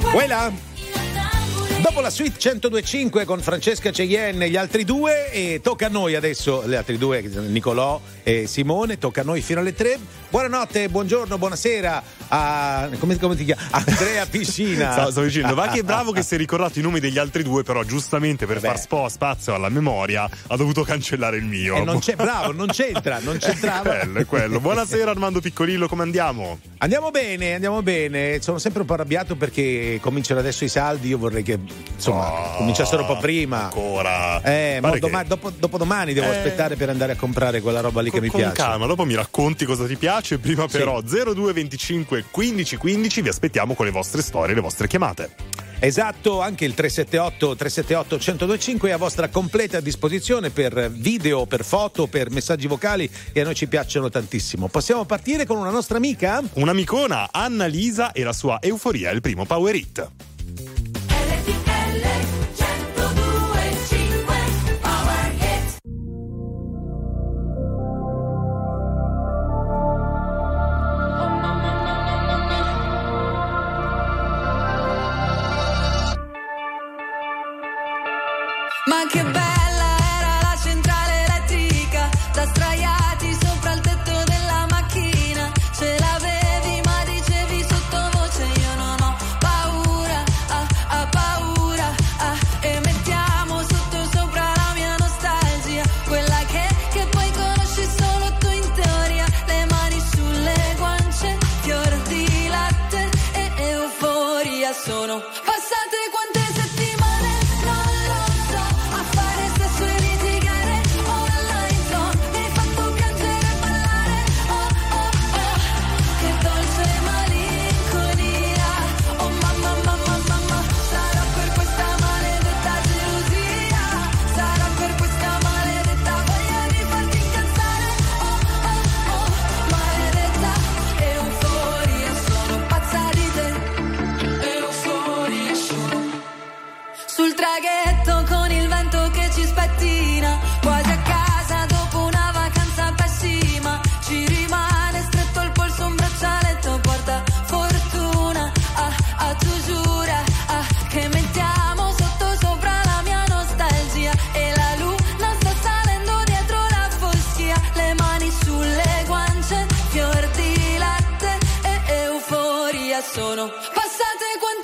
Voilà. Dopo la suite 102.5 con Francesca Cheyenne e gli altri due, e tocca a noi adesso, gli altri due, Nicolò e Simone, tocca a noi fino alle 3. Buonanotte, buongiorno, buonasera a come ti chiami? Andrea Piscina. Stavo dicendo, va che è bravo che si è ricordato i nomi degli altri due, però giustamente per far spazio alla memoria ha dovuto cancellare il mio. Non c'è, bravo, non c'entrava. È quello. Buonasera Armando Piccolillo, come andiamo? Andiamo bene. Sono sempre un po' arrabbiato perché cominciano adesso i saldi. Io vorrei che cominciassero un po' prima. Ancora. Dopodomani devo aspettare per andare a comprare quella roba lì che mi piace. Con calma, dopo mi racconti cosa ti piace. Prima però 0225 15 15 vi aspettiamo con le vostre storie, le vostre chiamate. Esatto, anche il 378 1025 è a vostra completa disposizione per video, per foto, per messaggi vocali, e a noi ci piacciono tantissimo. Possiamo partire con una nostra amica? Un'amicona, Anna Lisa, e la sua Euforia, il primo Power Hit. Ma che bella era la centrale elettrica, da sdraiati sopra il tetto della macchina. Ce l'avevi ma dicevi sottovoce io non ho paura, paura, e mettiamo sotto sopra la mia nostalgia, quella che poi conosci solo tu in teoria. Le mani sulle guance, fior di latte e euforia. Sono passate quante traghetto con il vento che ci spettina, quasi a casa dopo una vacanza pessima. Ci rimane stretto il polso, un braccialetto porta fortuna. Tu giura che mettiamo sotto sopra la mia nostalgia, e la luna sta salendo dietro la foschia. Le mani sulle guance, fior di latte e euforia. Sono passate quante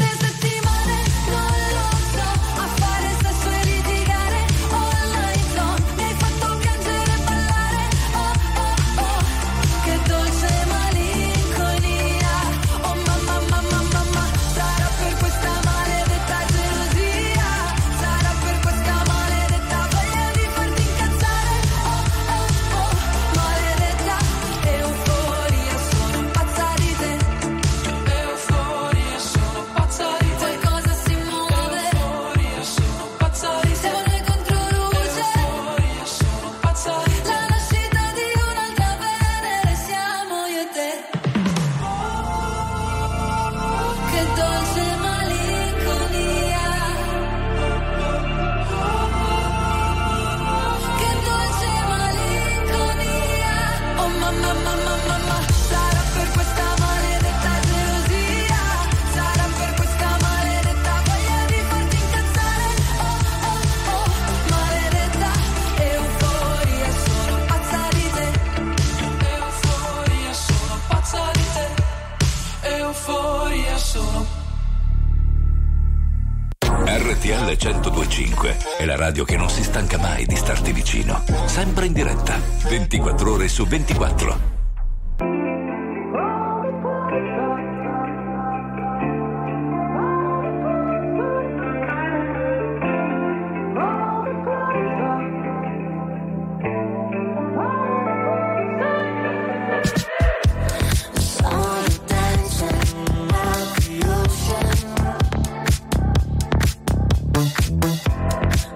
RTL 102.5 è la radio che non si stanca mai di starti vicino, sempre in diretta, 24 ore su 24.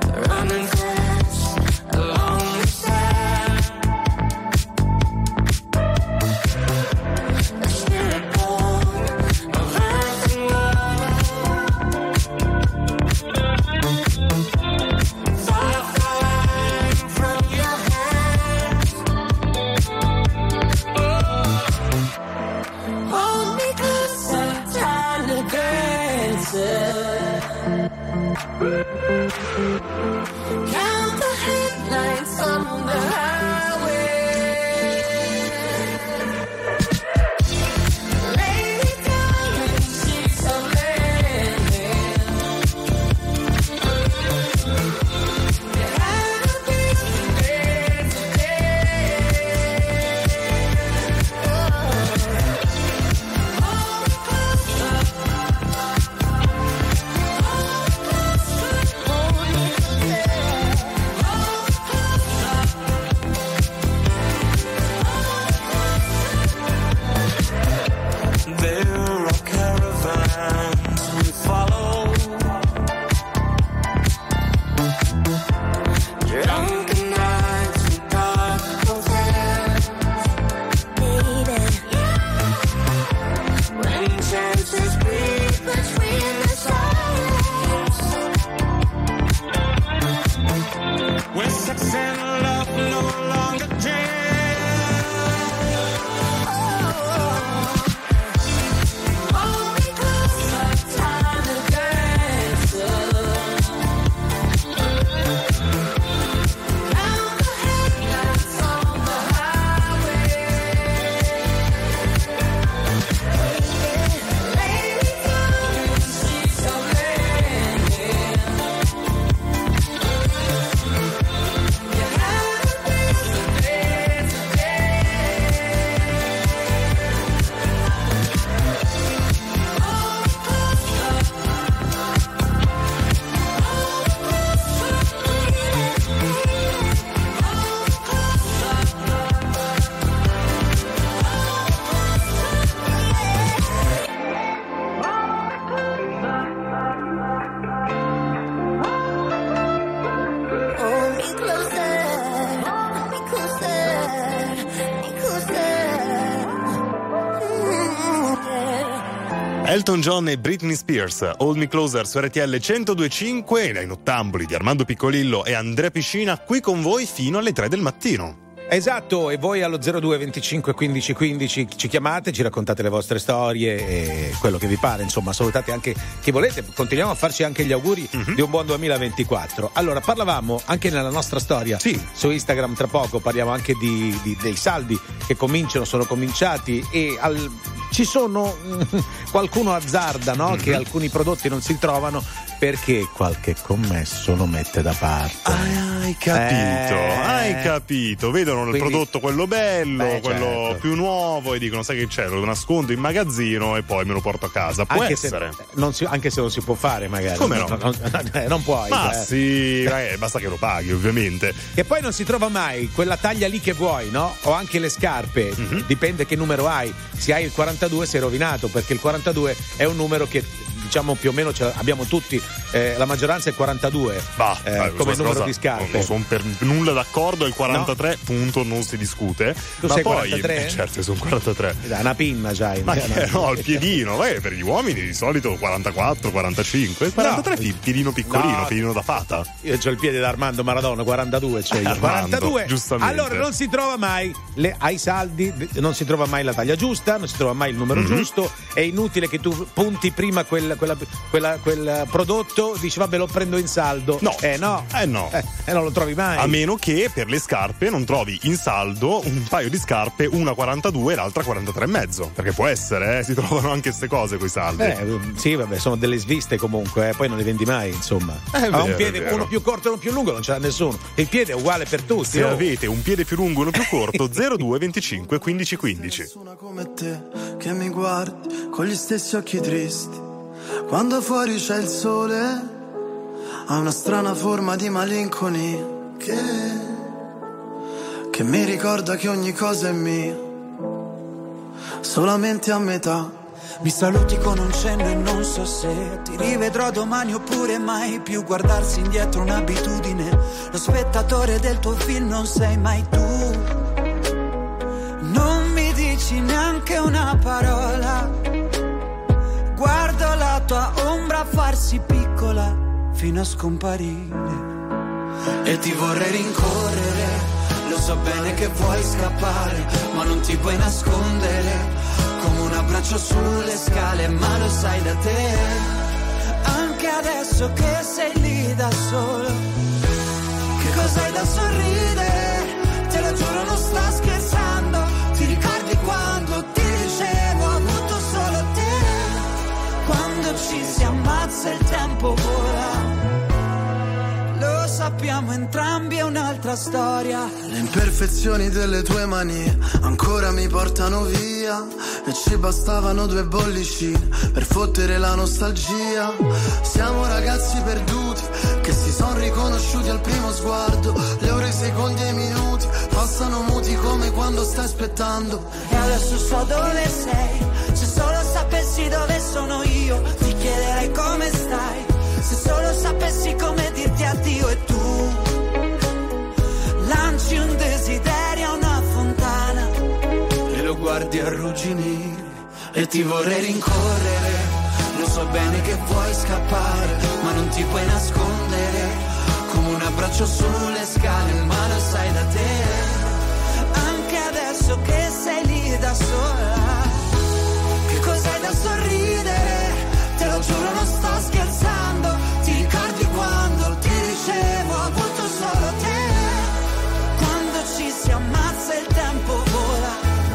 Running fast along the sand. Count the headlights on the highway. Lay me down in sheets of linen. There had to be some days Elton John e Britney Spears, Hold Me Closer su RTL 102.5, dai nottamboli di Armando Piccolillo e Andrea Piscina qui con voi fino alle 3 del mattino. Esatto, e voi allo 02 25 15 15 ci chiamate, ci raccontate le vostre storie e quello che vi pare, insomma, salutate anche chi volete, continuiamo a farci anche gli auguri di un buon 2024. Allora, parlavamo anche nella nostra storia, sì, su Instagram tra poco, parliamo anche dei saldi che sono cominciati e ci sono qualcuno azzarda, no? Che alcuni prodotti non si trovano perché qualche commesso lo mette da parte. Hai capito. Vedono il prodotto quello bello, quello certo, più nuovo e dicono sai che c'è, lo nascondo in magazzino e poi me lo porto a casa. Può anche essere. Anche se non si può fare magari. Come no? Non puoi. Ma sì, basta che lo paghi ovviamente. E poi non si trova mai quella taglia lì che vuoi, no? O anche le scarpe, dipende che numero hai. Se hai il 42 sei rovinato, perché il 42 è un numero che diciamo più o meno abbiamo tutti, la maggioranza è 42 come numero di scarpe. Non sono per nulla d'accordo, il 43 punto non si discute. Tu ma sei poi 43? Certo, sono 43. Una pinna c'hai. Ma no, il piedino, per gli uomini di solito 44, 45, 43 piedino piccolino, piedino da fata. Io c'ho il piede da Armando Maradona, 42 c'ho io. Armando, 42. giustamente. Allora non si trova mai ai saldi, non si trova mai la taglia giusta, non si trova mai il numero giusto, è inutile che tu punti prima quel prodotto, dici vabbè lo prendo in saldo. No. Non lo trovi mai. A meno che per le scarpe non trovi in saldo un paio di scarpe, una 42 e l'altra 43,5, perché può essere, si trovano anche queste cose coi saldi. Sì, vabbè, sono delle sviste comunque, poi non le vendi mai, insomma. Ha un piede uno più corto e uno più lungo, non ce l'ha nessuno. Il piede è uguale per tutti. Se avete un piede più lungo e uno più corto, 02 25 15 15. Nessuno come te che mi guardi con gli stessi occhi tristi. Quando fuori c'è il sole, ha una strana forma di malinconia che mi ricorda che ogni cosa è mia, solamente a metà. Mi saluti con un cenno e non so se ti rivedrò domani oppure mai più. Guardarsi indietro un'abitudine, lo spettatore del tuo film non sei mai tu. Non mi dici neanche una parola, guardo la tua ombra farsi piccola fino a scomparire. E ti vorrei rincorrere, lo so bene che vuoi scappare, ma non ti puoi nascondere, come un abbraccio sulle scale, ma lo sai da te. anche adesso che sei lì da solo. Che cos'hai da sorridere? Te lo giuro, non sto scherzando. Ti ricordi quando ti dicevo ho avuto solo te? Quando ci si ammazza il tempo vola. Lo sappiamo entrambi, è un'altra storia. Le imperfezioni delle tue manie ancora mi portano via, e ci bastavano 2 bollicine per fottere la nostalgia. Siamo ragazzi perduti che si son riconosciuti al primo sguardo. Le ore, i secondi e i minuti passano muti come quando stai aspettando. E adesso so dove sei. Se solo sapessi dove sono io, ti chiederei come stai. Se solo sapessi come dirti addio e tu lanci un desiderio a una fontana e lo guardi arrugginire e ti vorrei rincorrere. Lo so bene che vuoi scappare, ma non ti puoi nascondere. Come un abbraccio sulle scale, ma lo sai da te. Anche adesso che sei lì da sola. Che cos'hai da sorridere? Te lo giuro, non sto scherzando. Ti ricordi quando ti dicevo ho avuto solo te? Quando ci si ammazza il tempo vola.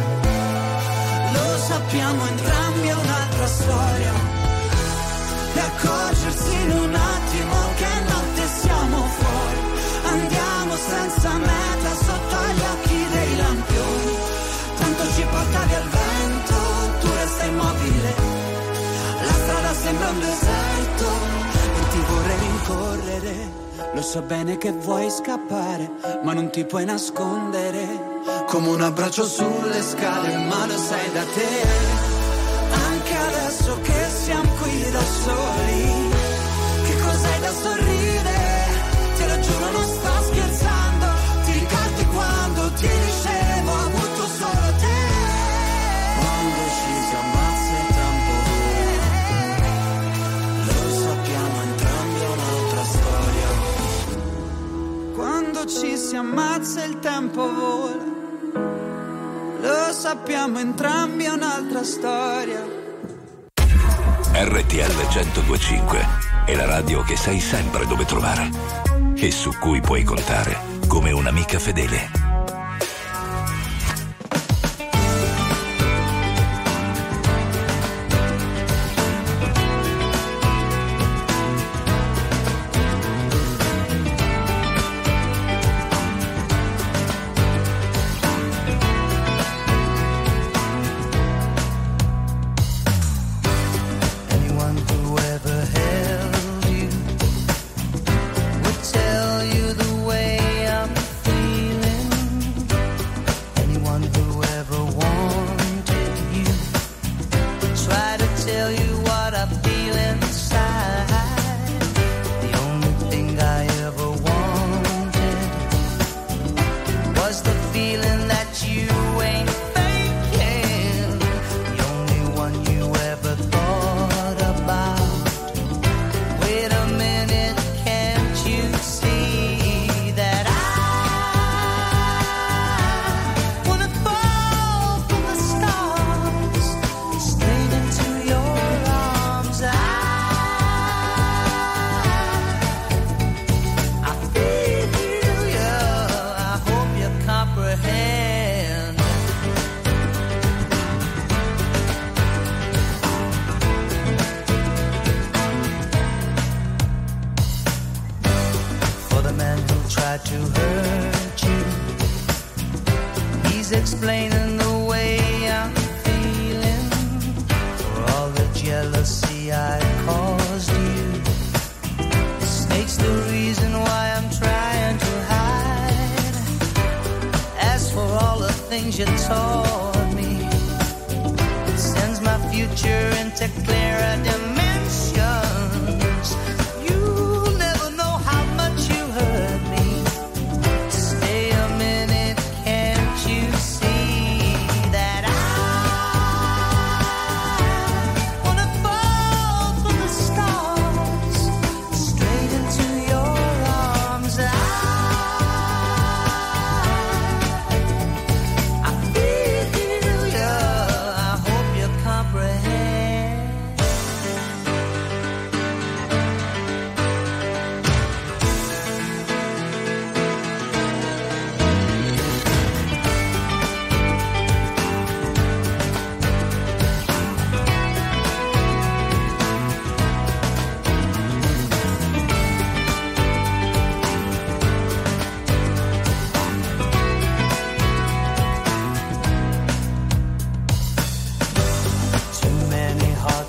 Lo sappiamo entrambi, è un'altra storia. E accorgersi in un attimo che notte siamo fuori. Andiamo senza meta sotto gli occhi dei lampioni. Tanto ci portavi al vento, tu resta immobile. La strada sembra un deserto e ti vorrei rincorrere. Lo so bene che vuoi scappare, ma non ti puoi nascondere. Come un abbraccio sulle scale, ma lo sai da te. Anche adesso che siamo qui da soli. Che cos'hai da sorridere? Te lo giuro, non sto scherzando. Ti ricordi quando ti dicevo ho avuto solo te? Quando ci si ammazza il tempo vola. Lo sappiamo entrambi, è un'altra storia. Quando ci si ammazza il tempo vola. Lo sappiamo entrambi, è un'altra storia. RTL 102.5 è la radio che sai sempre dove trovare e su cui puoi contare come un'amica fedele. Explaining the way I'm feeling for all the jealousy I caused you. Mistakes the reason why I'm trying to hide. As for all the things you taught me, it sends my future into clearer dimensions. You'll never know how much you hurt me. Stay a minute, can't you see that I wanna fall from the stars straight into your arms? I feel you, I hope you comprehend.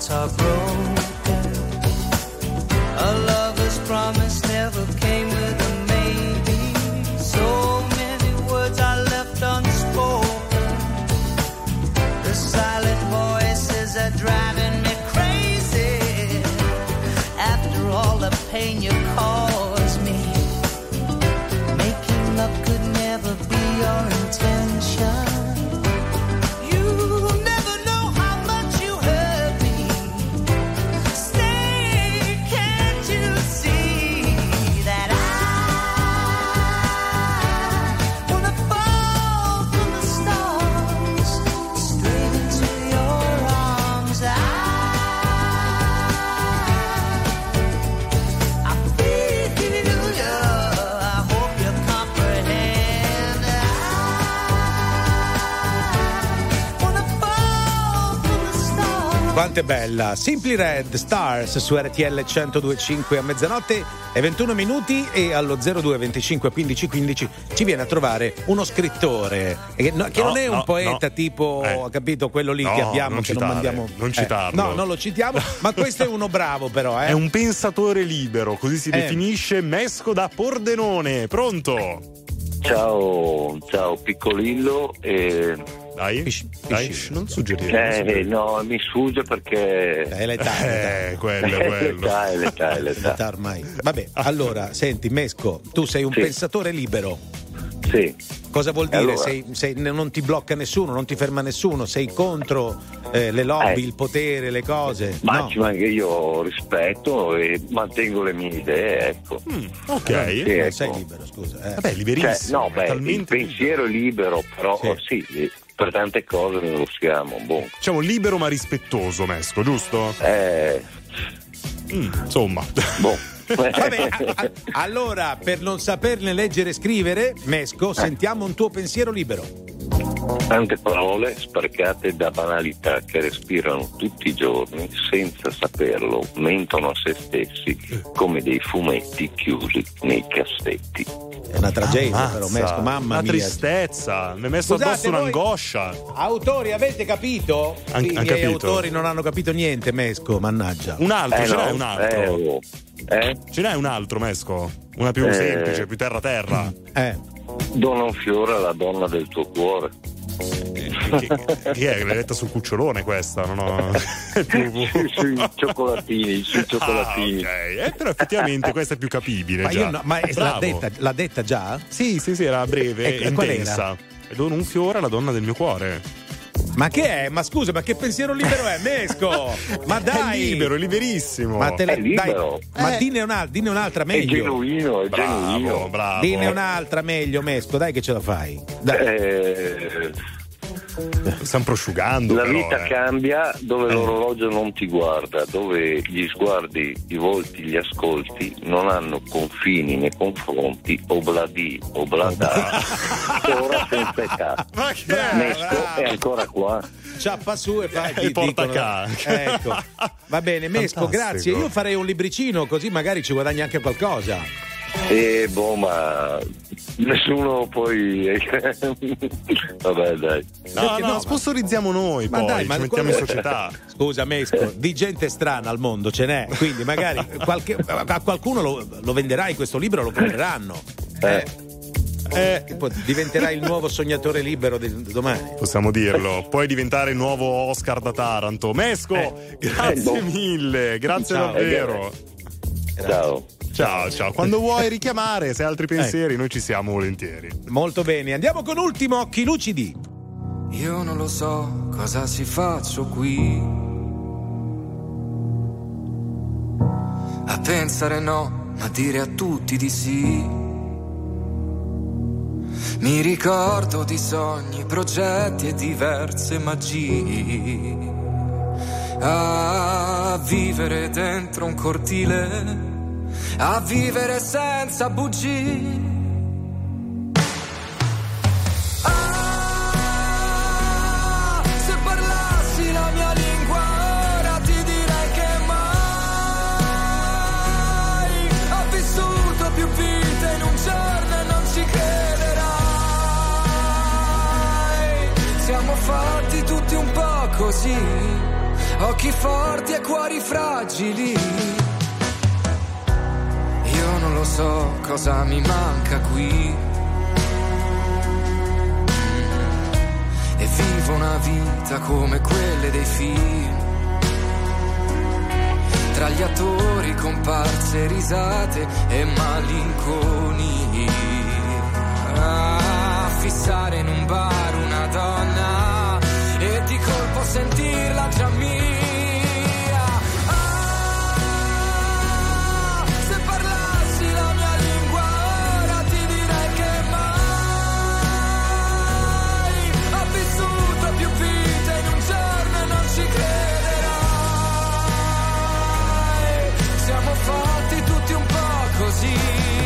hearts are broken. A lover's promise never came with a maybe. So many words are left unspoken. The silent voices are driving me crazy. After all the pain you caused me, making love could never be your intention. Quanto è bella. Simply Red, Stars su RTL 102.5 a mezzanotte e 21 minuti, e allo 02 25 15 15 ci viene a trovare uno scrittore che non è un poeta tipo, capito, quello lì che abbiamo, che non mandiamo. Non citarlo. No, non lo citiamo, ma questo è uno bravo però. È un pensatore libero, così si definisce Mesco da Pordenone. Pronto? Ciao Piccolillo Dai, non suggerire. No, mi sfugge perché è l'età. Quello. È l'età ormai. Vabbè, allora, senti Mesco, tu sei un pensatore libero. Sì. Cosa vuol dire? Allora, sei non ti blocca nessuno, non ti ferma nessuno, sei contro le lobby, il potere, le cose? Ma che io rispetto e mantengo le mie idee, ecco. Ok. Non sei libero, scusa. Vabbè, liberissimo. Il pensiero è libero, però sì, per tante cose non lo siamo. Diciamo libero ma rispettoso, Mesco, giusto? Insomma. Vabbè, allora, per non saperne leggere e scrivere, Mesco, sentiamo un tuo pensiero libero. Tante parole sprecate da banalità che respirano tutti i giorni senza saperlo, mentono a se stessi come dei fumetti chiusi nei cassetti. È una tragedia, però, Mesco, mamma mia. Una tristezza, mi hai messo addosso un'angoscia. Autori, avete capito? I miei autori non hanno capito niente, Mesco, mannaggia. Un altro, ce n'è un altro. Ce n'è un altro, Mesco? Una più semplice, più terra. Dona un fiore alla donna del tuo cuore. Chi è? L'hai letta sul cucciolone questa? Non ho... sui cioccolatini. Ok, però effettivamente questa è più capibile. Ma l'ha detta già? Sì, era breve e intensa. E dono un fiore alla donna del mio cuore. Ma che è? Ma scusa, ma che pensiero libero è, Mesco? Ma dai! È libero, è liberissimo. Ma è libero. Ma dinne un'altra meglio. È genuino. Bravo. Dinne un'altra meglio, Mesco, dai che ce la fai. Dai. Stiamo prosciugando. La vita cambia dove l'orologio non ti guarda, dove gli sguardi, i volti, gli ascolti non hanno confini nei confronti, obladi, oblada, ora senza età. Mesco è ancora qua. Ciappa su e fai il portacà. Ecco. Va bene, Mesco, fantastico. grazie. Io farei un libricino, così magari ci guadagni anche qualcosa. Ma nessuno poi. Vabbè, dai. No, sponsorizziamo noi, ma poi dai, ci mettiamo in società. Scusa, Mesco, di gente strana al mondo ce n'è, quindi magari a qualcuno lo venderai questo libro, lo compreranno. Diventerai il nuovo sognatore libero di domani. Possiamo dirlo. Puoi diventare il nuovo Oscar da Taranto. Mesco, grazie mille, grazie davvero. Ciao. Quando vuoi richiamare, se hai altri pensieri, noi ci siamo volentieri. Molto bene, andiamo con Ultimo, Occhi Lucidi. Io non lo so cosa si faccio qui, a pensare no, ma dire a tutti di sì. Mi ricordo di sogni, progetti e diverse magie, a vivere dentro un cortile, a vivere senza bugie. Se parlassi la mia lingua ora ti direi che mai ho vissuto più vite in un giorno e non ci crederai. Siamo fatti tutti un po' così, occhi forti e cuori fragili. Io non lo so cosa mi manca qui, e vivo una vita come quelle dei film, tra gli attori, comparse, risate e malinconia. Fissare in un bar una donna e di colpo sentirla già mia. Se parlassi la mia lingua ora ti direi che mai ho vissuto più vite in un giorno e non ci crederai. Siamo fatti tutti un po' così.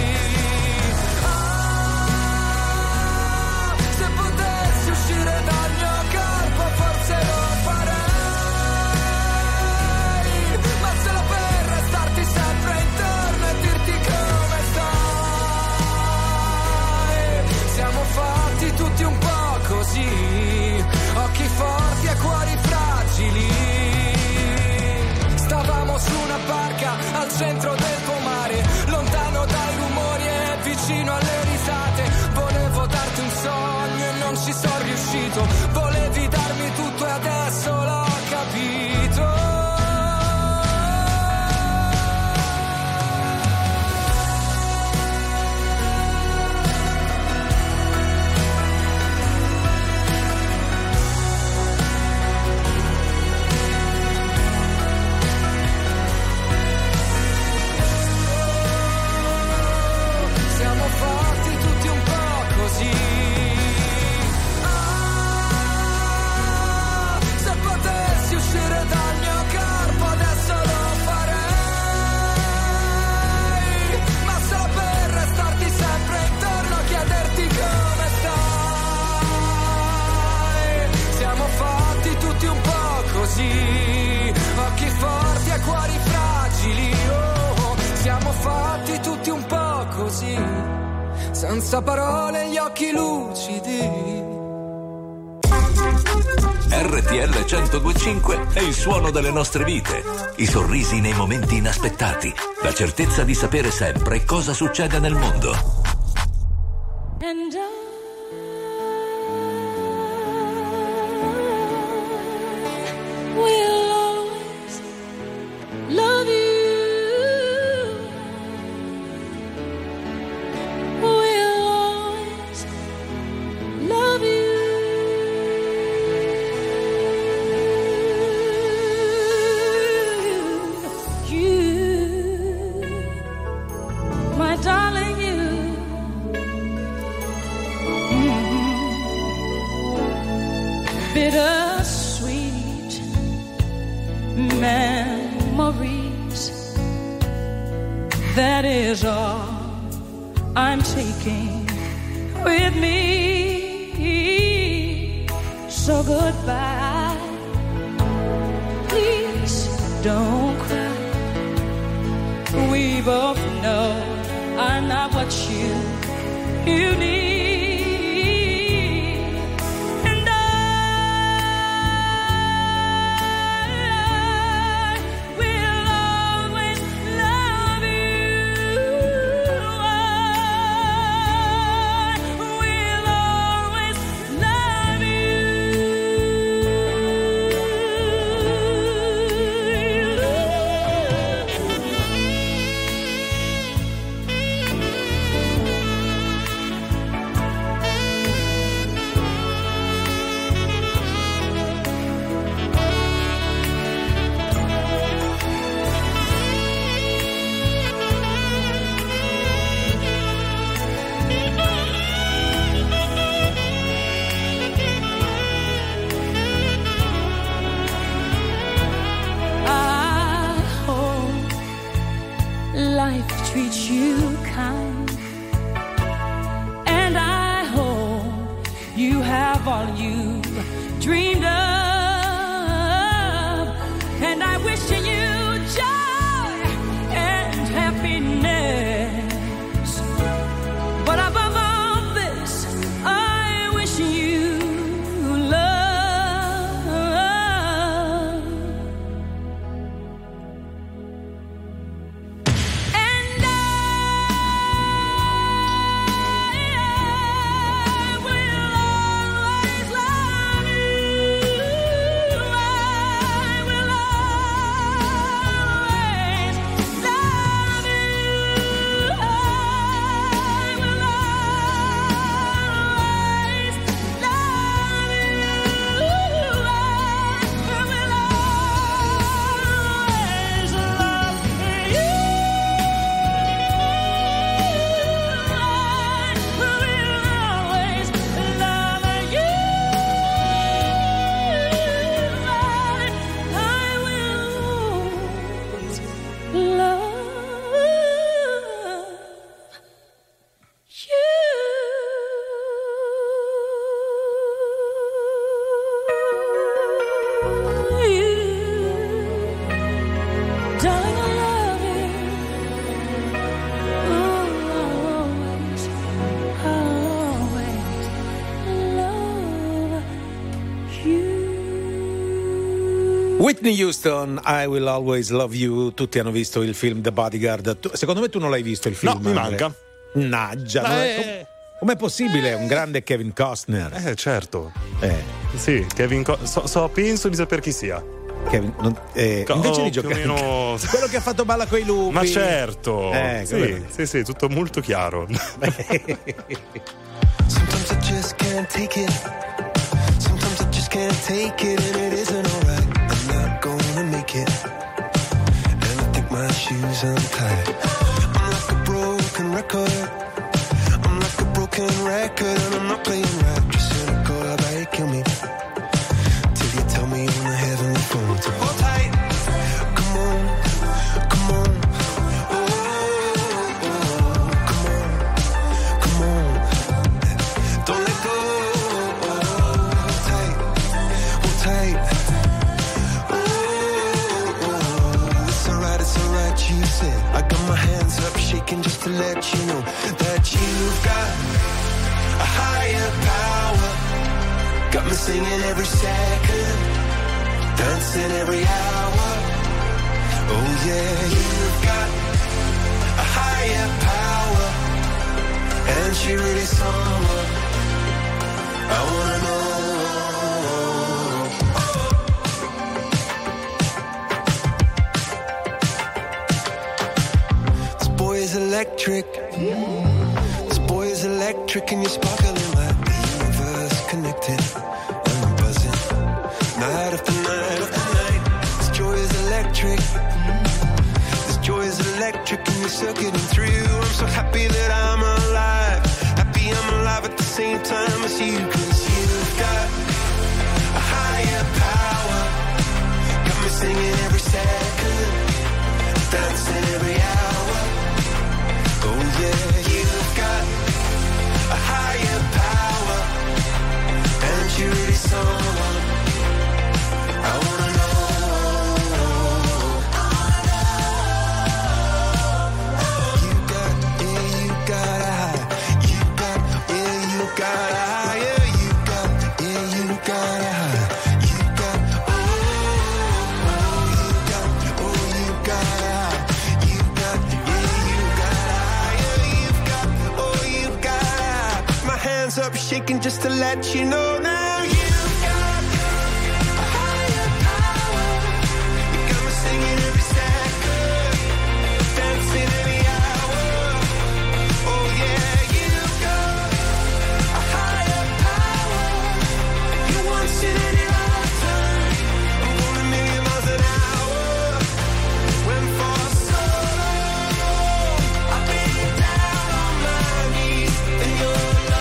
Uscire dal mio corpo forse lo farei, ma solo per restarti sempre intorno e dirti come stai. Siamo fatti tutti un po' così, occhi forti e cuori fragili. Stavamo su una barca al centro del pomare, lontano dai rumori e vicino alle risate. Volevo darti un sogno e non ci sono riuscito, volevi darmi tutto e adesso l'ho capito. Siamo fatti tutti un po' così. Se potessi uscire dal mio corpo adesso lo farei, ma solo per restarti sempre intorno a chiederti come stai. Siamo fatti tutti un po' così, occhi forti e cuori fragili. Oh, siamo fatti tutti un po' così, senza parole gli occhi lucidi. RTL 102.5 è il suono delle nostre vite, i sorrisi nei momenti inaspettati, la certezza di sapere sempre cosa succede nel mondo. And I will always love you. Will always love you. My darling, you. Bittersweet memories. That is all I'm taking with me. So goodbye. Please don't cry. We both know I'm not what you need. And I will always love you. I will always love life treats you kind, and I hope you have all you dreamed of, and I wish you joy and happiness, but above all this I wish you love. Whitney Houston, I Will Always Love You. Tutti hanno visto il film The Bodyguard. Secondo me tu non l'hai visto il film? No, mi manca. Naggia, com'è possibile? Un grande Kevin Costner. Certo. Sì, Kevin penso di sapere chi sia. Kevin, invece di giocare meno... quello che ha fatto Balla coi lupi. Ma certo. Sì, tutto molto chiaro. Sometimes I just can't take it. Sometimes I just can't take it, and it isn't alright. I'm not gonna make it, and I think my shoes untied. I'm like a broken record. I'm like a broken record, and I'm not playing right. Just cynical, how about you kill me till you tell me on the heavenly phone to hold tight. Come on, come on. I got my hands up shaking just to let you know that you've got a higher power. Got me singing every second, dancing every hour. Oh yeah, you've got a higher power, and she really someone I wanna know. Electric. This boy is electric, and you're sparkling like the universe connected. And I'm buzzing night after night after night. This joy is electric. This joy is electric, and you're circuiting through. I'm so happy that I'm alive. Happy I'm alive at the same time as you, 'cause you've got a higher power. Got me singing every second, dancing every hour. Oh yeah, you've got a higher power, and you're really someone I wanna know. You got a high. You got a higher. You got a high. You got up shaking just to let you know now you've got a higher power. You got me singing every second, dancing every hour. Oh yeah, you've got a higher power. You once in any lifetime. I'm going a million miles an hour. When for so long I've been down on my knees in your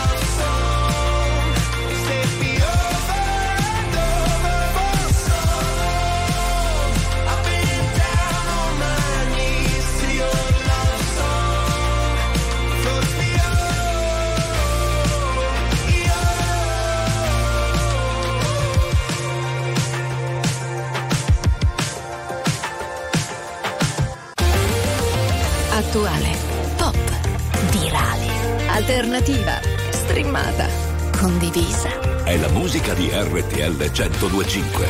attuale, pop, virale, alternativa, streamata, condivisa. È la musica di RTL 102.5.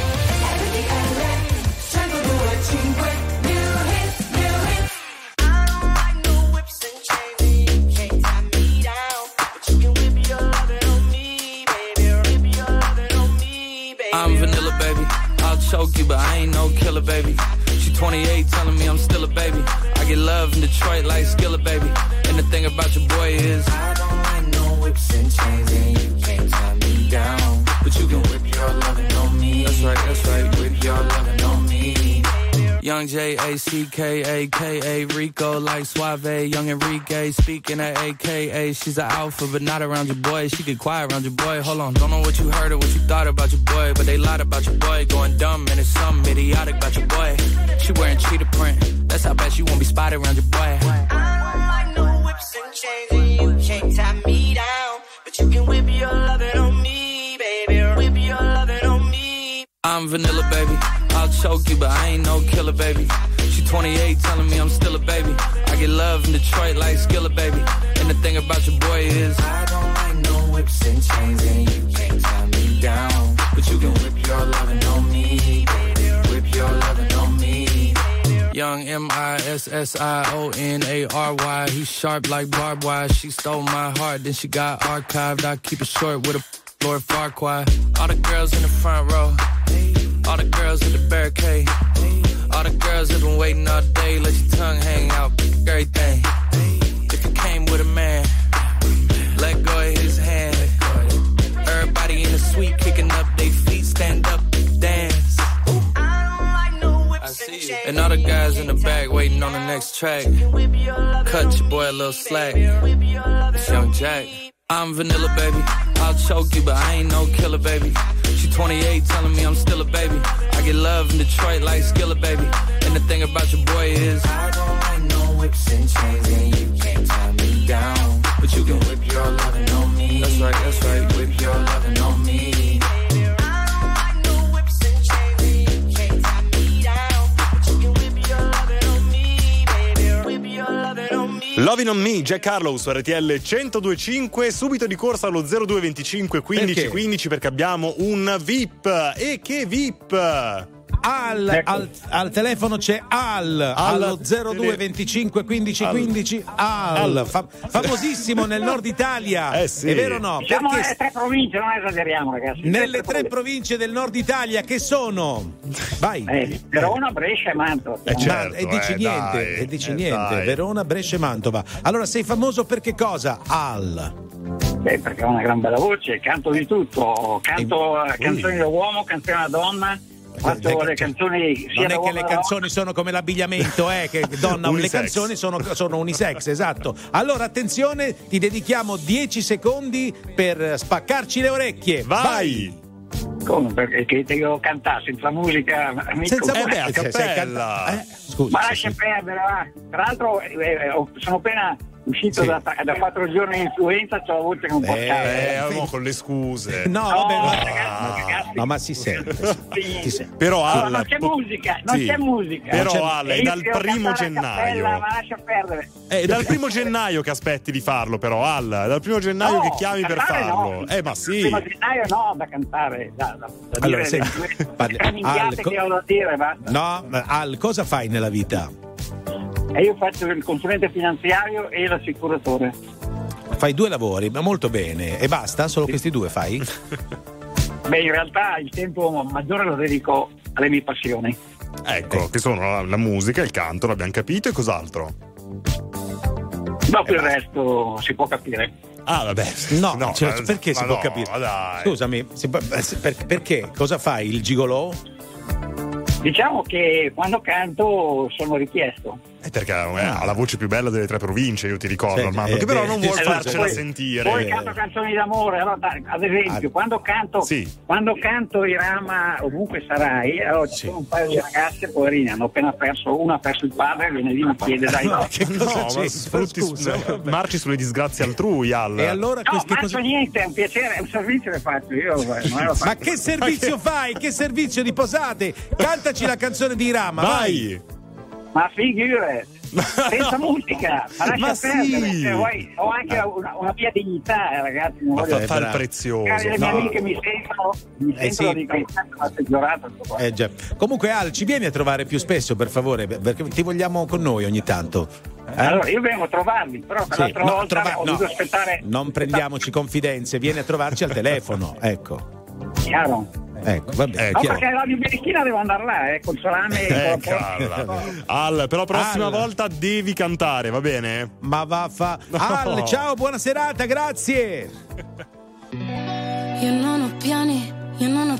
I'm vanilla, baby. I'll choke you, but I ain't no killer, baby. She 28, telling me I'm still a baby. I get love in Detroit like Skillet, baby. And the thing about your boy is I don't like no whips and chains, and you can't tie me down. But you can whip your lovin' on me. That's right, whip your lovin' on me. Young J-A-C-K-A-K-A, Rico like Suave, young Enrique, speaking at AKA. She's an alpha, but not around your boy. She get quiet around your boy. Hold on, don't know what you heard or what you thought about your boy, but they lied about your boy. Going dumb, and it's something idiotic about your boy. She wearing cheetah print, that's how bad she won't be spotted around your boy. I don't like no whips and chains, and you can't tie me down. But you can whip your lovin' on me, baby. Whip your lovin' on me. I'm vanilla, baby. I'll choke you, but I ain't no killer, baby. She 28, telling me I'm still a baby. I get love in Detroit like Skillet, baby. And the thing about your boy is I don't like no whips and chains, and you can't tie me down. But you can whip your lovin' on me, baby. Whip your Young MISSIONARY. He's sharp like barbed wire. She stole my heart, then she got archived. I keep it short with a Lord Farquaad. All the girls in the front row. All the girls with the barricade. All the girls have been waiting all day. Let your tongue hang out, everything. If you came with a man, let go of his hand. Everybody in the suite kicking up their feet, stand up, dance. I see you. And all the guys in the back waiting on the next track. Cut your boy a little slack. It's Young Jack. I'm vanilla, baby. I'll choke you, but I ain't no killer, baby. She 28, telling me I'm still a baby. I get love in Detroit like Skillet, baby. And the thing about your boy is I don't like no whips and chains, and you can't tie me down. But you can whip your lovin' on me. That's right, whip your lovin' on me. Lovin' on Me, Jack Harlow su RTL 102.5, subito di corsa allo 0225 15 15 perché abbiamo un VIP. E che VIP? Al telefono c'è allo 0225 15 15 famosissimo nel nord Italia. Sì. È vero o no? Siamo Perché nelle 3 province, non esageriamo, ragazzi. nelle 3 province del nord Italia che sono? Vai. Verona, Brescia e Mantova. Certo, e dici niente, dai, niente. dai. Verona, Brescia e Mantova. Allora sei famoso per che cosa? Perché ho una gran bella voce, canto di tutto, canto canzoni da uomo, canzoni da donna. Faccio le canzoni sia non è che le canzoni sono come l'abbigliamento, che donna le canzoni sono unisex, esatto. Allora attenzione, ti dedichiamo 10 secondi per spaccarci le orecchie. Vai! Come? Perché devo cantare senza musica, amico? Senza a musica, cappella. Scusa. Ma lascia perdere, va. Tra l'altro sono appena uscito da 4 giorni di influenza, c'ho la voce che non può stare. Con le scuse. No, vabbè, ragazzi. no, ma si sente. Però allora, non c'è musica, c'è musica. Però Ale, è dal 1° gennaio. Ma lascia perdere. È dal 1° gennaio che aspetti di farlo, però Al, è dal 1° gennaio che chiami per farlo. Ma sì. Il 1° gennaio no, da cantare, da Allora, dire le minchiate che ho da dire, basta. No, Al, cosa fai nella vita? E io faccio il consulente finanziario e l'assicuratore. Fai 2 lavori, ma molto bene. E basta? Solo questi 2 fai? Beh, in realtà il tempo maggiore lo dedico alle mie passioni. Ecco, che sono la musica, il canto, l'abbiamo capito, e cos'altro? Dopo il resto si può capire. Ah, vabbè. No, perché si può capire? Dai. Scusami, perché? Cosa fai? Il gigolò? Diciamo che quando canto sono richiesto. Perché ha la voce più bella delle 3 province, io ti ricordo, Armando, che però non vuole farcela sentire. Poi canto canzoni d'amore, allora, ad esempio, quando canto i Rama ovunque sarai, allora ci sono un paio di ragazze poverine, hanno appena perso, una ha perso il padre, lunedì mi chiede marci sulle disgrazie altrui, Al. E allora niente, è un piacere, è un servizio che faccio io. Ma che servizio fai? Che servizio di posate? Cantaci la canzone di Rama, vai. Ma figure, senza musica, ma lascia perdere. Ho anche una mia dignità, ragazzi. Ma fa il prezioso. Le mie amiche mi sentono di questa peggiorato. Già. Comunque Al, ci vieni a trovare più spesso, per favore, perché ti vogliamo con noi ogni tanto. Allora io vengo a trovarvi, però per l'altra volta ho dovuto aspettare. Non prendiamoci confidenze, vieni a trovarci al telefono, ecco. Chiaro. Ecco, vabbè. Perché la Berichina devo andare là, col salame. Al, però prossima volta devi cantare, va bene? Ma Al, ciao, buona serata, grazie. Io non ho piani, e non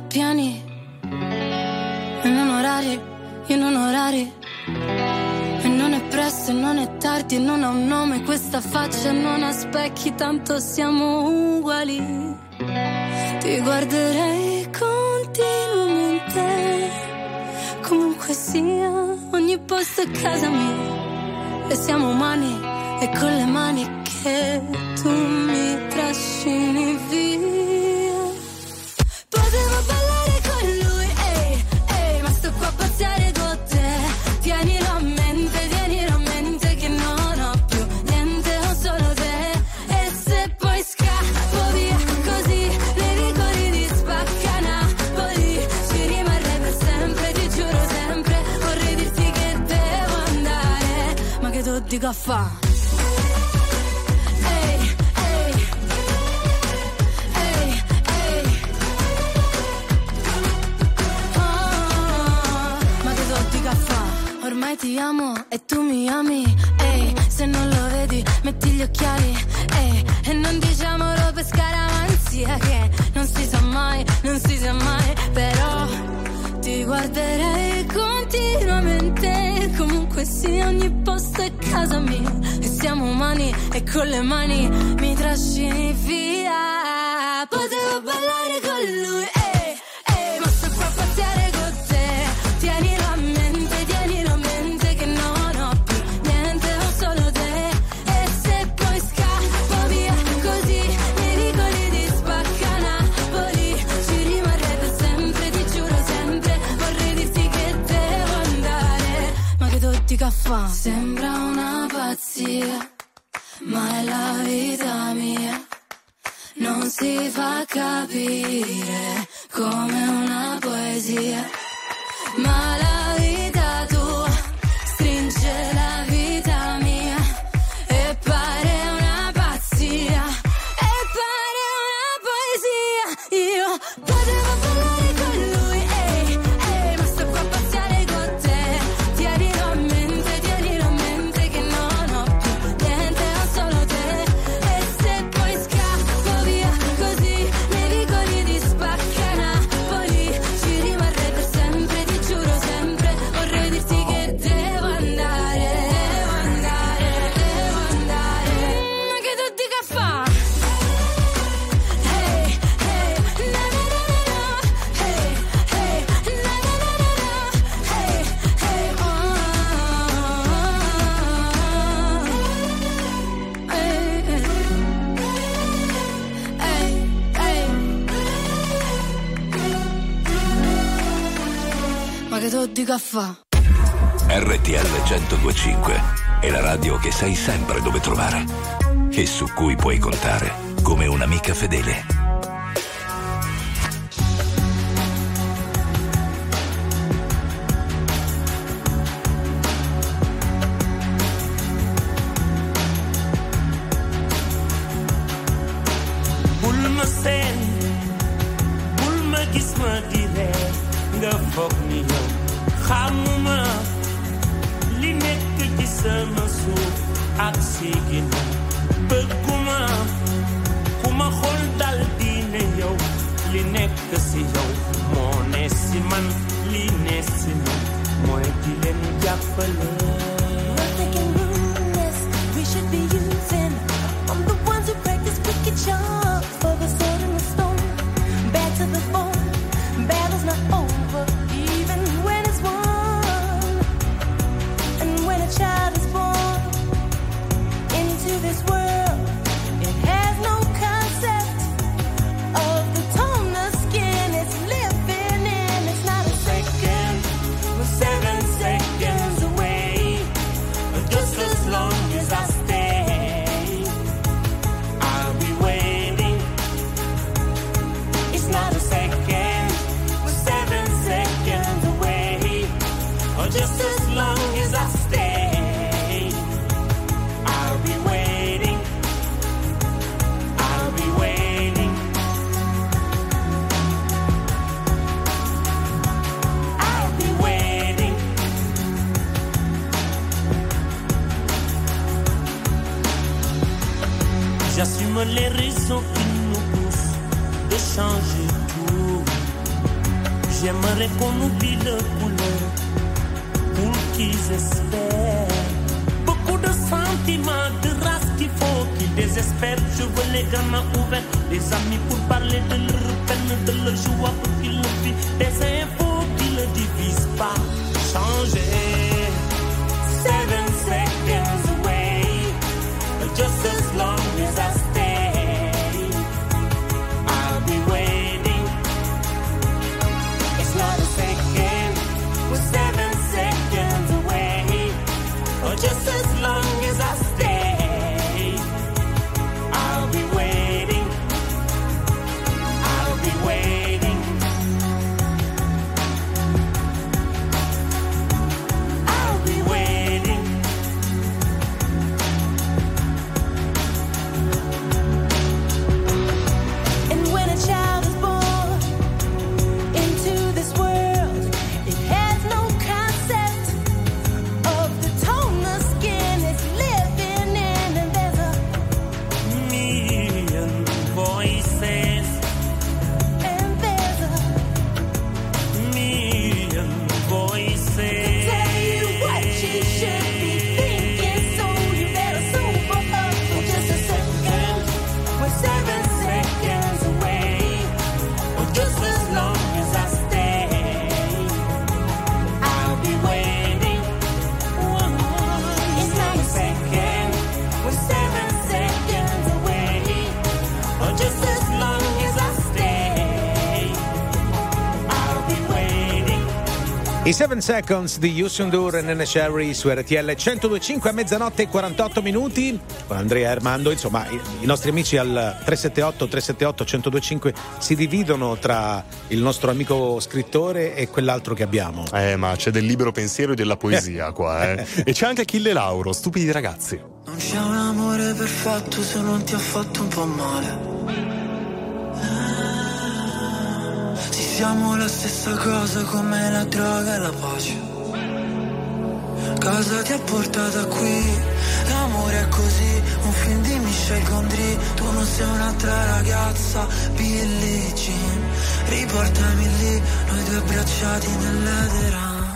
orari, e non è presto e non è tardi, e non ha un nome questa faccia, non ha specchi, tanto siamo uguali. Ti guarderei continuamente, comunque sia, ogni posto è casa mia, e siamo umani, e con le mani che tu mi trascini via. Potevo ballare con lui, ma sto qua a pazziare con te. Tienilo a mente che non ho più niente, ho solo te. E se poi scappo via così, nei vicoli di Spacca Napoli, ci rimarrei per sempre, ti giuro sempre. Vorrei dirti che devo di caffè. Ormai ti amo e tu mi ami, ehi, se non lo vedi metti gli occhiali, ehi, e non diciamolo per scaramanzia che non si sa mai, non si sa mai, però ti guarderei continuamente, comunque sia ogni posto è casa mia, e siamo umani e con le mani mi trascini via, potevo ballare con lui, ehi, ma sto qua a pazziare con te, tienilo a mente che non ho più niente, ho solo te, e se poi scappo via così nei vicoli di Spacca Napoli ci rimarrei per sempre, ti giuro sempre, vorrei dirti che devo andare, ma che tutti caffè sembra una pazzia, ma è la vita mia, non si fa capire come una poesia, ma la vita tua stringe la vita mia e pare una pazzia, e pare una poesia, io potevo parlare con lui, ehi, ma sto qua a pazziare con te, tienilo a mente che non ho più niente, ho solo te, e se poi scappo via così nei vicoli di Spacca Napoli ci rimarrei per sempre, ti giuro sempre, vorrei dirti che devo andare, ma che tu dica fa? Hey, hey, na na na na, hey, hey, na na na na, hey, hey, ma che tu dica fa? RTL 1025 è la radio che sai sempre dove trovare e su cui puoi contare come un'amica fedele. bul ma seen bul ma gis ma di reer nga foog ni yow xamuma li nekk ci sama suuf ak si ginnaaw bëgguma ku ma xool dal di ne yow li nekk si yow moo ne si man li ne si man mooy di leen jàppale. We should be using. I'm the ones who practice wicked charms for the sword and the stone. Back to the bone. Battle's not over, even when it's won. And when a child is born into this world, it has no concept of the tone the skin it's living in. It's not a second, we're 7 seconds away. Just as long as I stay, I'll be waiting. It's not a second, we're 7 seconds away. Or just as long as I stay, I'll be waiting. I'll be waiting. I'll be waiting. J'assume les raisons qui nous poussent de changer tout. J'aimerais qu'on oublie le couleur pour qu'ils espèrent. Beaucoup de sentiments, de race qu'il faut qu'ils désespèrent. Je veux les gamins ouverts, des amis pour parler de leur peine, de leur joie pour qu'ils le vivent. Des infos qui ne divisent pas. Changer. 7 seconds away. Just as long as I stay, I'll be waiting. It's not a second, we're 7 seconds away. Or just as long as I stay, I'll be waiting. I'll be waiting. I 7 Seconds di Yusundur e Nene Sherry su RTL 102.5 a mezzanotte e 48 minuti con Andrea e Armando. Insomma, i nostri amici al 378-378-1025 si dividono tra il nostro amico scrittore e quell'altro che abbiamo. Ma c'è del libero pensiero e della poesia qua, E c'è anche Achille Lauro, Stupidi ragazzi. Non c'è un amore perfetto se non ti ha fatto un po' male. Siamo la stessa cosa come la droga e la pace. Cosa ti ha portato qui? L'amore è così, un film di Michel Gondry. Tu non sei un'altra ragazza, Billie Jean. Riportami lì, noi due abbracciati nell'edera.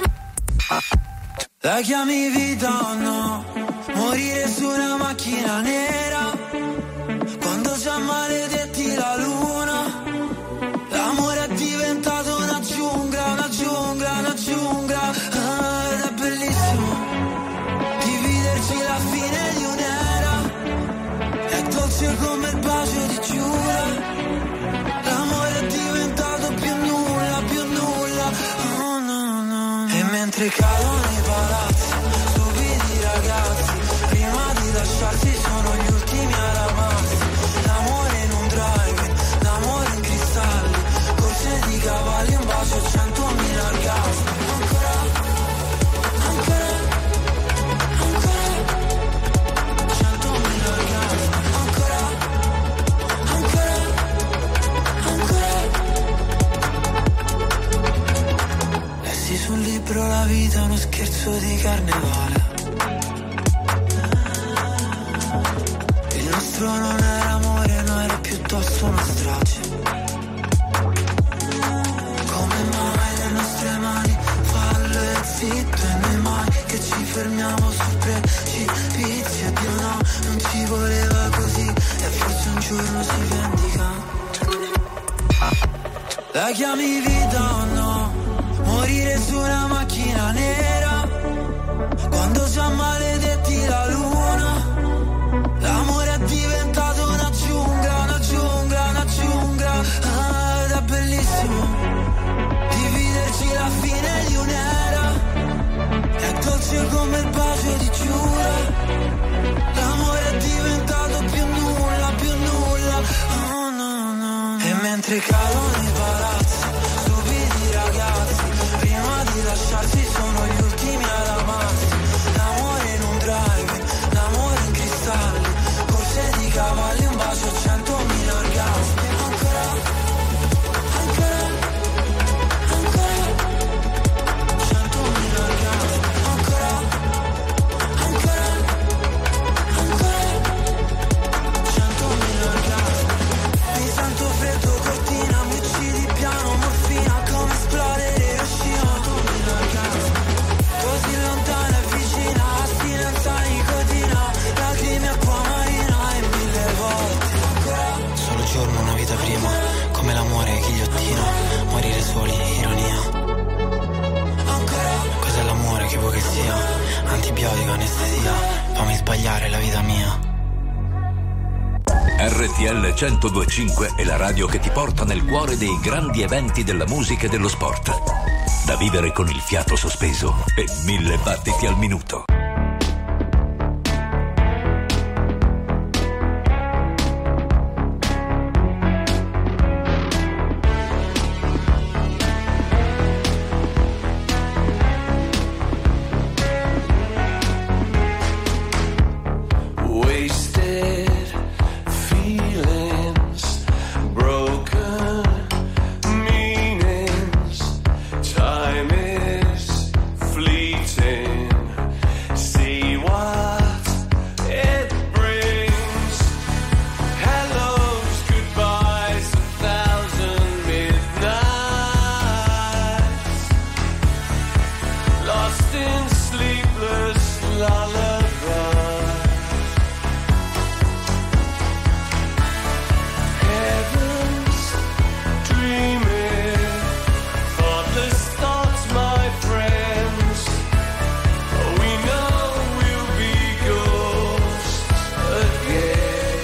La chiami vita o no? Morire su una macchina nera quando già maledetti la luna. L'amore è diventato una giungla, una giungla, una giungla. Ed è bellissimo dividerci la fine di un'era. È dolce come il bacio di Giura. L'amore è diventato più nulla, più nulla. Oh no, no. E mentre cadono i palazzi, stupidi ragazzi, prima di lasciarsi sono gli ultimi ad amarsi. L'amore in un drive, l'amore in cristalli, corse di cavalli, un bacio, 100.000 orgasmi. Ancora, ancora, ancora, 100.000 orgasmi. Ancora, ancora, ancora. Lessi sul libro La vita è uno scherzo di carnevale. Il nostro non era amore, no, era piuttosto una strage. Come mai le nostre mani fallo e zitto e noi mai che ci fermiamo sul precipizio. E Dio no, non ci voleva così e forse un giorno si vendica. La chiami vita o no? Morire su una macchina nera quando già maledetti la luna. L'amore è diventato una giungla, una giungla, una giungla. Ed è bellissimo dividerci la fine di un'era. È dolce come il bacio di Giura. L'amore è diventato più nulla, più nulla. Oh no, no. E mentre cadono i palazzi, stupidi ragazzi, prima di lasciarsi sono gli ultimi ad amarsi. L'amore in un drive, l'amore in cristalli, corse di cavalli, un bacio, 100.000 orgasmi. Ancora, ancora, ancora, 100.000 orgasmi. Ancora, ancora, ancora, 100.000 orgasmi. Mi sento freddo, cortina, mi uccidi piano, morfina, come esplodere Hiroshima. 100.000 orgasmi. Così lontana e vicina, astinenza, nicotina, lacrime, acqua marina e 1000 volte. Ancora, solo giorno, una vita prima, come l'amore, ghigliottina, morire soli, ironia. Ancora, cos'è l'amore, che vuoi che sia? Antibiotico, anestesia, fammi sbagliare la vita mia. RTL 102.5 è la radio che ti porta nel cuore dei grandi eventi della musica e dello sport. Da vivere con il fiato sospeso e 1000 battiti al minuto. Wasted feelings, broken meanings, time is fleeting. See what it brings. Hellos, goodbyes, 1,000 midnights, lost in sleepless lullaby. Heaven's dreaming, thoughtless thoughts, my friends. We know we'll be ghosts again.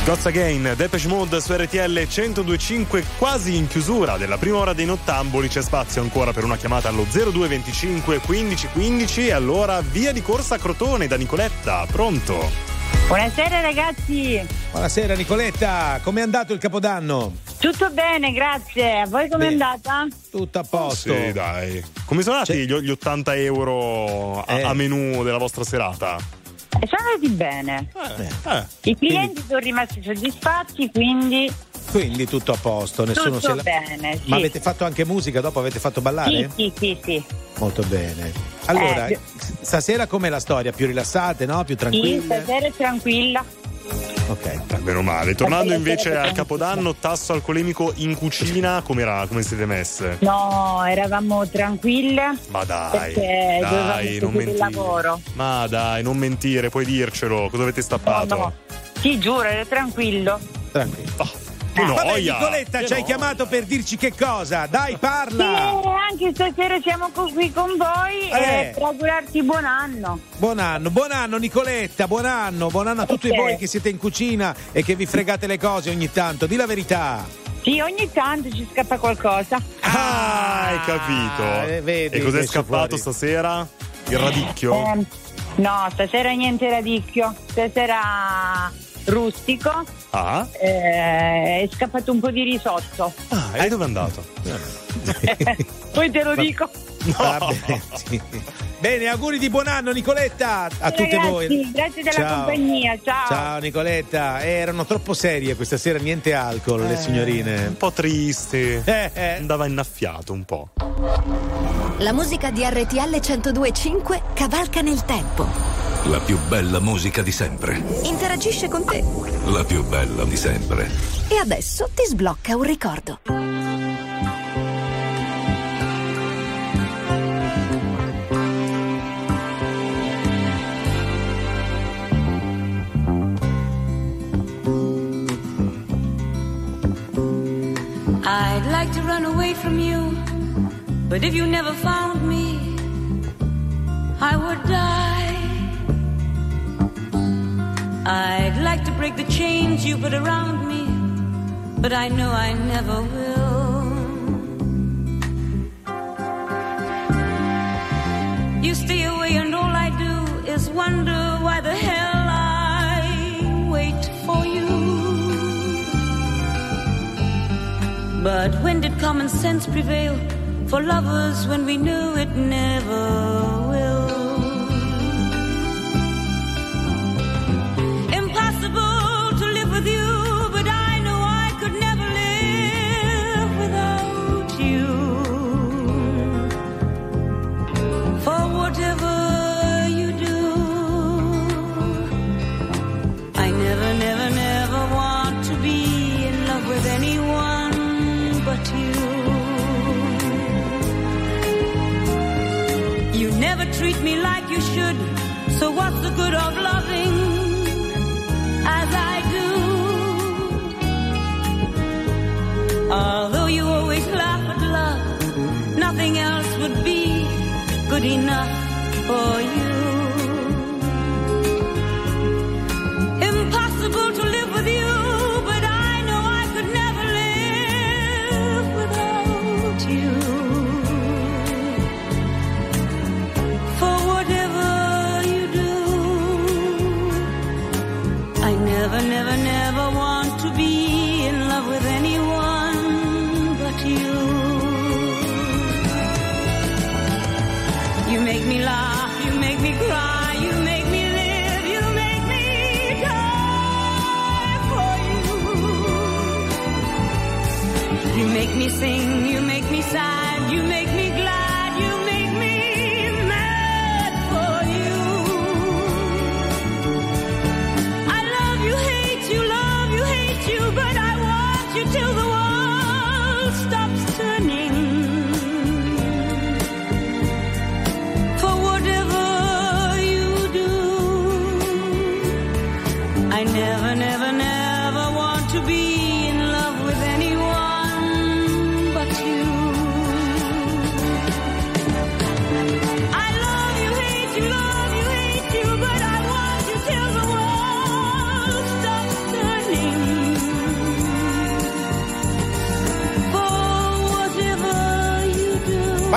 Gods Again, Depeche Mode su RTL 102.5, quasi in chiusura della prima ora dei Nottamboli. C'è spazio ancora per una chiamata allo 0225 15 15. E allora via di corsa a Crotone da Nicoletta, pronto? Buonasera ragazzi. Buonasera Nicoletta, com'è andato il Capodanno? Tutto bene, grazie. A voi com'è andata? Tutto a posto. Sì, dai. Come sono andati gli 80 euro a menù della vostra serata? Sono andati bene. I clienti sono rimasti soddisfatti, quindi tutto a posto. Nessuno tutto bene, sì. Ma avete fatto anche musica dopo? Avete fatto ballare? Sì. Molto bene. Allora, stasera com'è la storia? Più rilassate, no? Più tranquille? Sì, stasera è tranquilla. Ok, meno male. Tornando invece al Capodanno, tasso alcolemico in cucina, come siete messe? No, eravamo tranquille. Ma dai, non mentire. Il lavoro. Ma dai, non mentire, puoi dircelo. Cosa avete stappato? No. Ti giuro, ero tranquillo. Tranquillo. Vabbè, Nicoletta, ci hai chiamato per dirci che cosa? Dai, parla! Sì, anche stasera siamo qui con voi per augurarti buon anno. Buon anno Nicoletta, buon anno a tutti voi che siete in cucina e che vi fregate le cose ogni tanto, di la verità. Sì, ogni tanto ci scappa qualcosa. Hai capito. Vedi, e cos'è scappato stasera? Il radicchio? No, stasera niente radicchio, stasera rustico. È scappato un po' di risotto. E dove è andato? Poi te lo dico. Bene, sì. Bene, auguri di buon anno Nicoletta a tutte voi. Grazie della compagnia, ciao Nicoletta. Erano troppo serie questa sera, niente alcol, le signorine. Un po' tristi. Andava innaffiato un po'. La musica di RTL 102.5 cavalca nel tempo. La più bella musica di sempre. Interagisce con te. La più bella di sempre. E adesso ti sblocca un ricordo. I'd like to run away from you, but if you never found me, I would die. I'd like to break the chains you put around me, but I know I never will. You stay away and all I do is wonder why the hell I wait for you. But when did common sense prevail for lovers when we knew it never will? Impossible to live with you, but I know I could never live without you. For whatever you do, I never, never, never want to be in love with anyone but you. You never treat me like you should, so what's the good of loving as I do? Although you always laugh at love, nothing else would be good enough for you. Impossible to live with you, but I know I could never live without you. For whatever you do, I never, never, never want to be in love with anyone but you. You make me laugh, you make me cry, you make me live, you make me die for you. You make me sing, you make me sad, you make me glad, you make me mad for you. I love you, hate you, but I want you till the world stops turning. For whatever you do, I never, never, never want to be in love with anyone but you. I love you, hate you, but I want you till the world stops turning.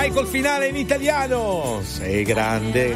Vai col finale in italiano. Sei grande.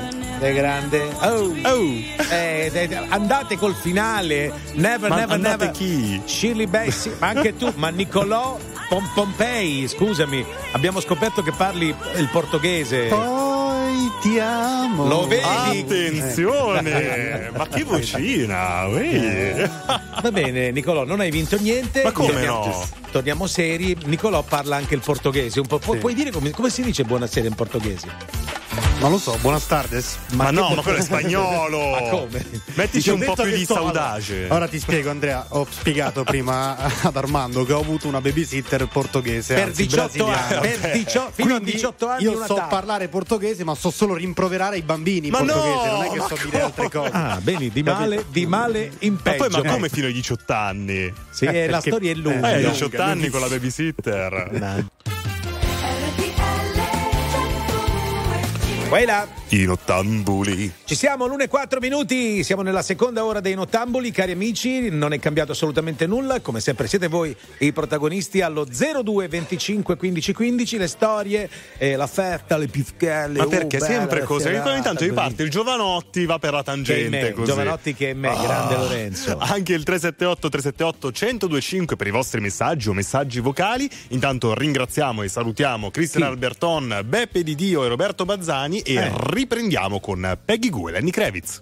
Andate col finale. Never. Chi? Shirley Bassey, ma anche tu, ma Nicolò Pompei, scusami, abbiamo scoperto che parli il portoghese. Poi ti amo. Lo vedi? Attenzione, ma che vocina. Va bene, Nicolò, non hai vinto niente. Ma come no? Torniamo seri. Nicolò parla anche il portoghese. Un po'. Puoi dire come si dice buonasera in portoghese? Non lo so, buenas tardes. Ma no, ma quello è spagnolo. Ma come? Mettici un po' più di saudade. Ora ti spiego, Andrea. Ho spiegato prima ad Armando che ho avuto una babysitter portoghese. Per 18 anni. Fino a 18 anni. Io so parlare portoghese, ma so solo rimproverare i bambini in portoghese. Non è che so dire altre cose. Ah, bene, di male in peggio. Ma come fino ai 18 anni? Sì, la storia è lunga. 18 anni con la babysitter. No. Quella. I nottambuli. Ci siamo, l'1:04, siamo nella seconda ora dei nottambuli, cari amici, non è cambiato assolutamente nulla, come sempre siete voi i protagonisti allo 02 25 15 15, le storie, la festa, le pischelle. Ma perché sempre così? Ogni tanto riparte il Giovanotti, va per la tangente. Così. Giovanotti che è me, grande Lorenzo. Anche il 378 1025 per i vostri messaggi o messaggi vocali. Intanto ringraziamo e salutiamo Cristian Alberton, Beppe Di Dio e Roberto Bazzani e riprendiamo con Peggy Gou e Lenny Kravitz.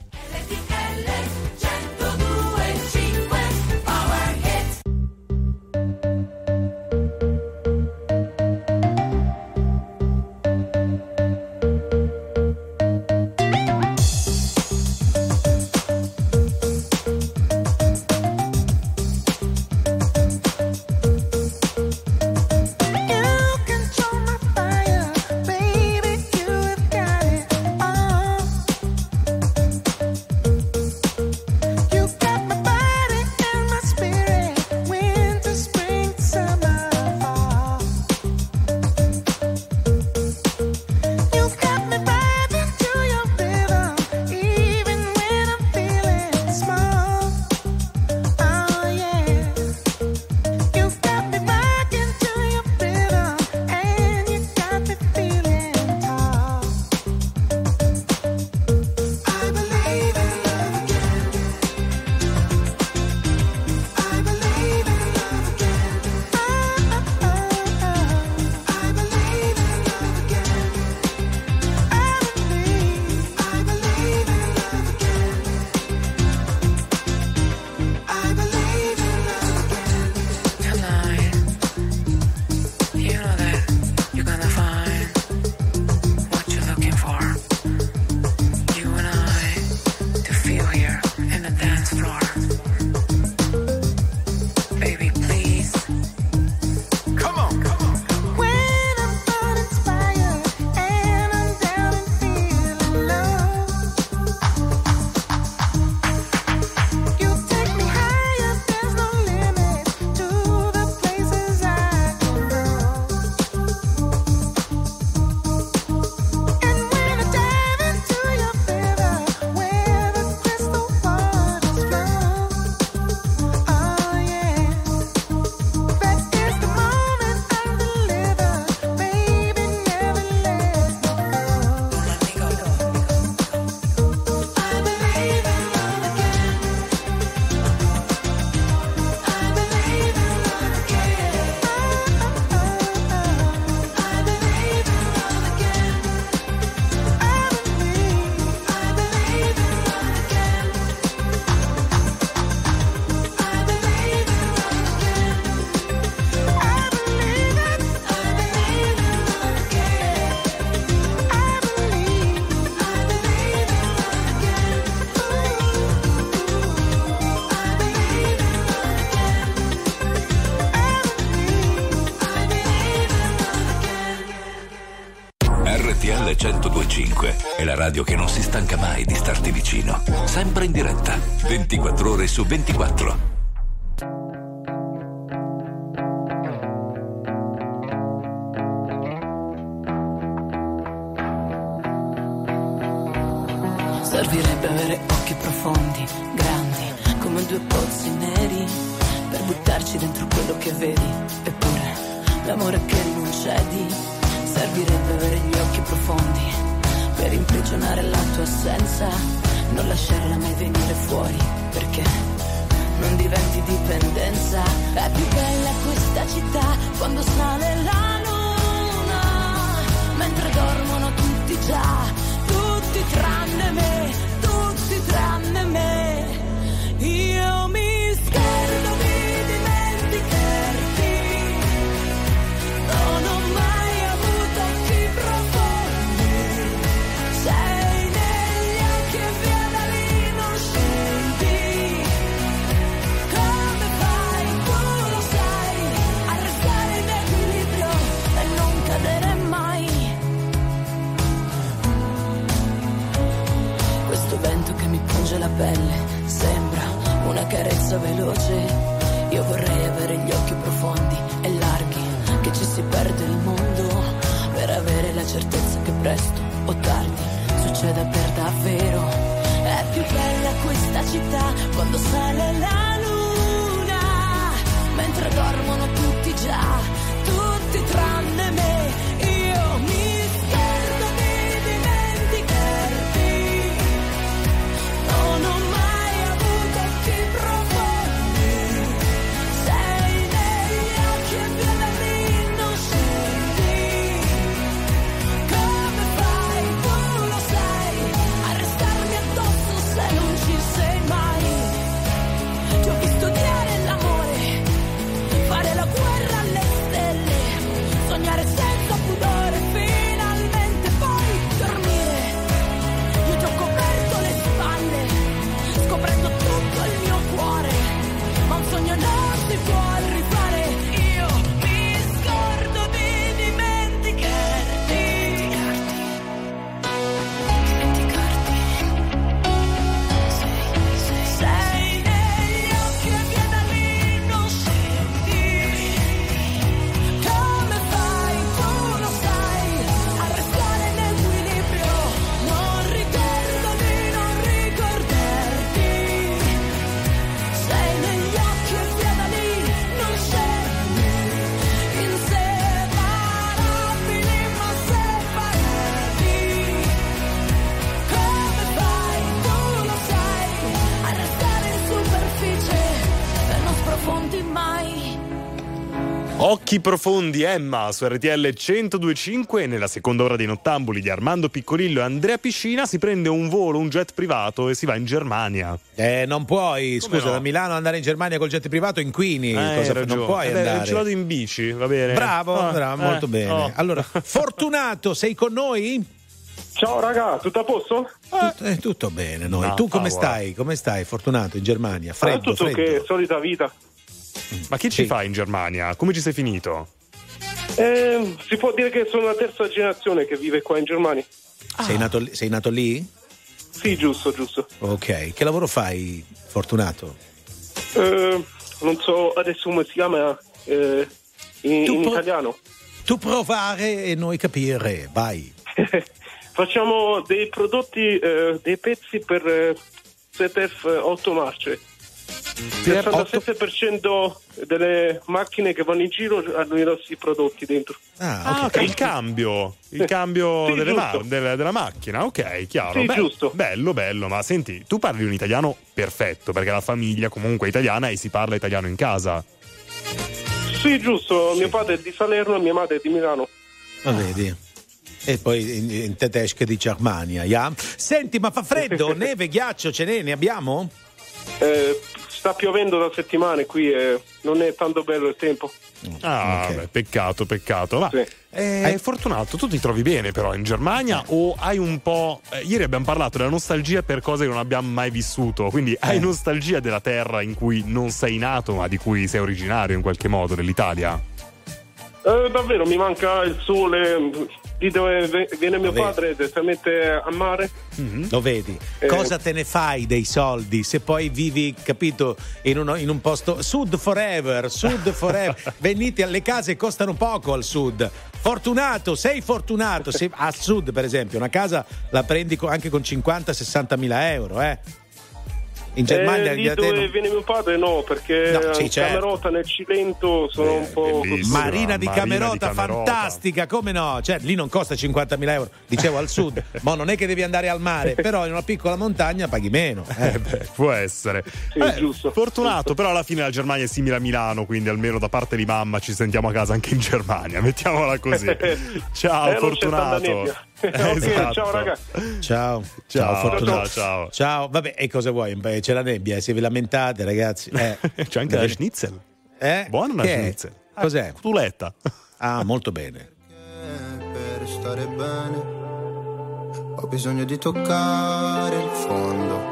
RTL 1025 è la radio che non si stanca mai di starti vicino. Sempre in diretta, 24 ore su 24. Servirebbe avere occhi profondi, grandi, come due pozzi neri, per buttarci dentro quello che vedi. Eppure, l'amore che non cedi, Servirebbe avere gli occhi profondi per imprigionare la tua assenza, non lasciarla mai venire fuori, perché non diventi dipendenza. È più bella questa città quando sale la luna, mentre dormono tutti già, tutti tranne me, tutti tranne me. Io mi scherzo di dimenticarti, non ho mai avuto occhi profondi, sei negli occhi e via da lì non scendi. Come fai, tu lo sai, a restare in equilibrio e non cadere mai. Questo vento che mi punge la pelle sembra una carezza veloce. Io vorrei avere gli occhi profondi e larghi, che ci si perde il mondo, per avere la certezza che presto o tardi succeda per davvero. È più bella questa città quando sale la luna, mentre dormono tutti già, tutti tranne me. Io mi scherzo di dimenticarti, non ho mai avuto occhi profondi, sei negli occhi e via da lì non scendi. Come fai, tu lo sai, a restarmi addosso se non ci sei mai. Ti ho visto odiare l'amore, fare la guerra alle stelle, sognare senza pudore, finalmente poi dormire. Io ti ho coperto le spalle, scoprendo tutto il mio cuore, ma un sogno non si può rifare. Io mi scordo di dimenticarti, sei negli occhi e via da lì non scendi. Come fai, tu lo sai, a restare in equilibrio, non ricordo di non ricordarti. Sei negli occhi e via da lì non scendi. Inseparabili ma separati. Come fai, tu lo sai, a restare in superficie e non sprofondi mai. Occhi profondi, Emma, su RTL 102.5. Nella seconda ora dei Nottambuli di Armando Piccolillo e Andrea Piscina si prende un volo, un jet privato e si va in Germania. Non puoi, Come scusa, no? da Milano andare in Germania col jet privato inquini. Hai ragione. Non puoi andare. Ci vado in bici, va bene? Bravo, molto bene. oh. Allora, Fortunato, sei con noi? Ciao raga, tutto a posto? Tutto bene, noi. No, Tu come favola. stai? Come stai, Fortunato, in Germania? Freddo, tutto freddo. che solita vita. Ma che ci fai in Germania? Come ci sei finito? Si può dire che sono la terza generazione che vive qua in Germania. Sei nato lì? Sì, giusto. Ok. Che lavoro fai, Fortunato? Non so adesso come si chiama in italiano. Tu provare e noi capire, vai. Facciamo dei prodotti, dei pezzi per ZF 8 marce. Il 67% delle macchine che vanno in giro hanno i nostri prodotti dentro. Ok, il cambio Sì, della macchina, ok, chiaro. Sì, giusto. Bello, ma senti, tu parli un italiano perfetto, perché la famiglia comunque è italiana e si parla italiano in casa. Sì, giusto, mio padre è di Salerno e mia madre è di Milano. Ma vedi? E poi in tedesco di Germania, ja? Senti, ma fa freddo? Neve, ghiaccio, ne abbiamo? Sta piovendo da settimane qui e non è tanto bello il tempo. Beh, peccato. Ma Sì. Fortunato, tu ti trovi bene però in Germania o hai un po'... ieri abbiamo parlato della nostalgia per cose che non abbiamo mai vissuto, quindi hai nostalgia della terra in cui non sei nato ma di cui sei originario in qualche modo, dell'Italia? Davvero, mi manca il sole. Di dove viene mio padre, direttamente a mare. Lo vedi? Cosa te ne fai dei soldi se poi vivi, capito, in un posto sud forever. Venite alle case, costano poco al sud. Fortunato, sei fortunato se a sud per esempio una casa la prendi anche con 50-60 mila euro, In Germania lì dove viene mio padre no, perché Camerota nel Cilento sono un po'... Marina di Camerota, fantastica, come no? Cioè, lì non costa 50.000 euro, dicevo al sud, ma non è che devi andare al mare, però in una piccola montagna paghi meno. Può essere. Giusto. Fortunato, però alla fine la Germania è simile a Milano, quindi almeno da parte di mamma ci sentiamo a casa anche in Germania, mettiamola così. Ciao, Fortunato. Esatto. Ciao ragazzi. Ciao Fortunato. Ciao. Vabbè, e cosa vuoi? C'è la nebbia, se vi lamentate, ragazzi. C'è anche la schnitzel. Buona una schnitzel. Cos'è? Tuletta. Ah, molto bene. Per stare bene ho bisogno di toccare il fondo.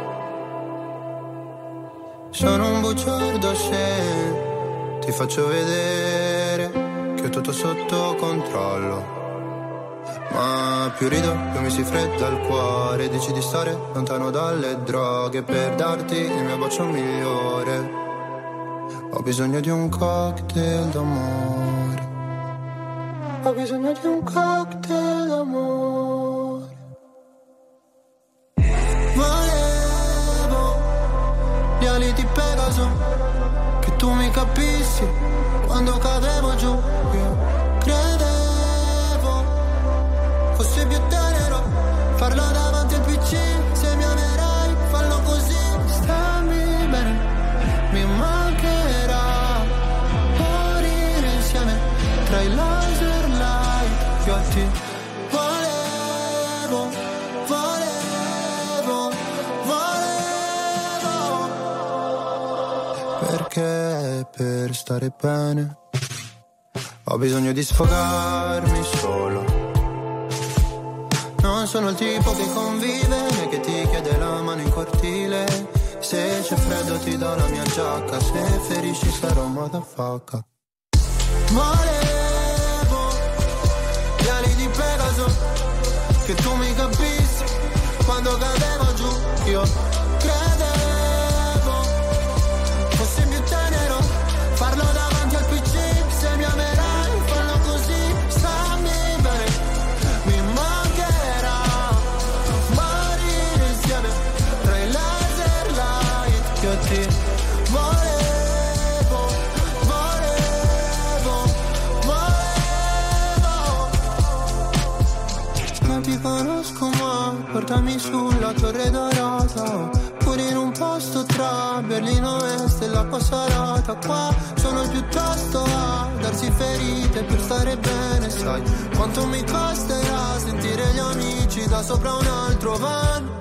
Sono un bugiardo se ti faccio vedere che ho tutto sotto controllo. Ma più rido, più mi si fredda il cuore. Dici di stare lontano dalle droghe per darti il mio bacio migliore. Ho bisogno di un cocktail d'amore. Ho bisogno di un cocktail d'amore. Volevo gli ali di Pegaso, che tu mi capissi quando cadevo giù. Io credevo fosse più tenero farlo davanti al PC. Se mi amerai, fallo così. Stammi bene, mi mancherà morire insieme tra i laser light. Io a te volevo. Perché per stare bene ho bisogno di sfogarmi solo. Non sono il tipo che convive né che ti chiede la mano in cortile. Se c'è freddo ti do la mia giacca, se ferisci sarò motherfucker. Volevo gli ali di Pegaso, che tu mi capissi quando cadevo giù. Io credevo fosse più tenero farlo davanti al PC. Se mi amerai, fallo così. Stammi bene, mi mancherà morire insieme tra i laser light. Io ti volevo. Non ti conosco ma portami sulla Torre Dorata, pure in un posto tra Berlino Est e la Passarata. Qua sono piuttosto a darsi ferite per stare bene. Sai quanto mi costerà sentire gli amici da sopra un altro van.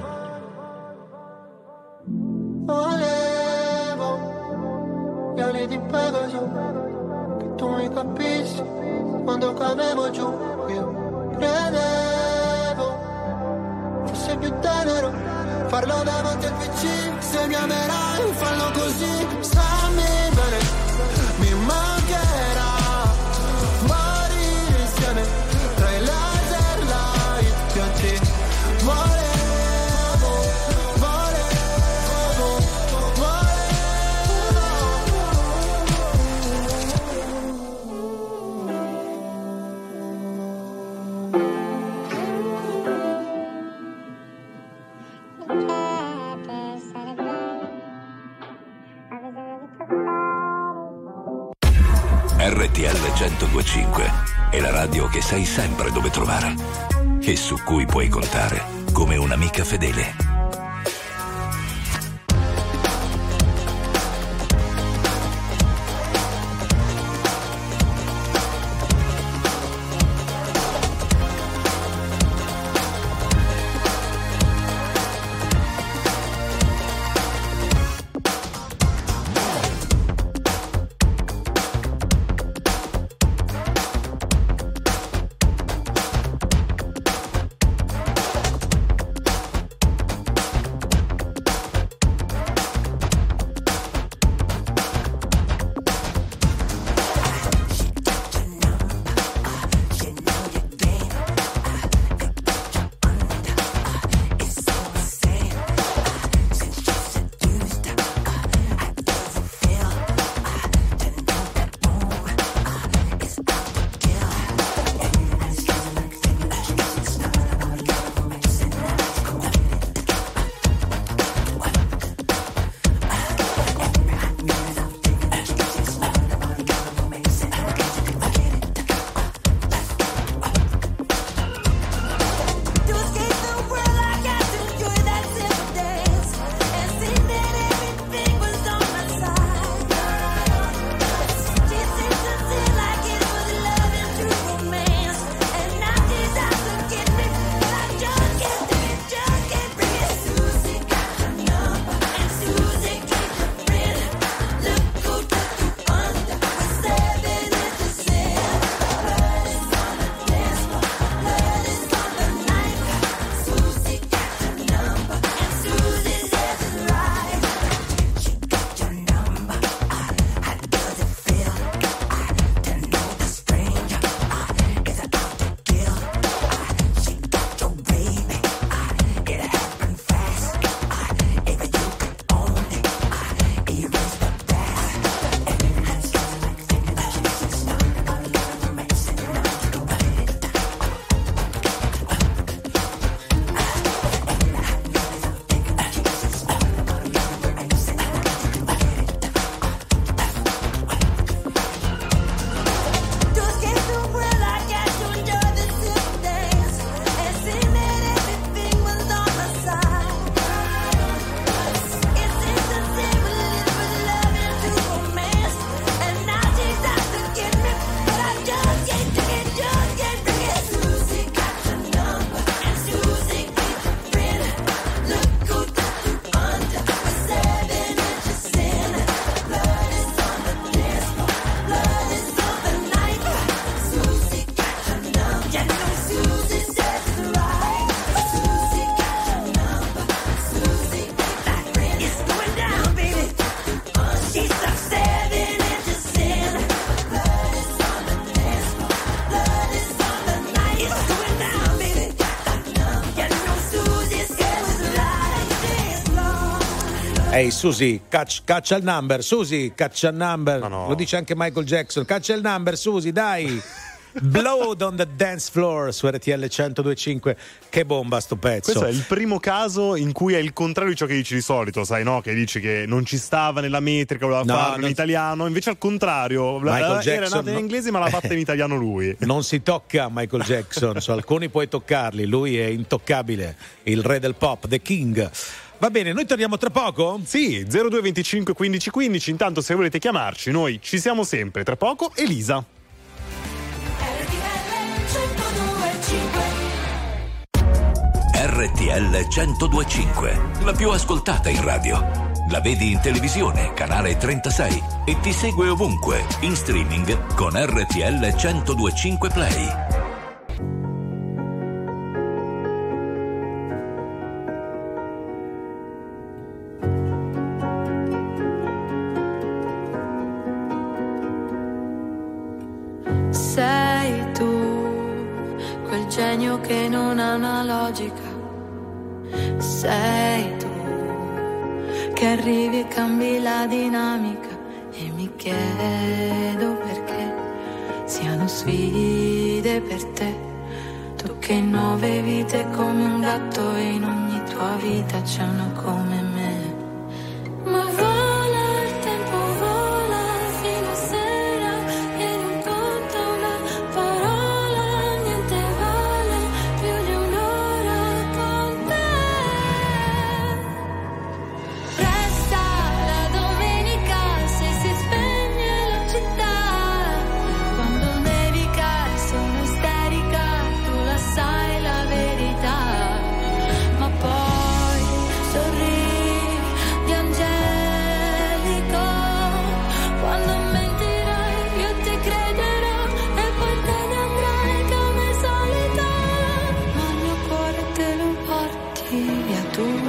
Volevo gli ali di Pegaso, che tu mi capissi quando cadevo giù. Io credevo fosse più tenero farlo davanti al PC. Se mi amerai, fallo così. Stammi bene, mi mancherà morire insieme tra i laser light. Io ti volevo. RTL 102.5 è la radio che sai sempre dove trovare e su cui puoi contare come un'amica fedele. Ehi Susi, caccia il number, Susi, caccia il number. no. Lo dice anche Michael Jackson, caccia il number, Susi, dai. Blowed on the dance floor su RTL 102.5. Che bomba sto pezzo. Questo è il primo caso in cui è il contrario di ciò che dici di solito, sai, no? Che dici che non ci stava nella metrica, voleva farlo in italiano, invece al contrario, era nata in inglese ma l'ha fatta in italiano lui. Non si tocca Michael Jackson, su alcuni puoi toccarli, lui è intoccabile, il re del pop, the king. Va bene, noi torniamo tra poco? Sì, 0225 15 15, intanto se volete chiamarci noi ci siamo sempre, tra poco Elisa. RTL 102.5, la più ascoltata in radio. La vedi in televisione, canale 36 e ti segue ovunque, in streaming con RTL 102.5 Play. Sei tu, quel genio che non ha una logica. Sei tu, che arrivi e cambi la dinamica. E mi chiedo perché siano sfide per te. Tu che in 9 vite come un gatto e in ogni tua vita c'è una come me. Ma vola il tempo, vola fino a sera e non conta una parola, niente vale più di un'ora con te. Resta la domenica se si spegne la città, quando nevica e sono isterica, tu la sai la verità, ma poi sorridi angelico, quando mentirai io ti crederò e poi te ne andrai come solita, ma il mio cuore te lo porti via tu.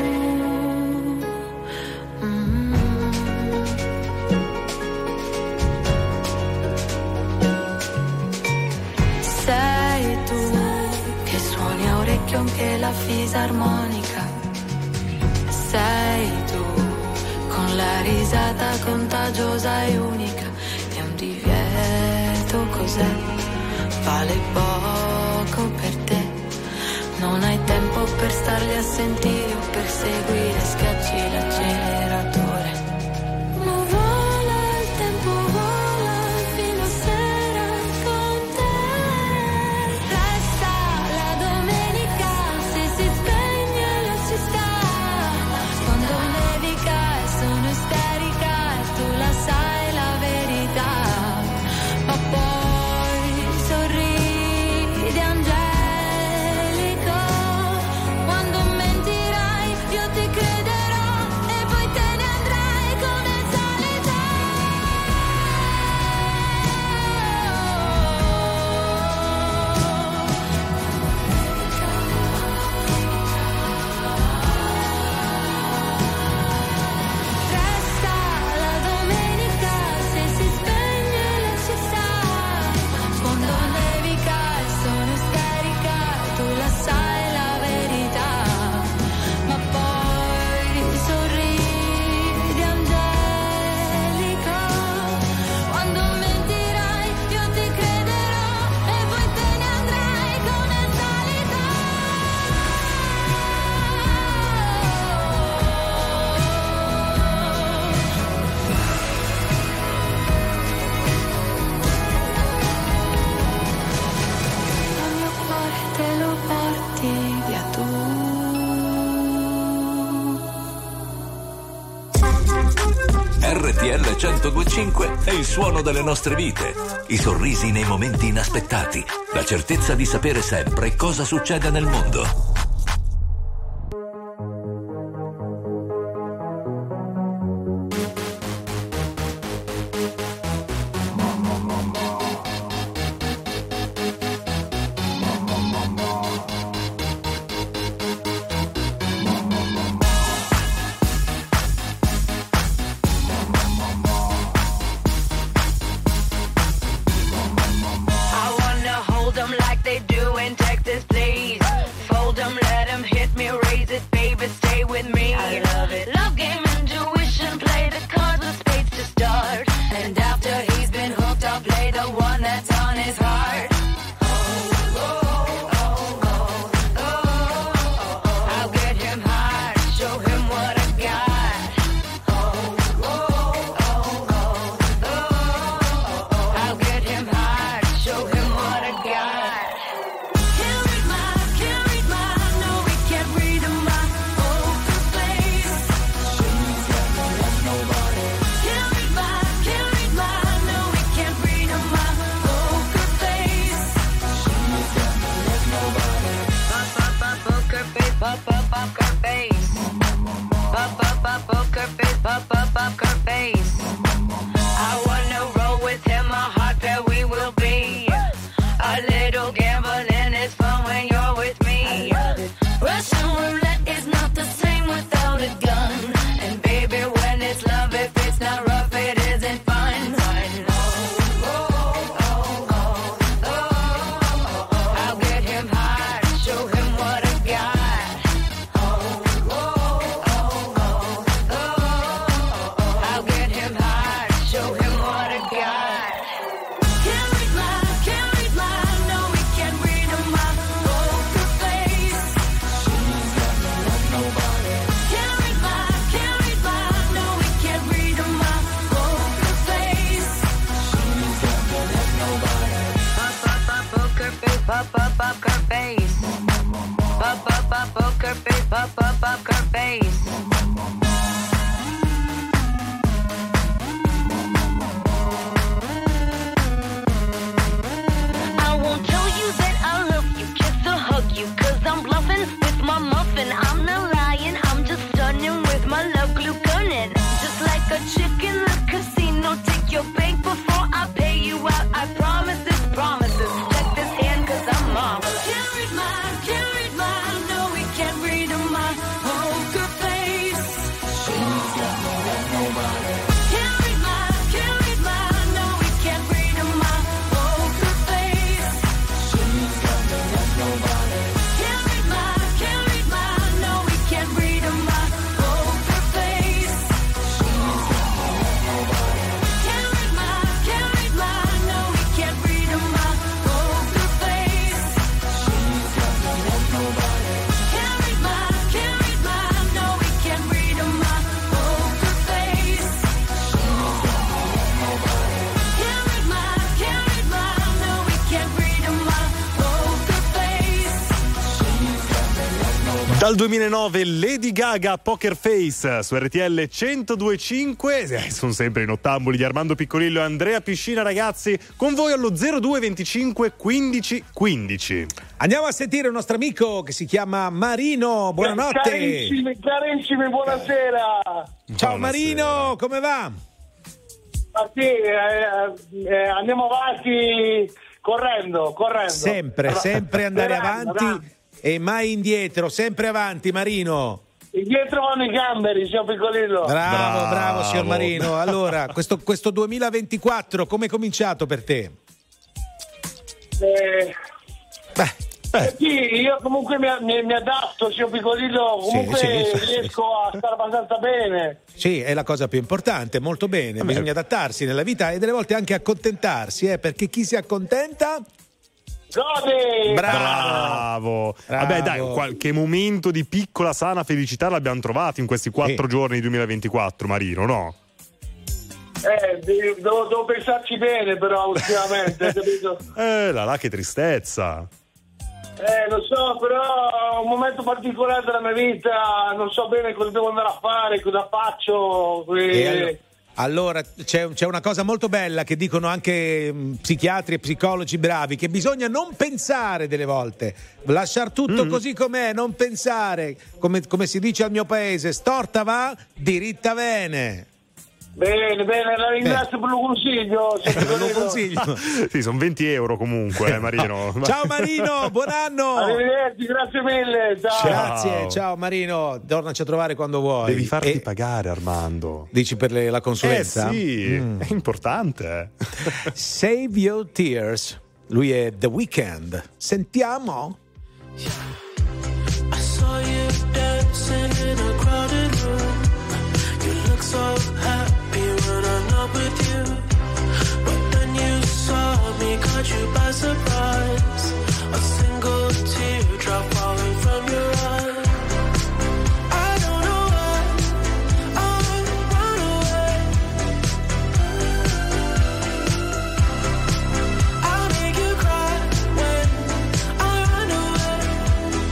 Sei tu che suoni a orecchio anche la fisarmonica. Sei tu con la risata contagiosa e unica. È un divieto, cos'è? Vale poco per te. Non hai tempo per starli a sentire o per seguire, schiacci l'acceleratore. Ma vola il tempo, vola fino a sera con te. Resta la domenica se si spegne la città, quando nevica e sono isterica e tu la sai la verità, ma poi sorridi angelico, quando mentirai io ti crederò e poi te ne andrai come solita. Resta la domenica se si spegne la città, quando nevica e sono isterica, tu la sai la verità, ma poi sorridi angelico, quando mentirai io ti crederò e poi te ne andrai come solita. Il mio cuore te lo porti via tu. RTL 102.5 è il suono delle nostre vite, i sorrisi nei momenti inaspettati, la certezza di sapere sempre cosa succede nel mondo. I wanna hold them like they do in Texas, please. Fold them poker face. Poker face, poker face. I wanna roll with him, a heart that we will be. A little gambling is fun when you're with me. Russian roulette is not the same without a gun. And baby, when it's love, if it's not rough, it isn't fun. I'll get him high, show him what I got. I'll get him high, show him what I got. Can't read my, no, we can't read my poker face. She's got no love, nobody. Can't read my, no, we can't read my poker face. She's got no love, nobody. Poker face, poker face. Poker face, poker face. I won't tell you that I love you, kiss or hug you, 'cause I'm bluffing with my muffin. I'm not lying, I'm just stunning with my love glue gunning. Just like a chick in the casino, take your bank before I pay you out. I promise this promises. Check this hand 'cause I'm marvelous. Can't read my, no, we can't read my poker face. She's got no love, nobody. Can't read my, no, we can't read my poker face. She's got no love, nobody. Can't read my, no, we can't read my poker face. She's got no love, nobody. Can't read my, no, we can't read my poker face. She's got no love, nobody. Can't read my, no, we can't read my poker face. She's got no love, nobody. Can't read my, no, we can't read my poker face. She's got no love, nobody. Dal 2009 Lady Gaga, Poker Face su RTL 102.5. Sono sempre i nottamboli di Armando Piccolillo e Andrea Piscina, ragazzi, con voi allo 0225 15 15. Andiamo a sentire un nostro amico che si chiama Marino. Buonanotte. Carissimi, buonasera. Ciao Marino, come va? Ma sì, andiamo avanti correndo. Sempre andare Sperando, avanti e mai indietro, sempre avanti Marino. Indietro vanno i gamberi, signor Piccolillo. Bravo signor Marino. Allora, questo 2024 come è cominciato per te? Sì, io comunque mi adatto, signor Piccolillo, comunque sì. riesco a stare abbastanza bene. Sì, è la cosa più importante, molto bene. Bisogna adattarsi nella vita e delle volte anche accontentarsi, perché chi si accontenta gode. Bravo. Vabbè, dai, qualche momento di piccola sana felicità l'abbiamo trovato in questi 4 giorni di 2024, Marino, no? Devo pensarci bene, però ultimamente, capito? Là, che tristezza. Lo so, però è un momento particolare della mia vita, non so bene cosa devo andare a fare, cosa faccio. Allora c'è una cosa molto bella che dicono anche psichiatri e psicologi bravi, che bisogna non pensare delle volte, lasciar tutto così com'è, non pensare, come si dice al mio paese, storta va, diritta bene. Bene, la ringrazio per il consiglio. Sì, sono 20 euro comunque, Marino. Ciao Marino, buon anno. Arrivederci, grazie mille. Ciao. Grazie, ciao Marino, tornaci a trovare quando vuoi. Devi farti pagare, Armando. Dici per la consulenza? Sì, è importante. Save Your Tears. Lui è The Weeknd. Sentiamo. I saw you dancing in a crowded room. You look so happy when I'm not with you. But then you saw me, caught you by surprise. A single teardrop falling from your eye. I don't know why I run away. I'll make you cry when I run away.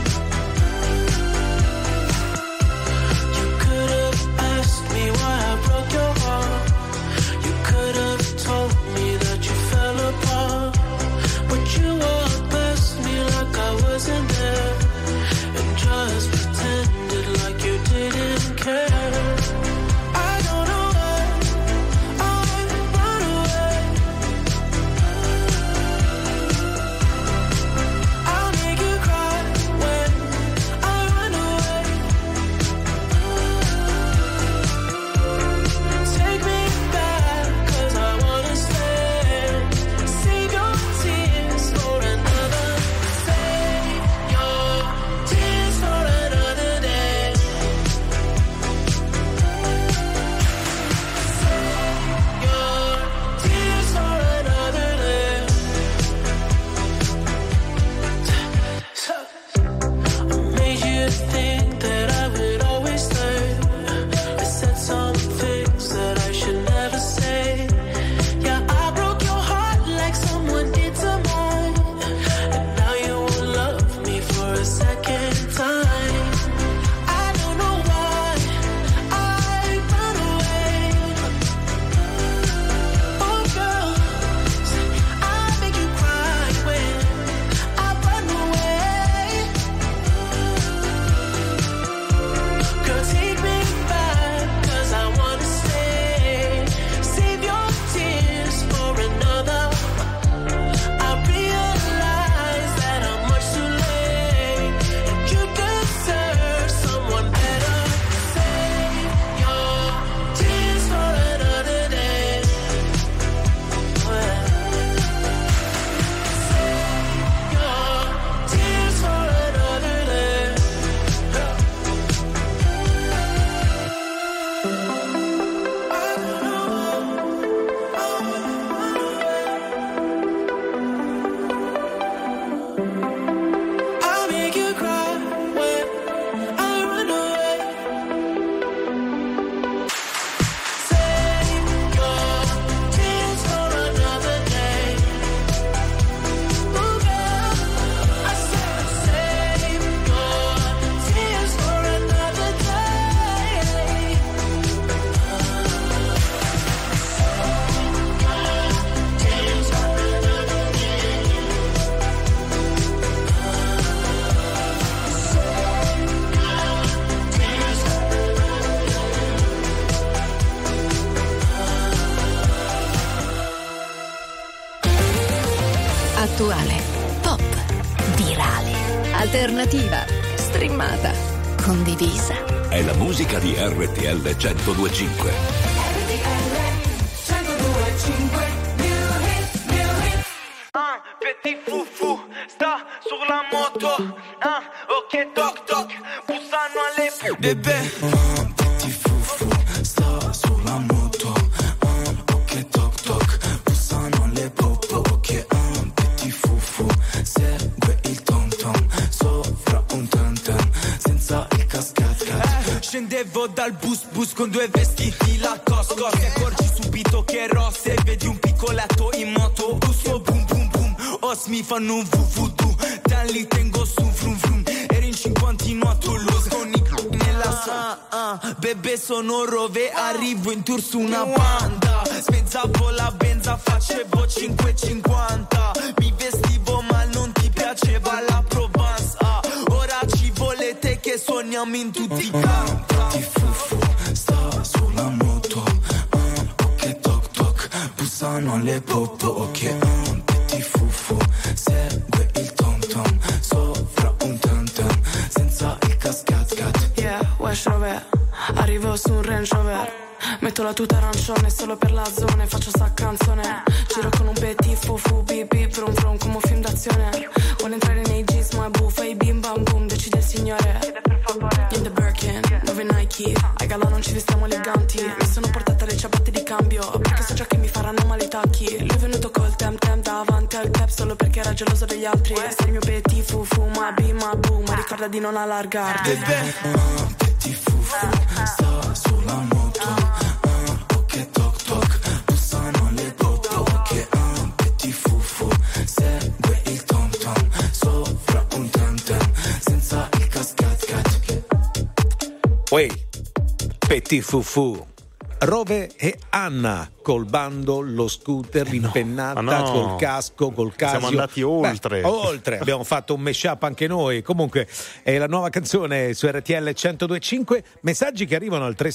attuale, pop, virale, alternativa, streamata, condivisa. È la musica di RTL 102.5. Petit foufou, sta sulla moto. Ok, toc toc, bussano alle bebè. Petit foufou, sta sulla moto. Ok, toc toc, bussano alle popo. Ok, petit foufou, segue il tom tom sopra un tam tam senza il cascat. Scendevo dal bus con due vestiti la cosco. Ti accorgi subito che rosse, vedi un piccoletto in moto. Busso boom boom boom, os mi fanno un vuvudu. Da lì tengo su frum frum. Ero in 50 a Toulouse con i nella bebè sono Rove, arrivo in tour su una banda. Spezzavo la benza, facevo 5,50. Mi vestivo ma non ti piaceva la Provence. Ora ci volete che suoniamo in tutti i campi. Ti fufu, sta sulla moto. Ok, toc toc, bussano alle popo. Ok, petit fufu, segue il tom tom sopra un tam tam senza il cascat. Yeah, Wesh Rover, arrivo su un Range Rover. Metto la tuta arancione solo per la zona e faccio sta canzone. Giro con un petit fufu, bip bip, brum brum come un film d'azione. Vuole entrare nei jeans ma è buffa, i bim bam boom, decide il signore. In the Birkin, 9 Nike, ai gala non ci vestiamo eleganti. Mi sono portata le ciabatte di cambio, perché so già che mi faranno male i tacchi. Lui è venuto col tem davanti al tap solo perché era geloso degli altri. Sei il mio petit fufu, ma bim ma boom, ma ricorda di non allargarti. Petit fufu, sta sulla moto. Ok, toc toc, bussano le popo. Ok, petit fufu, segue il tom tom sopra un tam tam senza il cascat. Uè, petit fufu. Rove e Anna col bando, lo scooter, l'impennata, col casco, col Casio. Siamo andati oltre. Oltre, abbiamo fatto un mashup anche noi. Comunque è la nuova canzone su RTL 102.5. Messaggi che arrivano al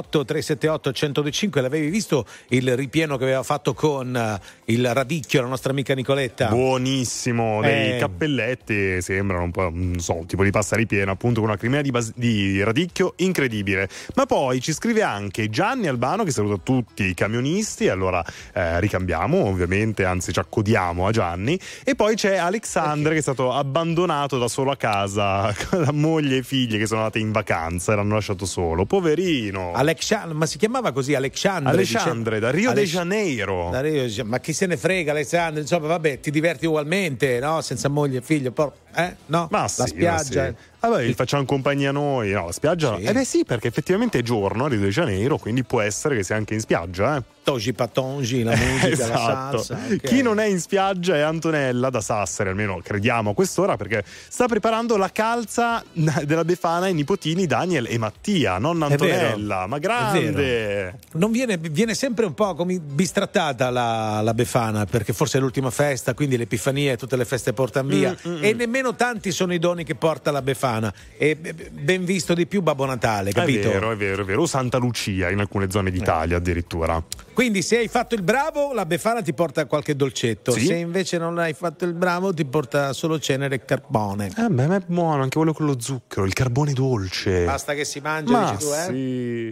378-378-1025. L'avevi visto il ripieno che aveva fatto con il radicchio, la nostra amica Nicoletta? Buonissimo, dei cappelletti, sembrano un po', non so, tipo di pasta ripiena, appunto con una cremina di radicchio incredibile. Ma poi ci scrive anche Gianni Albano, che saluta tutti i camionisti. Allora ricambiamo ovviamente, anzi ci accodiamo a Gianni. E poi c'è Alexandre che è stato abbandonato da solo a casa con la moglie e figlie che sono andate in vacanza e l'hanno lasciato solo, poverino. Ma si chiamava così Alexandre da Rio de Janeiro. Ma chi se ne frega Alexandre, insomma vabbè, ti diverti ugualmente, no? Senza moglie e figlio, no? Ma la sì, spiaggia. Ma sì. Vabbè, gli facciamo compagnia noi, no? La spiaggia. Sì. Beh sì, perché effettivamente è giorno a Rio de Janeiro, quindi può essere che sia anche in spiaggia, Togi patongi, la musica, esatto. la salsa. Okay. Chi non è in spiaggia è Antonella da Sassari, almeno crediamo a quest'ora, perché sta preparando la calza della Befana ai nipotini Daniel e Mattia, non Antonella, ma grande. Non viene sempre un po' come bistrattata la Befana, perché forse è l'ultima festa, quindi l'Epifania e tutte le feste portano via, e nemmeno tanti sono i doni che porta la Befana. E ben visto di più Babbo Natale, capito? È vero. Santa Lucia in alcune zone d'Italia addirittura. Quindi se hai fatto il bravo, la Befana ti porta qualche dolcetto. Sì? Se invece non hai fatto il bravo, ti porta solo cenere e carbone. Ma è buono anche quello con lo zucchero, il carbone dolce. Basta che si mangia, dici tu, sì.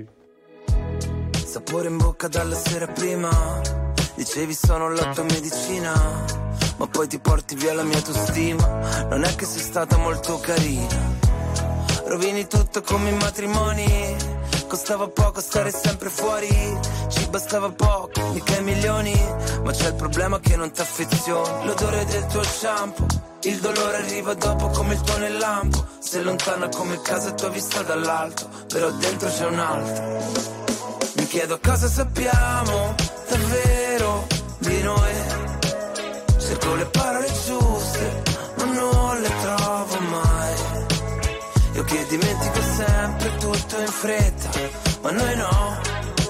Sapore in bocca dalla sera prima. Dicevi sono la tua medicina, ma poi ti porti via la mia autostima. Non è che sei stata molto carina. Rovini tutto come i matrimoni. Costava poco stare sempre fuori. Ci bastava poco, mica i milioni. Ma c'è il problema che non t'affezioni. L'odore del tuo shampoo, il dolore arriva dopo come il tuo nel lampo. Sei lontana come casa tua vista dall'alto, però dentro c'è un altro. Mi chiedo cosa sappiamo davvero di noi. Cerco le parole giuste, ma non le trovo mai. Io che dimentico sempre tutto in fretta, ma noi no.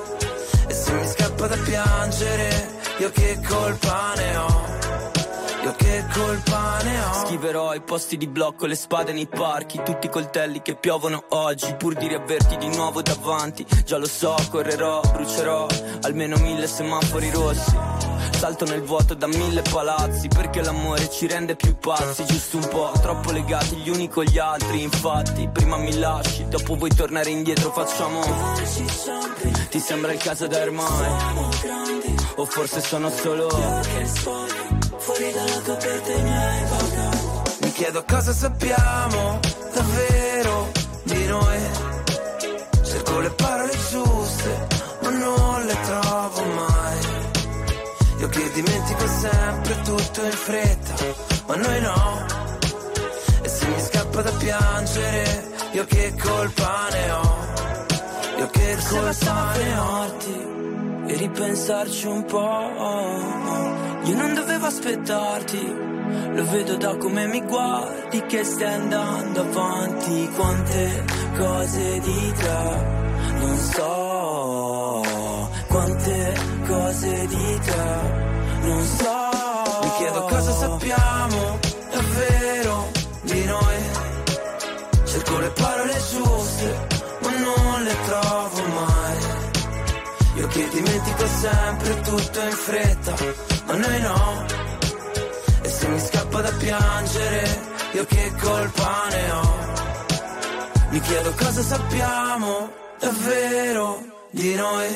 E se mi scappa da piangere, io che colpa ne ho? Io che colpa ne ho? Scriverò i posti di blocco, le spade nei parchi, tutti i coltelli che piovono oggi, pur di riaverti di nuovo davanti. Già lo so, correrò, brucerò almeno 1000 semafori rossi. salto nel vuoto da 1000 palazzi, perché l'amore ci rende più pazzi, giusto un po', troppo legati gli uni con gli altri. Infatti, prima mi lasci, dopo vuoi tornare indietro, facciamo. Ti sembra il caso da ormai? O forse sono solo io che sfoglio fuori dalla tua porta i miei bagagli. Mi chiedo cosa sappiamo davvero di noi. Cerco le parole giuste, ma non le trovo mai. Io che dimentico sempre tutto in fretta, ma noi no. E se mi scappa da piangere, io che colpa ne ho? Io che colpa ne ho? E ripensarci un po'. Io non dovevo aspettarti, lo vedo da come mi guardi che stai andando avanti. Quante cose di te non so, quante cose di te non so. Mi chiedo cosa sappiamo davvero di noi. Cerco le parole giuste, ma non le trovo mai. Io che dimentico sempre tutto in fretta, ma noi no. E se mi scappa da piangere, io che colpa ne ho? Mi chiedo cosa sappiamo davvero di noi.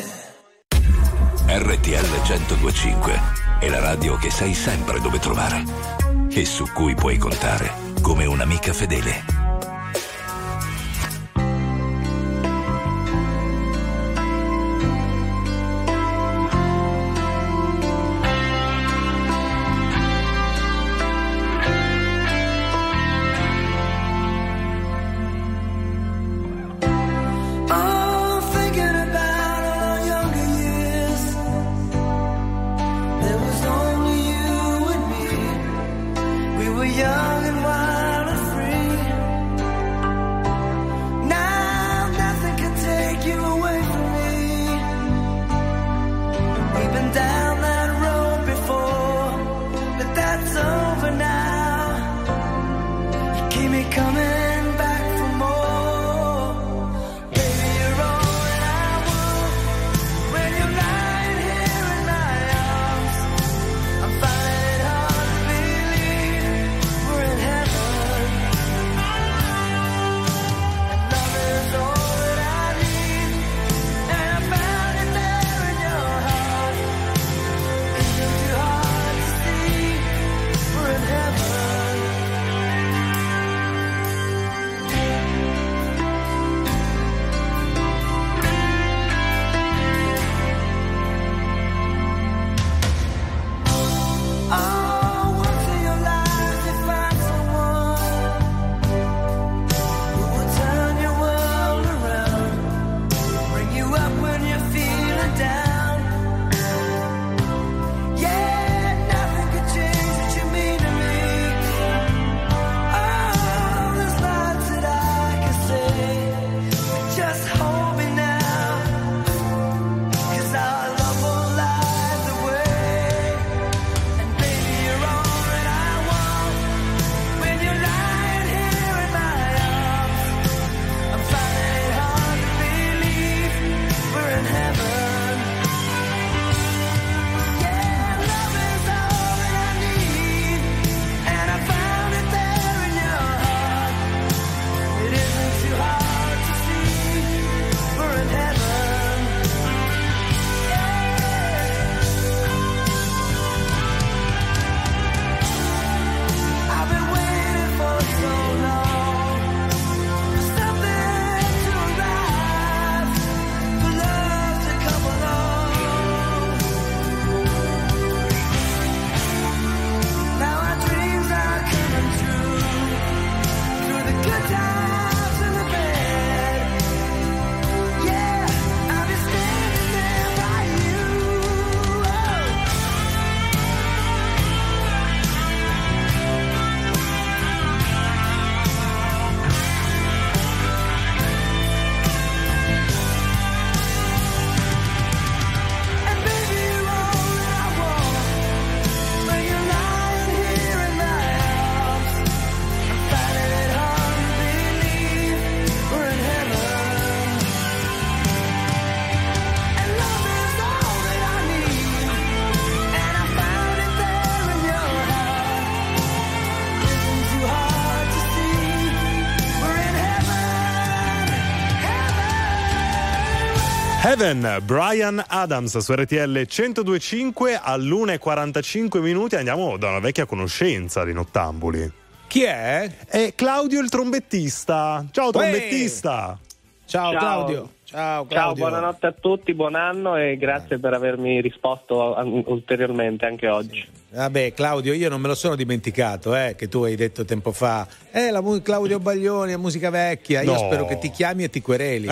RTL 102.5 è la radio che sai sempre dove trovare e su cui puoi contare come un'amica fedele. Young and wild and free. Heaven, Bryan Adams su RTL 102.5 all'1:45. Andiamo da una vecchia conoscenza di Nottambuli. Chi è? È Claudio il trombettista. Ciao trombettista. Ciao Claudio. Ciao Claudio. Ciao, buonanotte a tutti, buon anno e grazie per avermi risposto ulteriormente anche oggi. Vabbè Claudio, io non me lo sono dimenticato che tu hai detto tempo fa Claudio Baglioni è musica vecchia. Io spero che ti chiami e ti quereli.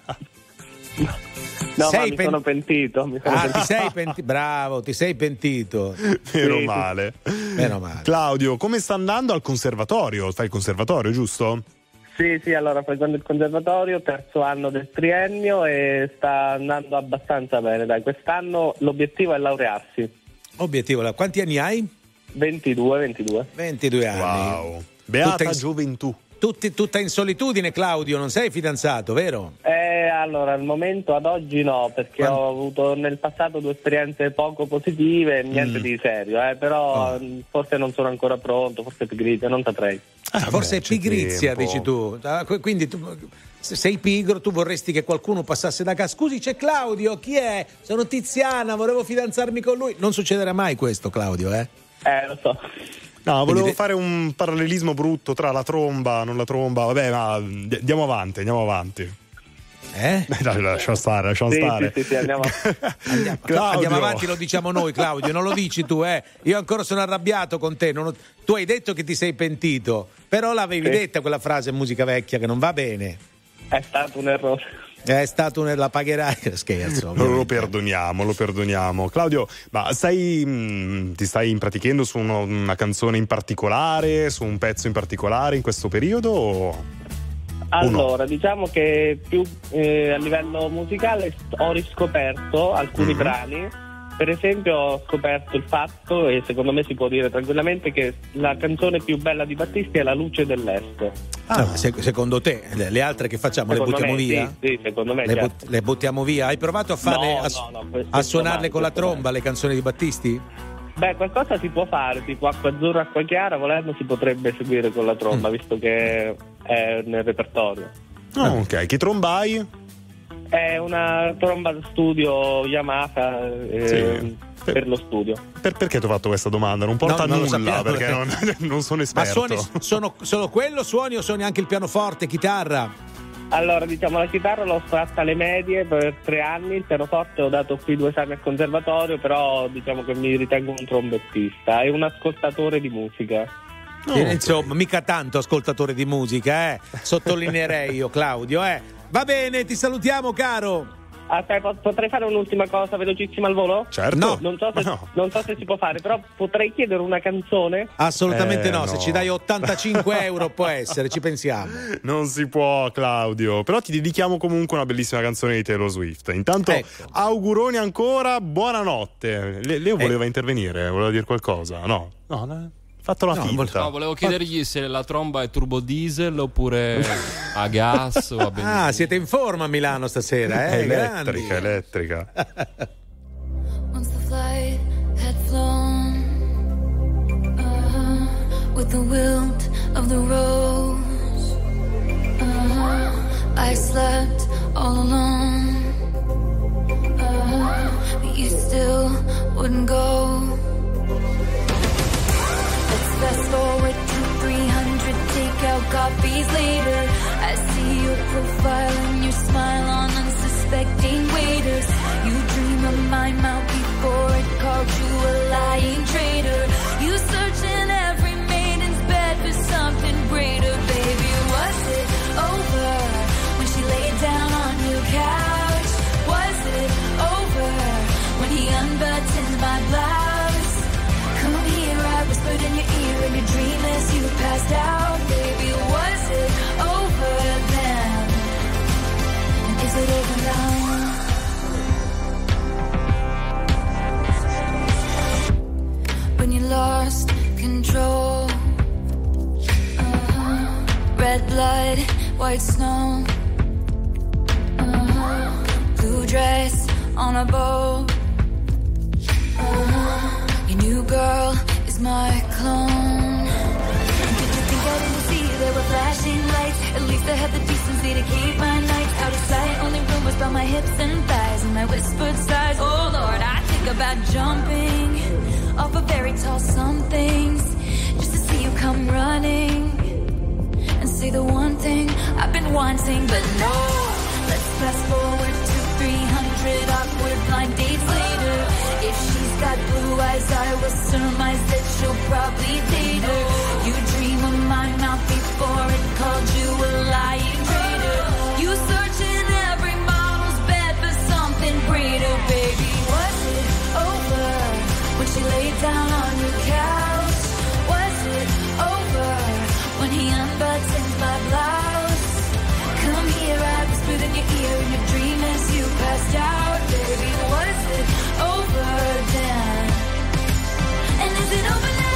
No, ma mi sono pentito. Ti sei pentito? Bravo, ti sei pentito. Meno male. Meno male. Claudio, come sta andando al conservatorio? Fai il conservatorio, giusto? Sì, allora frequento il conservatorio, terzo anno del triennio e sta andando abbastanza bene. Dai, quest'anno l'obiettivo è laurearsi. Quanti anni hai? 22 anni. Wow. Beata gioventù. Tutta in solitudine, Claudio, non sei fidanzato, vero? Allora, al momento, ad oggi no, perché ho avuto nel passato 2 esperienze poco positive, niente di serio, però forse non sono ancora pronto, forse pigrizia, non saprei. Forse è pigrizia, dici tu. Quindi tu sei pigro, tu vorresti che qualcuno passasse da casa. Scusi, c'è Claudio, chi è? Sono Tiziana, volevo fidanzarmi con lui. Non succederà mai questo, Claudio, lo so. No, volevo fare un parallelismo brutto tra la tromba, non la tromba. Vabbè, ma andiamo avanti. Dai, lasciamo stare. Sì, andiamo avanti, lo diciamo noi, Claudio, non lo dici tu, Io ancora sono arrabbiato con te. Tu hai detto che ti sei pentito, però l'avevi detta quella frase musica vecchia che non va bene. È stato un errore. La pagherai, scherzo. Lo perdoniamo. Claudio, ma ti stai impratichendo su una canzone in particolare, su un pezzo in particolare in questo periodo? Allora, diciamo che più a livello musicale ho riscoperto alcuni brani. Per esempio ho scoperto il fatto, e secondo me si può dire tranquillamente, che la canzone più bella di Battisti è La luce dell'est. Secondo te? Le altre che facciamo le buttiamo via? Sì, secondo me le buttiamo via? Hai provato a farle a suonarle con la tromba le canzoni di Battisti? Beh, qualcosa si può fare, tipo Acqua Azzurra, Acqua Chiara, volendo si potrebbe seguire con la tromba, visto che è nel repertorio. Ok, che tromba hai? È una tromba da studio Yamaha per lo studio. Perché ti ho fatto questa domanda? Non porta a nulla, perché non sono esperto. Ma suoni solo quello suoni o suoni anche il pianoforte, chitarra? Allora, diciamo, la chitarra l'ho fatta alle medie per 3 anni, il pianoforte ho dato qui 2 esami al conservatorio, però diciamo che mi ritengo un trombettista e un ascoltatore di musica. Insomma, mica tanto ascoltatore di musica, sottolineerei io, Claudio, Va bene, ti salutiamo, caro. Aspetta, potrei fare un'ultima cosa velocissima al volo? Certo. No. Non so se si può fare, però potrei chiedere una canzone? Assolutamente no, se ci dai 85 euro può essere, ci pensiamo. Non si può, Claudio, però ti dedichiamo comunque una bellissima canzone di Taylor Swift. Intanto auguroni ancora, buonanotte. Leo voleva intervenire, voleva dire qualcosa? No. Fatto la finta. No, volevo chiedergli se la tromba è turbo diesel oppure a gas o a benzina. Siete in forma a Milano stasera, È elettrica. Once the flight had flown with the wilt of the rose, I slept all alone, but you still wouldn't go. Fast forward to 300 takeout copies later. I see your profile and your smile on unsuspecting waiters. You dream of my mouth before it called you a lying traitor. You search in every maiden's bed for something greater. Baby, was it over when she laid down on your couch? Was it over when he unbuttoned my blouse? Come here, I whispered in your ear in your dream as you passed out. Baby, was it over then? And is it over now? When you lost control, red blood, white snow, blue dress on a boat. Your new girl is my clone. Did you think I didn't see there were flashing lights? At least I had the decency to keep my nights out of sight. Only rumors about my hips and thighs. my whispered sighs. Oh Lord, I think about jumping off of very tall somethings just to see you come running and say the one thing I've been wanting. But no, let's fast forward to 300 awkward blind dates later. If she's got blue eyes, I will surmise that she'll probably date her. You dream of my mouth before it called you a lying traitor. You search in every model's bed for something greater. Baby, was it over when she laid down on your couch? Was it over when he unbuttoned my blouse? Come here, I whispered in your ear in your dream as you passed out. Baby, was it over then? And is it over now?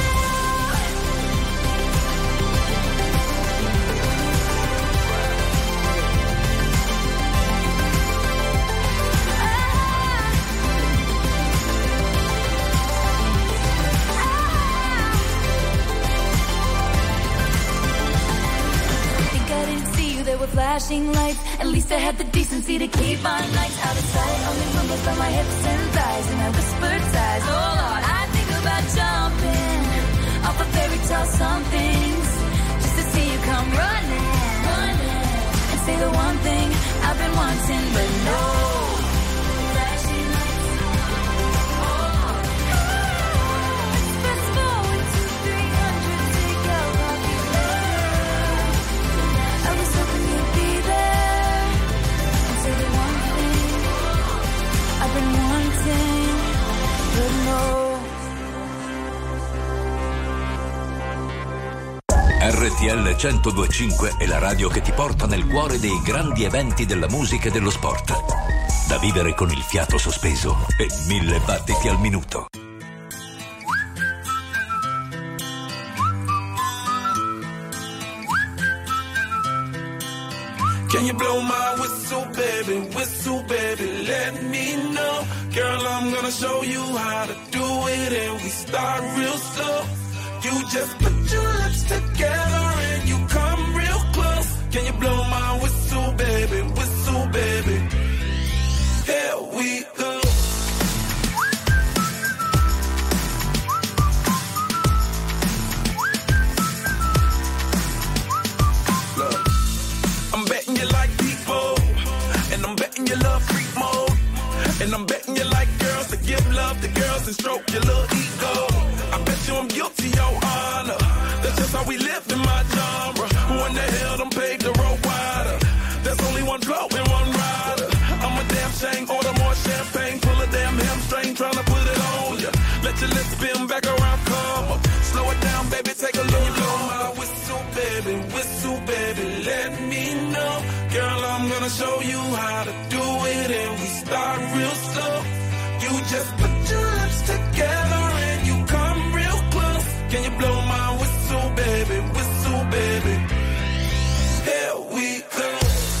There were flashing lights. At least I had the decency to keep my nights out of sight. Only rumbles by my hips and thighs, and I whispered sighs. Oh Lord, I think about jumping off of fairy tale somethings just to see you come running and say the one thing I've been wanting, but no. Flashing lights. Let's fast forward to 300 to go off your love. I was hoping you'd be there and say the one thing I've been wanting, but no. RTL 102.5 è la radio che ti porta nel cuore dei grandi eventi della musica e dello sport. Da vivere con il fiato sospeso e 1000 battiti al minuto. Can you blow my whistle, baby, let me know. Girl, I'm gonna show you how to do it, and we start real slow. You just put your lips together and you come real close. Can you blow my whistle, baby, here we go. Look, I'm betting you like people, and I'm betting you love freak mode, and I'm betting you like girls to give love to girls and stroke your little ego. I bet you I'm guilty, your honor. That's just how we live in my genre. Who in the hell done paved the road wider? There's only one blow and one rider. I'm a damn shame, order more champagne, pull a damn hamstring, tryna put it on ya. Let your lips spin back around, come up. Slow it down, baby, take a look. Blow my whistle, baby, let me know. Girl, I'm gonna show you how to do it, and we start real slow. You just put your lips together and you come real close. Can you blow my whistle, baby, here we go.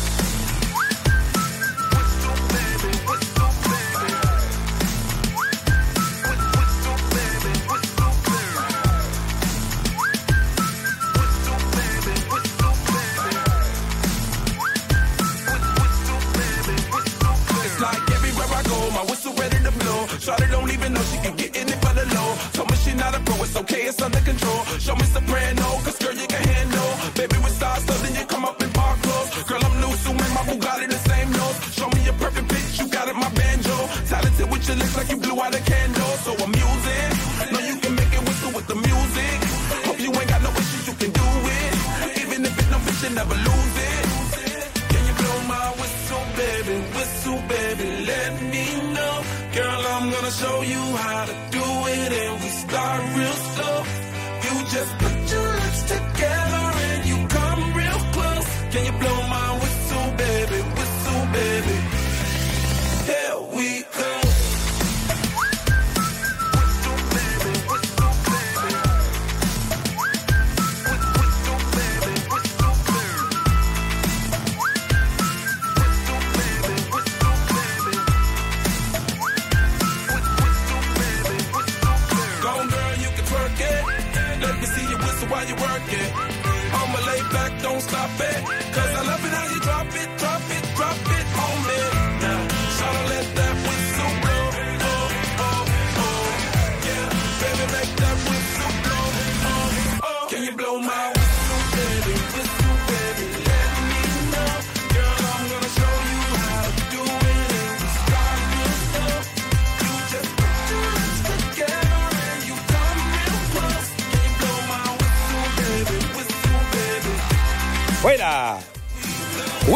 Shawty don't even know she can get in it for the low. Told me she not a pro, it's okay, it's under control. Show me soprano, cause girl you can handle. Baby with stars, so then you come up in park clothes. Girl I'm new, so man, my Bugatti the same nose. Show me your perfect pitch, you got it, my banjo. Talented with your lips like you blew out a candle. So I'm using, know you can make it whistle with the music. Hope you ain't got no issues, you can do it. Even if it's no bitch, you never lose it. Can you blow my whistle, baby, let me know. Girl, I'm gonna show you how to do it, and we start real slow. You just put your lips together and you come real close. Can you blow my whistle, baby, here we go.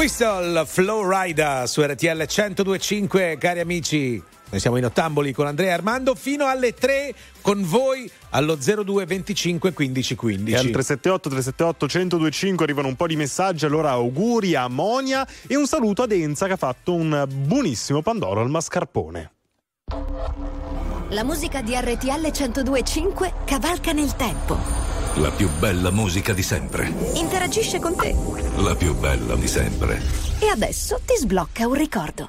Whistle Flowrider su RTL 102.5, cari amici. Noi siamo in Ottamboli con Andrea e Armando fino alle 3 con voi allo 02 25 15 15. E al 378 378 1025 arrivano un po' di messaggi. Allora auguri a Monia e un saluto ad Enza che ha fatto un buonissimo pandoro al mascarpone. La musica di RTL 102.5 cavalca nel tempo. La più bella musica di sempre. Interagisce con te. La più bella di sempre. E adesso ti sblocca un ricordo.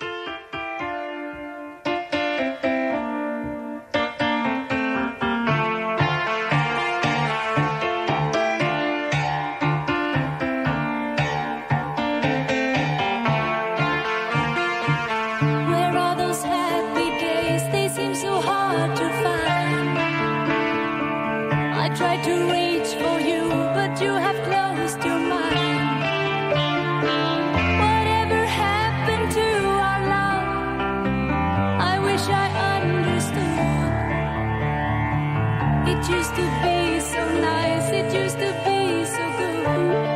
Where are those happy days? They seem so hard to find. I tried to reach for you, but you have closed your mind. Whatever happened to our love? I wish I understood. It used to be so nice, it used to be so good.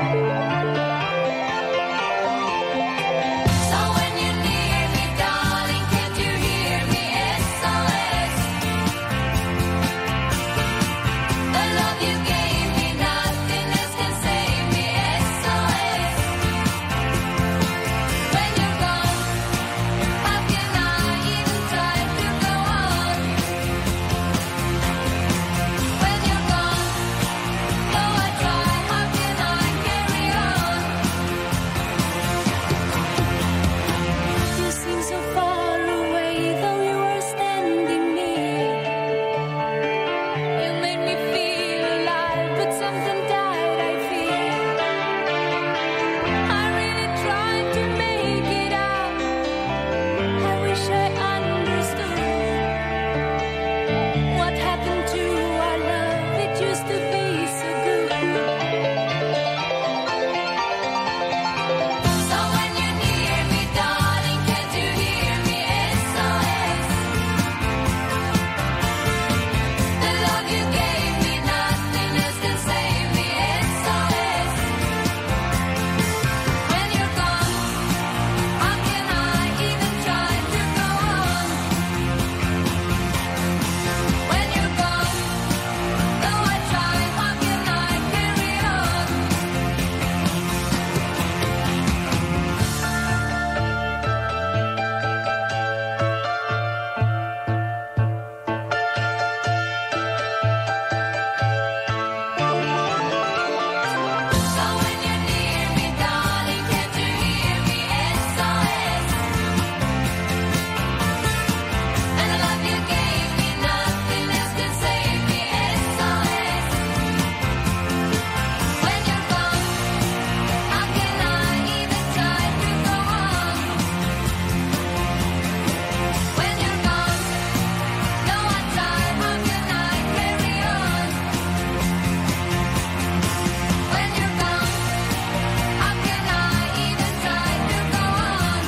So when you're near me, darling, can't you hear me? SOS. The love you gave me, nothing else can save me. SOS. When you're gone, how can I even try to go on? When you're gone, though I try, how can I carry on? You seem so far away, though you are standing near. You made me feel alive, but something died, I fear. I really tried to make it out. I wish I understood what happened to our love. It used to be so good. So when you're near me, darling, can't you hear me? SOS. The love you gave me, nothing else can save me. SOS. When you're gone, how can I even try to go on? When you're gone, though I try, how can I carry on? So when you're near me, darling, can't you hear me? SOS. And the love you gave me, nothing else can save me. SOS. When you're gone, how can I even try to go on? When you're gone, though I try, how can I carry on? When you're gone, how can I even try to go on?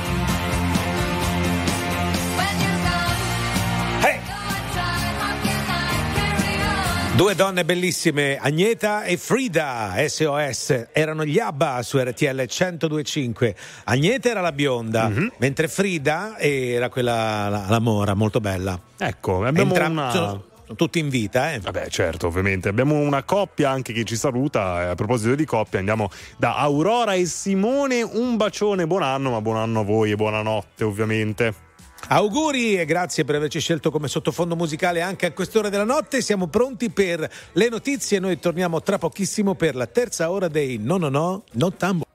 When you're gone, Hey! though I try, how can I carry on? Due donne bellissime, Agneta e Frida, SOS, erano gli ABBA su RTL 102.5. Agneta era la bionda, mentre Frida era quella, la mora, molto bella. Ecco, abbiamo sono tutti in vita, eh? Vabbè, certo, ovviamente. Abbiamo una coppia anche che ci saluta. A proposito di coppia, andiamo da Aurora e Simone. Un bacione, buon anno, ma buon anno a voi e buonanotte, ovviamente. Auguri e grazie per averci scelto come sottofondo musicale anche a quest'ora della notte. Siamo pronti per le notizie. Noi torniamo tra pochissimo per la terza ora dei Nottamboli.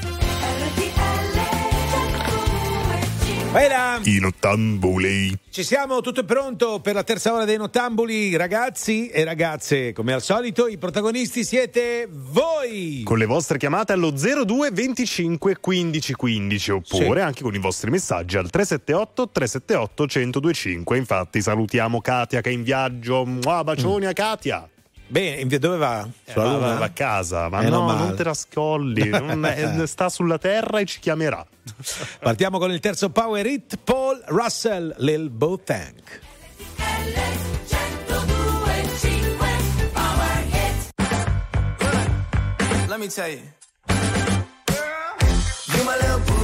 Vai là! I Nottamboli. Ci siamo, tutto è pronto per la terza ora dei Nottamboli, ragazzi e ragazze. Come al solito, i protagonisti siete voi. Con le vostre chiamate allo 02 25 15 15 oppure anche con i vostri messaggi al 378 378 1025. Infatti salutiamo Katia che è in viaggio. Bacioni a Katia. Bene, dove va? Sulla Luna? Va a casa, ma no, non te la scolli. Sta sulla terra e ci chiamerà. Partiamo con il terzo power hit, Paul Russell, Lil Boateng. Let me tell you. Girl,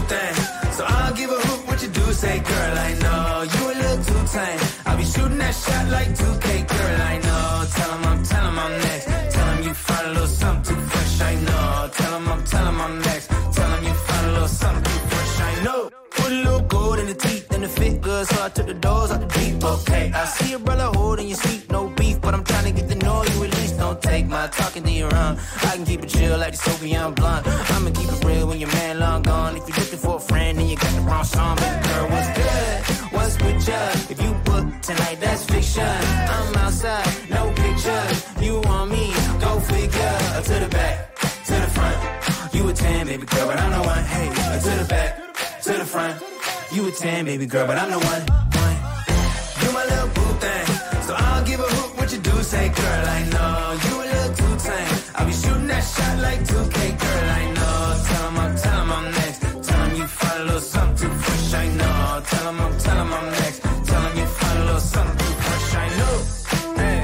thing. So I don't give a hoot what you do, say, girl, I know you a little too tame. I'll be shooting that shot like 2K, girl, I know. Tell him I'm next. Tell him you find a little something too fresh, I know. Tell him I'm next. Tell him you find a little something too fresh, I know. Put a little gold in the teeth and the fit good, so I took the doors out the deep, okay. I see your brother holding your seat, no beef, but I'm trying to get to know you at least. Don't take my talking to your own. I can keep it chill like the Soviet blunt. I'ma keep it real when your man long gone. If you're looking for a friend, then you got the wrong song. Baby girl, what's good? What's with ya? If you book tonight, that's fiction. I'm outside, no pictures. You want me? Go figure. To the back, to the front. You a 10, baby girl, but I'm the one. Hey, to the back, to the front. You a 10, baby girl, but I'm the one. You my little boo thing. So I don't give a hoot what you do, say, girl, I know. You a little too tame. I'll be shooting that shot like 2K, girl, I know. Tell him I'm next. Tell him you find a little something too fresh, I know. Tell him I'm next. Tell him you find a little something too fresh, I know. Hey.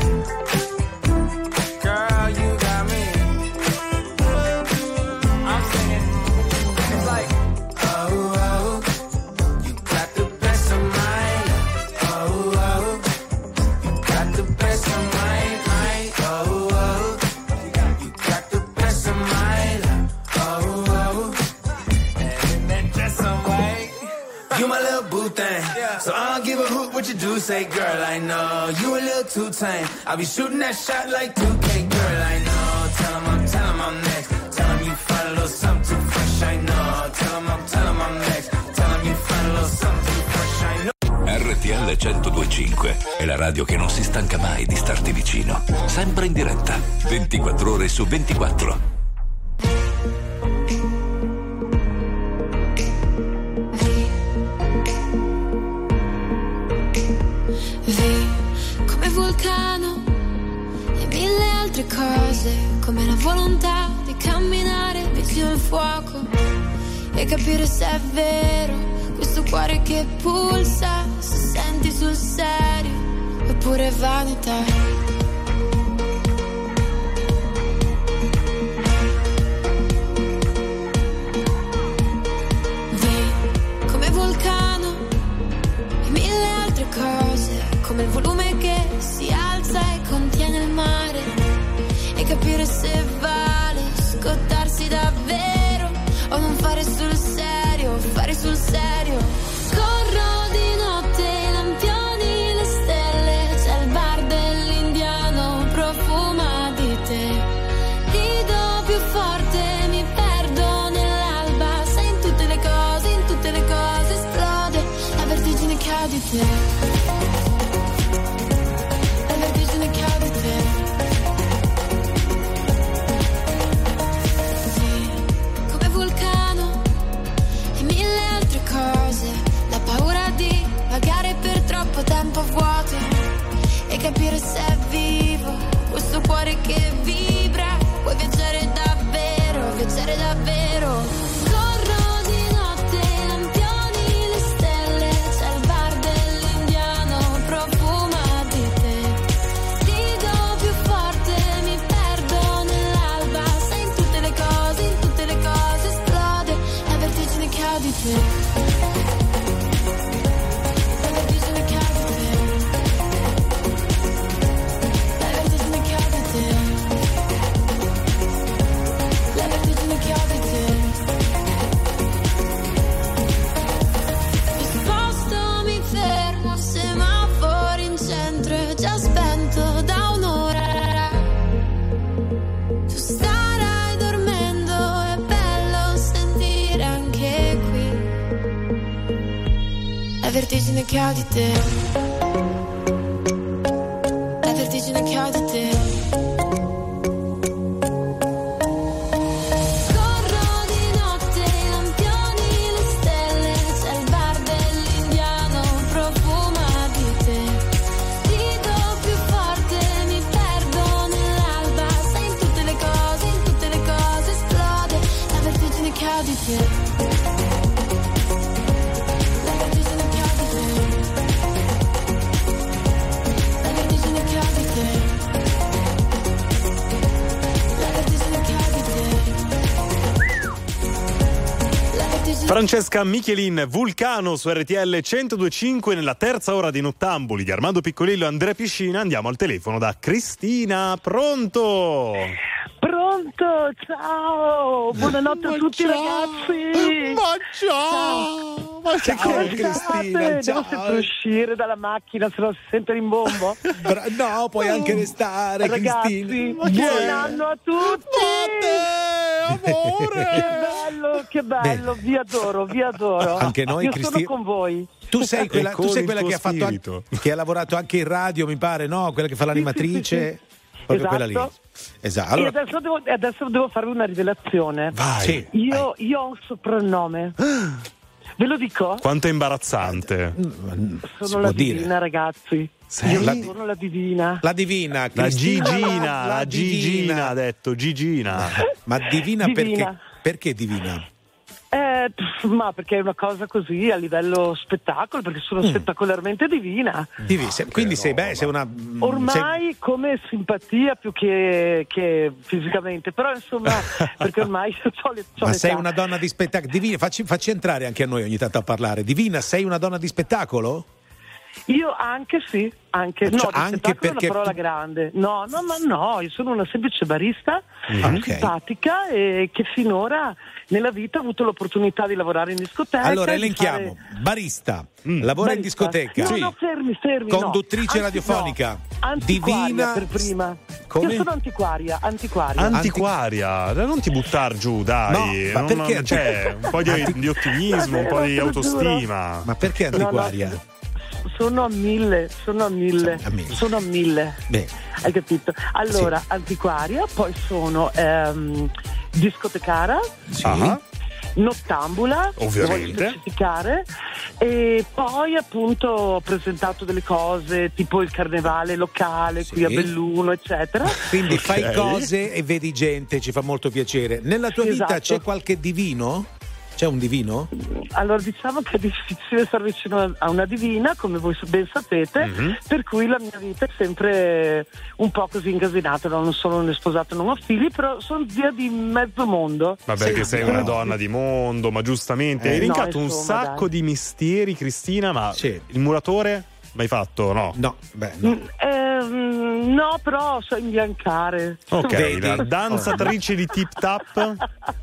Girl, you got me. I'm singing. It's like, oh, you got the best of mine. Oh, you got the best of mine. Oh, you got the best of mine. Oh, and that dress on white. You my little boo thing. So I don't give a hoot what you do, say, girl, I know. You a little too tame. I'll be shooting that shot like 2K, girl, I know. Tell him I'm next. Tell him you find a little something too fresh, I know. Tell him I'm next. Tell him you find a little something too fresh, I know. RTL 102.5 è la radio che non si stanca mai di starti vicino. Sempre in diretta, 24 ore su 24. Come vulcano e mille altre cose, come la volontà di camminare vicino al fuoco e capire se è vero questo cuore che pulsa, se senti sul serio oppure vanità. Come vulcano e mille altre cose, come il volume che si alza e contiene il mare, e capire se vale scottarsi davvero o non fare sul serio, fare sul serio. Corro di notte, i lampioni, le stelle, c'è il bar dell'indiano, profuma di te. Rido più forte, mi perdo nell'alba, sei in tutte le cose esplode la vertigine che ha di te. Tempo vuoto e capire se è vivo questo cuore che vibra. Puoi viaggiare davvero, viaggiare davvero. Corro di notte, lampioni, le stelle, c'è il bar dell'indiano, profuma di te. Rido più forte, mi perdo nell'alba, sei in tutte le cose esplode la vertigine che ha di te. La vertigine che ho di te, la vertigine che ho di te. Corro di notte, i lampioni, le stelle, c'è il bar dell'indiano, profuma di te. Rido più forte, mi perdo nell'alba, sei in tutte le cose esplode la vertigine che ho di te. Francesca Michelin, Vulcano su RTL 102.5 nella terza ora di Nottambuli di Armando Piccolillo e Andrea Piscina. Andiamo al telefono da Cristina. Pronto? Pronto, ciao, buonanotte a tutti ragazzi. Ma ciao. Ma Che come Cristina, state? ciao. Devo sempre uscire dalla macchina, se no si sente rimbombo. No, puoi anche restare, Ragazzi, Cristina. buon anno a tutti. Amore. Che bello, vi adoro. Anche noi, Io Cristina. sono con voi. Tu sei quella, E con il che tuo ha fatto spirito. che ha lavorato anche in radio, mi pare, no? Quella che fa l'animatrice. Sì. Proprio Esatto. quella lì. Esatto. E Allora, adesso devo farvi una rivelazione. Vai. sì. Io ho un soprannome. Ve lo dico? Quanto è imbarazzante. si Sono la può dire. divina, ragazzi. Sei Io la sono la divina. La divina, La Cristina. Gigina, la Divina. Gigina ha detto, Gigina. Ma divina, Divina. perché divina? Ma perché è una cosa così a livello spettacolo, perché sono spettacolarmente divina. Quindi sei una. Ormai come simpatia più che fisicamente, però insomma, perché ormai c'ho Ma sei l'età. una donna di spettacolo? Divina, facci entrare anche a noi ogni tanto a parlare. Divina, sei una donna di spettacolo? Io anche sì, anche no, di anche spettacolo perché è una parola grande. No, io sono una semplice barista simpatica e che finora nella vita ha avuto l'opportunità di lavorare in discoteca. Allora e di elenchiamo: fare- barista, lavora in Barista. discoteca, No, fermi. conduttrice no. radiofonica, Antiquaria divina per prima. Come? Io sono antiquaria. Antiquaria, non ti buttar giù, dai. No, ma perché c'è un po' di ottimismo, un po' di te lo autostima. Ma perché antiquaria? Sono a mille. Beh, Hai capito? Allora, antiquaria, poi sono discotecara, nottambula, Ovviamente. voglio specificare, e poi appunto ho presentato delle cose tipo il carnevale locale qui a Belluno, eccetera. quindi fai cose e vedi gente, ci fa molto piacere. Nella tua vita Esatto. c'è qualche divino? C'è un divino? Allora diciamo che è difficile stare vicino a una divina, come voi ben sapete, per cui la mia vita è sempre un po' così incasinata. Non sono né sposata, non ho figli, però sono via di mezzo mondo. Vabbè, che sei una donna di mondo, ma giustamente hai elencato no, un insomma, sacco di misteri, Cristina, ma Sì. il muratore l'hai fatto? No. No, beh, no. No, però so imbiancare. Ok, Vedi? la danzatrice di Tip Tap?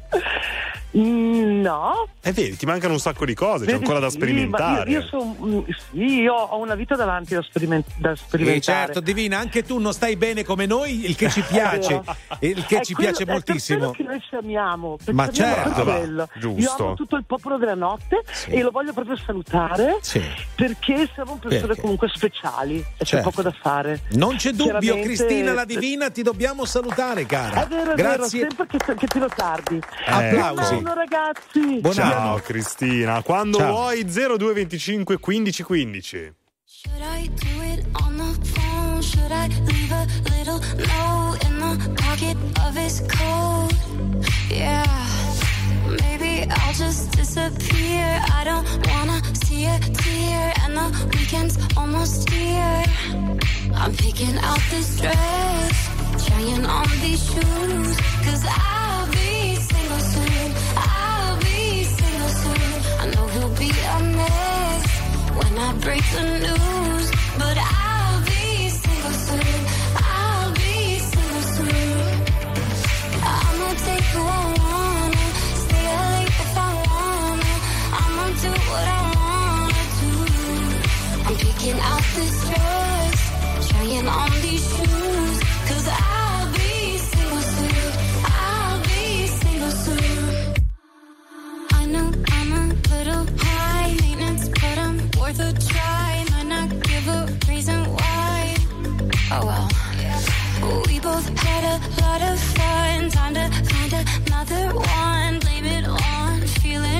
No. Vedi, ti mancano un sacco di cose, c'è ancora da Sì, sperimentare. ma io ho una vita davanti da sperimentare. Certo, divina, anche tu non stai bene come noi, il che ci piace, il che ci piace moltissimo. È per quello che noi ci amiamo. Ma perché amiamo certo, per va, quello. giusto. Io amo tutto il popolo della notte e lo voglio proprio salutare perché siamo persone Perché? comunque speciali e c'è Certo. poco da fare. Non c'è dubbio, Chiaramente- Cristina la divina, ti dobbiamo salutare, cara. È vero, Grazie. sempre che tiro tardi. Applausi. Buon anno, ragazzi. Ciao Cristina, quando Ciao. vuoi 0225 15 15. Should I do it on the phone? Should I leave a little note in the pocket of his coat? Yeah, maybe I'll just disappear. I don't wanna see a tear, and the weekend's almost here. I'm picking out this dress, trying on these shoes, 'cause I'll be single soon. I'll be single soon. I know he'll be a mess when I break the news, but I'll be single soon. I'll be single soon. I'ma take who I wanna, stay late if I wanna. I'ma do what I wanna do. I'm picking out this dress, trying on these shoes, 'cause I'll be single soon. I'll be single soon. I know I'm a little high maintenance, but I'm worth a try. Might not give a reason why. Oh well. We both had a lot of fun. Time to find another one. Blame it on feeling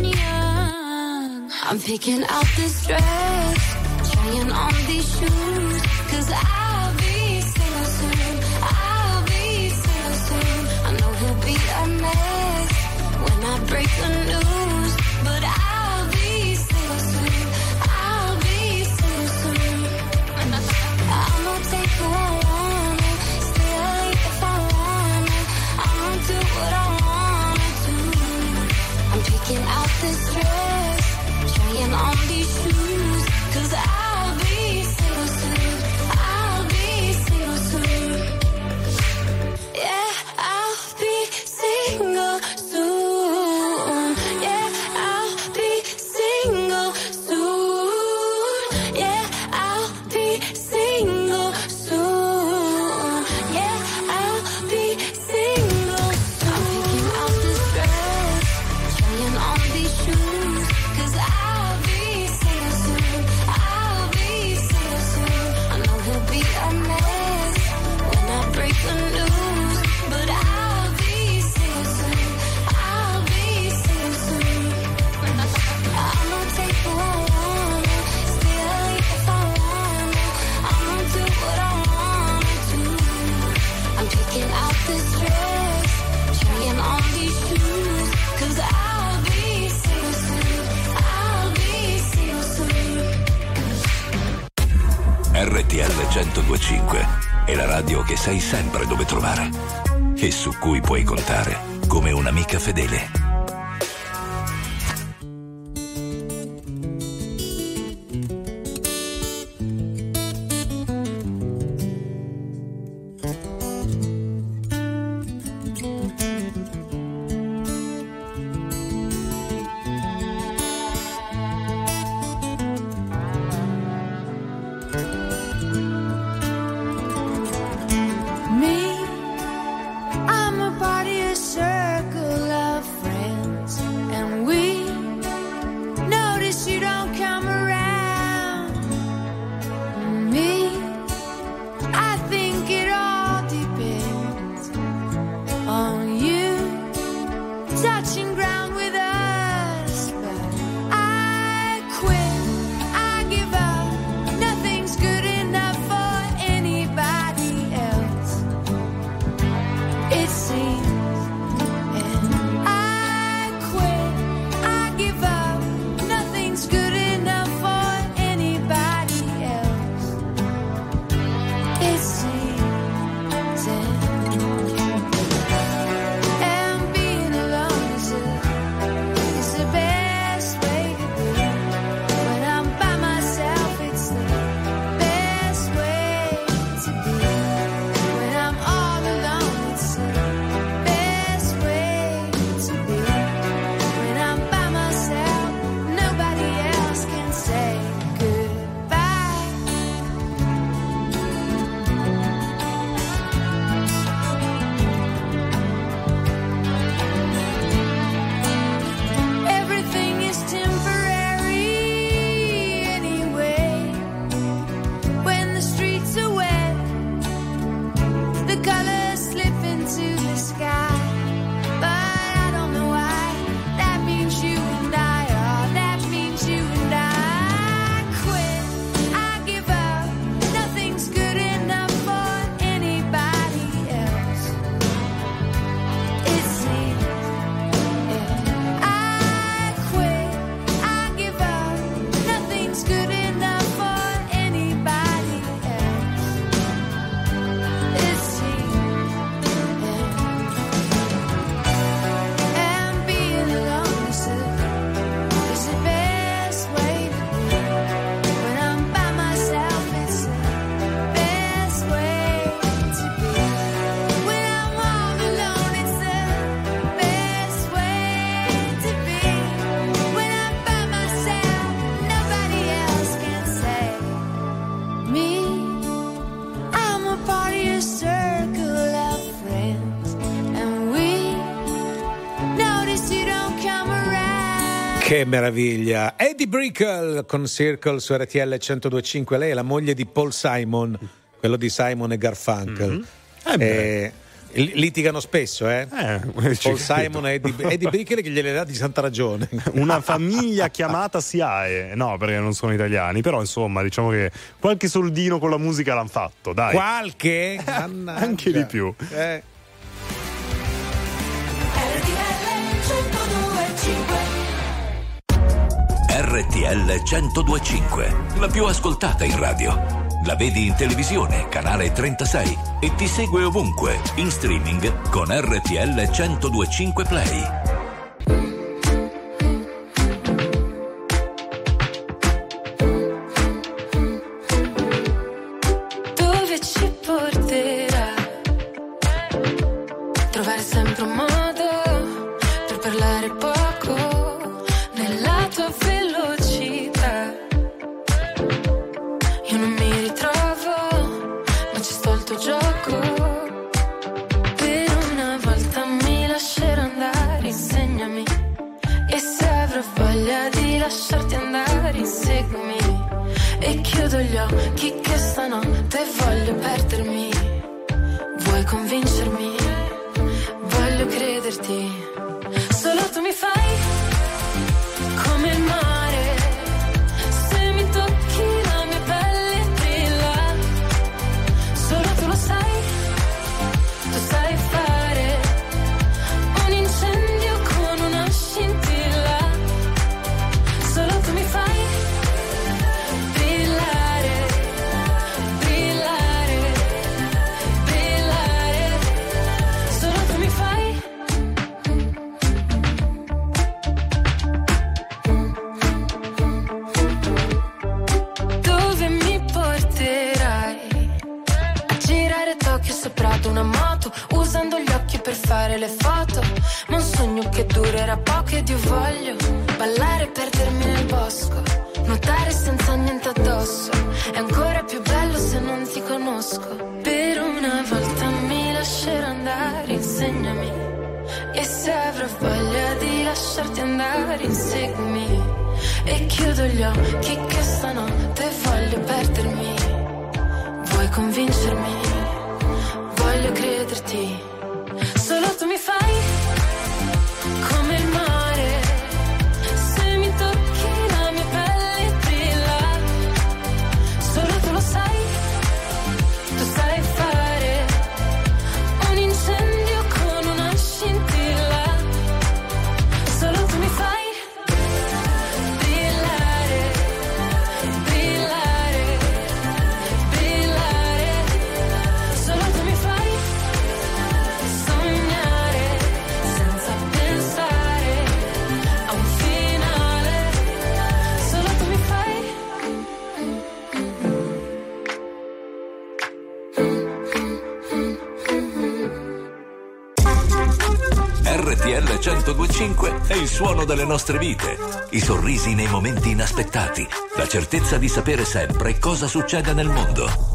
young. I'm picking out this dress, trying on these shoes, 'cause I'll be single soon. I'll be single soon. I know he'll be a mess when I break the news, but I'll be single soon. I'll be single soon. I'ma take who I wanna, stay late if I wanna. I'ma do what I wanna do. I'm picking out this dress, RTL 102.5 è la radio che sai sempre dove trovare e su cui puoi contare come un'amica fedele. I'm a part of your circle of friends, and we notice you don't come around. Me, I think it all depends on you touching ground with us, but I quit, I give up, nothing's good enough for anybody else. It seems, and I quit, I give up, nothing's good enough for anybody else. It seems, and being alone is the best way to be. When I'm by myself, it's the best way to be. When I'm all alone, it's the best way to be. When I'm by myself, nobody else can say goodbye. Everything is temporary anyway. When the streets are wet, the colors slip into the sky. But I don't know why. That means you and I, oh, that means you and I quit. I give up. Nothing's good enough for anybody else. It seems. I quit. I give up. Nothing's good enough for anybody else. It seems. And being alone is the best way to be. When I'm by myself, it's the best way to be. When I'm all alone, it's the best way to be. When I'm by myself, nobody else can say me. I'm a part of your circle of friends, and we notice you don't come around. Che meraviglia! Eddie Brickell con Circle su RTL 102.5. Lei è la moglie di Paul Simon, quello di Simon e Garfunkel. Litigano spesso, Paul Simon e Eddie Brickell, che gliele dà di santa ragione. Una famiglia chiamata SIAE, no, perché non sono italiani, però insomma diciamo che qualche soldino con la musica l'hanno fatto, dai. Qualche? Anche di più. RTL 102.5, la più ascoltata in radio. La vedi in televisione, canale 36, e ti segue ovunque, in streaming con RTL 102.5 Play. Dove ci porterà? Trovare sempre un modo per parlare poco nella tua velocità. Io non mi ritrovo, ma ci sto al tuo gioco. Per una volta mi lascerò andare, insegnami. E se avrò voglia di lasciarti andare, inseguimi. E chiudo gli occhi che stanotte voglio perdermi. Vuoi convincermi? Voglio crederti. Solo tu mi fai come il mare. Se mi tocchi la mia pelle brilla. Solo tu lo sai. Tu sai fare un incendio con una scintilla. Solo tu mi fai brillare. comprato una moto, usando gli occhi per fare le foto. Ma un sogno che durerà poco ed io voglio ballare e perdermi nel bosco, nuotare senza niente addosso. È ancora più bello se non ti conosco. Per una volta mi lascerò andare, insegnami. E se avrò voglia di lasciarti andare, inseguimi. E chiudo gli occhi che stanotte voglio perdermi. Vuoi convincermi? Voglio crederti. Solo tu mi fai come il mare. Se mi tocchi la mia pelle brilla. Solo tu lo sai. Tu sai fare un incendio con una scintilla. Solo tu mi fai brillare, brillare, brillare. Solo tu mi fai sognare senza pensare a un finale. Solo tu mi fai. RTL 102.5 è il suono delle nostre vite, i sorrisi nei momenti inaspettati, la certezza di sapere sempre cosa succede nel mondo.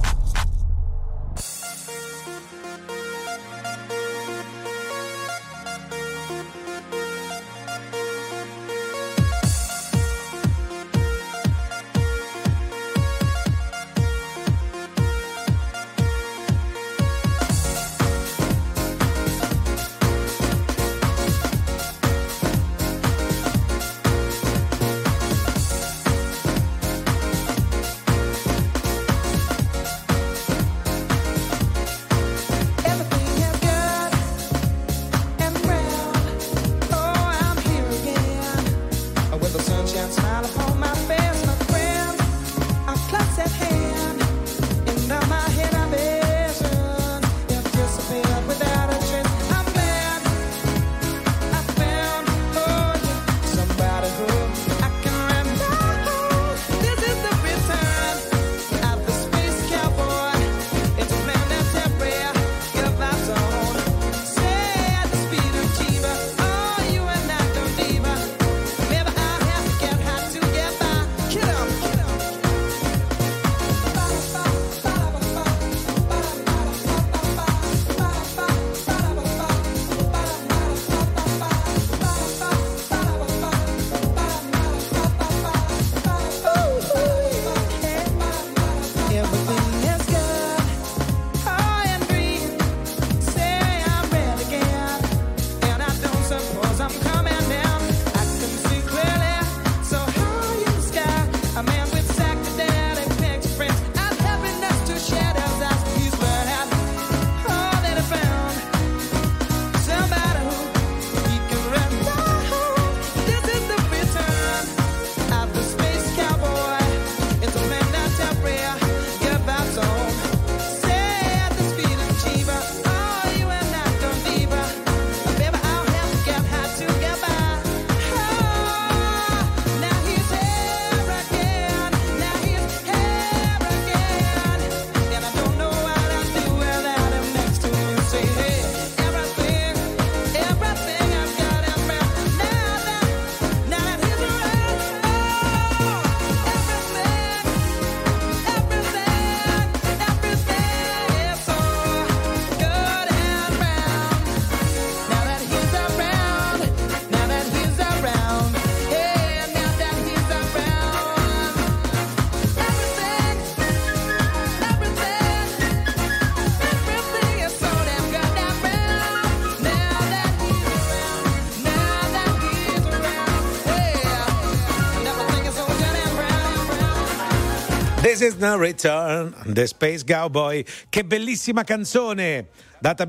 This is no return, The Space Cowboy. Che bellissima canzone, data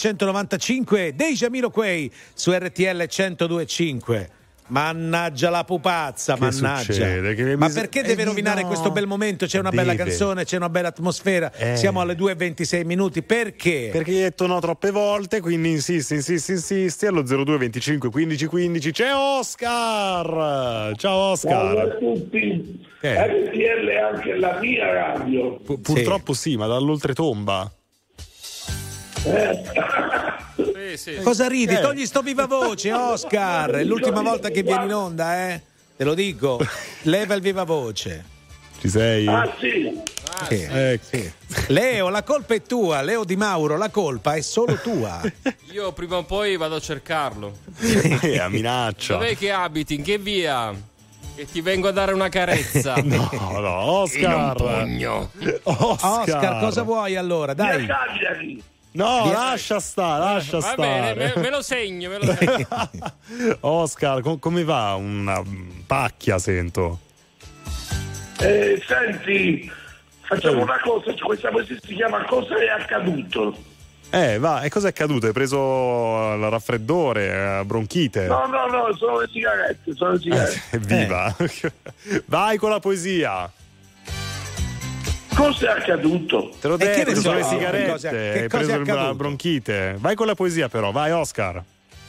1995, dei Jamiroquai su RTL 102.5. Mannaggia la pupazza, Che mannaggia. succede? Ma perché deve rovinare questo bel momento? C'è una bella canzone, c'è una bella atmosfera. Siamo alle 2:26 minuti. Perché? Perché gli hai detto no troppe volte, quindi insisti. Allo 02 25 15 15 c'è Oscar. Ciao Oscar. Ciao a tutti. RTL è anche la mia radio. Purtroppo sì, ma dall'oltretomba. Sì. Cosa ridi? Togli sto viva voce, Oscar. È l'ultima volta che vieni in onda, te lo dico. Leva il viva voce. Ci sei? Sì. Leo, la colpa è tua. Leo Di Mauro, la colpa è solo tua. Io prima o poi vado a cercarlo. A minaccia. Dov'è che abiti? In che via? Che ti vengo a dare una carezza. No, Oscar. Oscar, cosa vuoi allora? Dai. No, lascia stare. Va bene, me lo segno. Oscar, come va? Una pacchia, sento. Senti, facciamo una cosa, questa si chiama Cosa è accaduto? Va, e cosa è accaduto? Hai preso il raffreddore, bronchite? No, sono le sigarette. Evviva! Vai con la poesia. Cosa è accaduto? Te l'ho detto, sono le sigarette. Che Hai cosa è preso la bronchite. Vai con la poesia però, vai Oscar.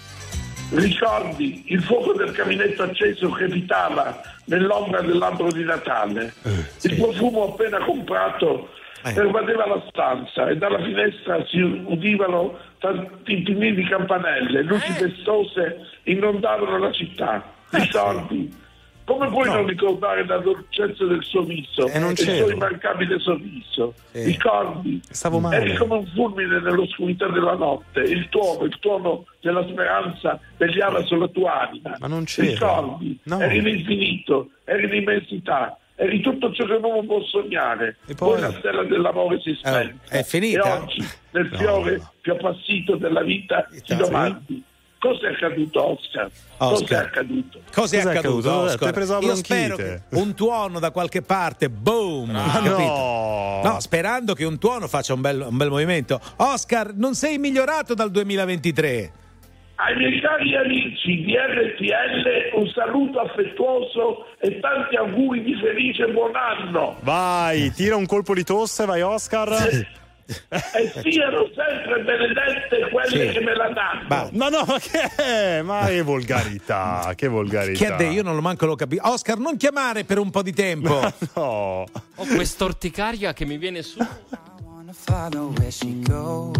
Ricordi il fuoco del caminetto acceso che abitava nell'ombra dell'albero di Natale? Il profumo appena comprato pervadeva la stanza e dalla finestra si udivano tintinni di campanelle, luci festose inondavano la città. Ricordi? Come puoi non ricordare la dolcezza del suo viso e il suo immancabile sorriso? Ricordi? Eri come un fulmine nell'oscurità della notte, il tuono della speranza vegliava sulla tua anima. Ma non c'era. Ricordi? Eri l'infinito, eri l'immensità, eri tutto ciò che un uomo può sognare. E poi la stella dell'amore si è spenta. È finita? E oggi, nel fiore più appassito della vita, ti domandi: cosa è accaduto, Oscar? Cosa è accaduto? Cosa è accaduto, Oscar? Ti hai preso la Io bronchite. spero che un tuono da qualche parte, boom! No, sperando che un tuono faccia un bel movimento. Oscar, non sei migliorato dal 2023. Ai miei cari amici di RTL un saluto affettuoso e tanti auguri di felice buon anno. Vai, tira un colpo di tosse, vai Oscar. E siano sempre benedette quelle che me la danno. Ma no, ma che? Ma che volgarità, che volgarità. Che a te, io non lo manco l'ho capito. Oscar, non chiamare per un po' di tempo. No. Ho quest'orticaria che mi viene su. Follow where she goes.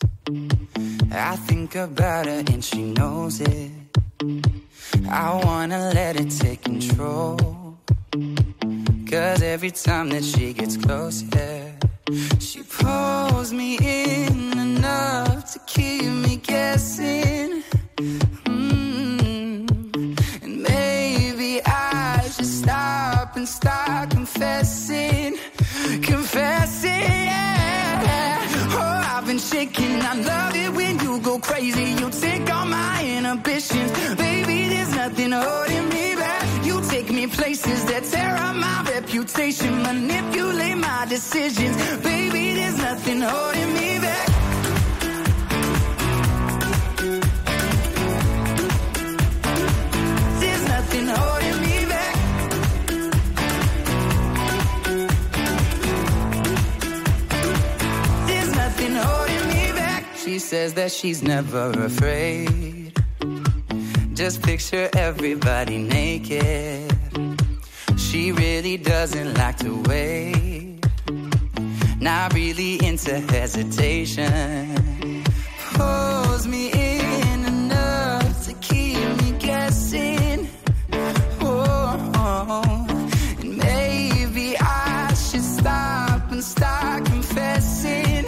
I think about her and she knows it. I wanna let it take control. 'Cause every time that she gets closer, she pulls me in enough to keep me guessing. And maybe I should stop and start confessing. Yeah. Oh, I've been shaking. I love it when you go crazy. You take all my inhibitions. Baby, there's nothing holding me back. You take me places that tear up my reputation. Manipulate my decisions. Baby, there's nothing holding me back. There's nothing holding me back. There's nothing holding me back. She says that she's never afraid. Just picture everybody naked. She really doesn't like to wait. Not really into hesitation. Pulls me in enough to keep me guessing. And maybe I should stop and start confessing.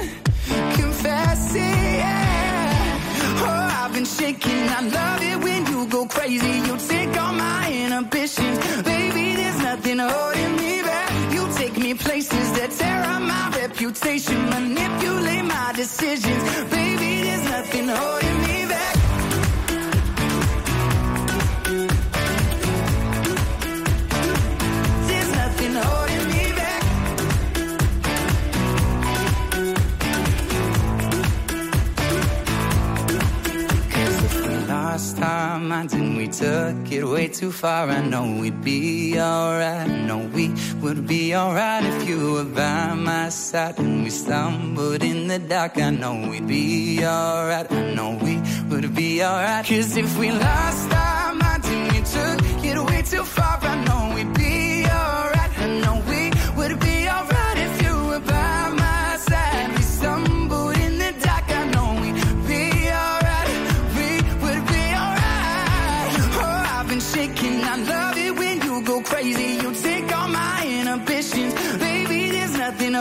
Yeah. Oh, I've been shaking. I love it when you go crazy. You take all my inhibitions. Baby, there's nothing holding me back. You take me places that tear up my reputation. Manipulate my decisions. Baby, there's nothing holding me back. There's nothing holding me back. Last time I didn't, we took it way too far. I know we'd be alright. I know we would be alright if you were by my side. When we stumbled in the dark, I know we'd be alright. I know we would be alright. 'Cause if we lost our minds and we took it way too far, I know we'd be alright. I know we would be alright if you were by my side. We stumbled in the dark, I know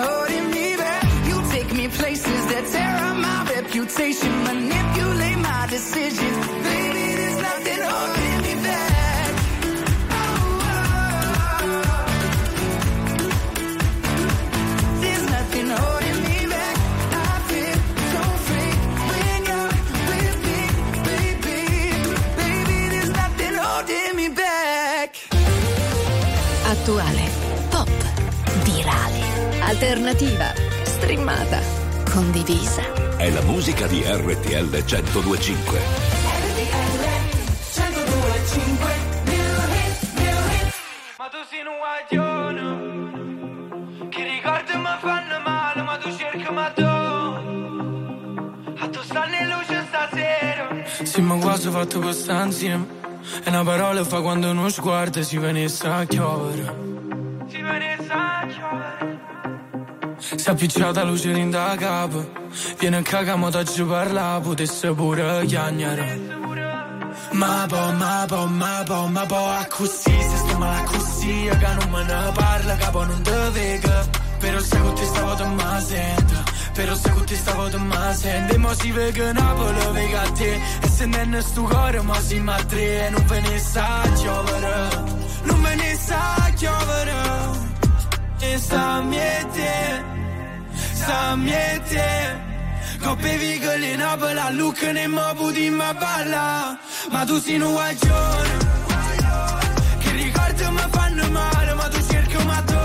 holding me back. You take me places that tear up my reputation, manipulate my decisions. Baby, there's nothing holding me back. There's nothing holding me back. I feel so free when you're with me, baby. Baby, there's nothing holding me back. Attuale, pop, virale, alternativa, streamata, condivisa. È la musica di RTL 102.5. Ma tu sei un guaglione che ricordi mi fanno male, ma tu cerchi ma tu a tu stanno in luce stasera. Sì, ma quasi fatto questa insieme e una parola fa quando uno sguardo si venisse a chiovere. Si venisse a chiovere. Si è appicciata luce in da capo, viene a cagamo da giù parla, potesse pure chiagnare. Ma po, a così, se sto male così, che non me ne parla, capo non te vega. Però se con te stavo te ma sento, però se con te stavo te ma sento. E mo si vega Napoli, vega a te, e se non è sto cuore, ma si ma tre, non ve ne sa chiovere, non ve ne sa chiovere. E sta miete, coppe vigole Napoli, a Lucca ne mo puti ma balla. Ma tu sei un guaglione che ricordi mi fanno male, ma tu cerchi ma tu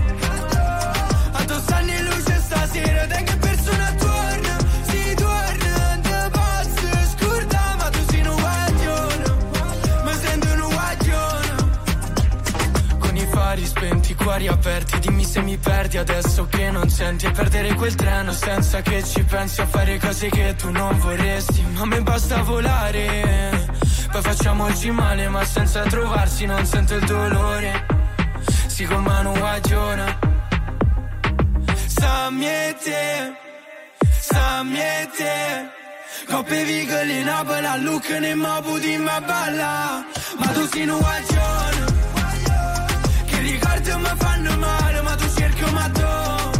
a tu stanno in luce stasera, te che persona torna, si torna, te posso scordare, ma tu sei un guaglione, mi sento un guaglione. Con i fari spenti, cuori aperti, dimmi se mi perdi adesso che non senti, e perdere quel treno senza che ci pensi a fare cose che tu non vorresti. Ma a me basta volare, poi facciamoci male, ma senza trovarsi non sento il dolore. Si con mano guaglione. Sta miete, coppe vigole Napoli, a Lucca ne mo puti ma balla. Ma tu sei un guaglione che ricordi mi fanno male, ma tu cerchi ma tu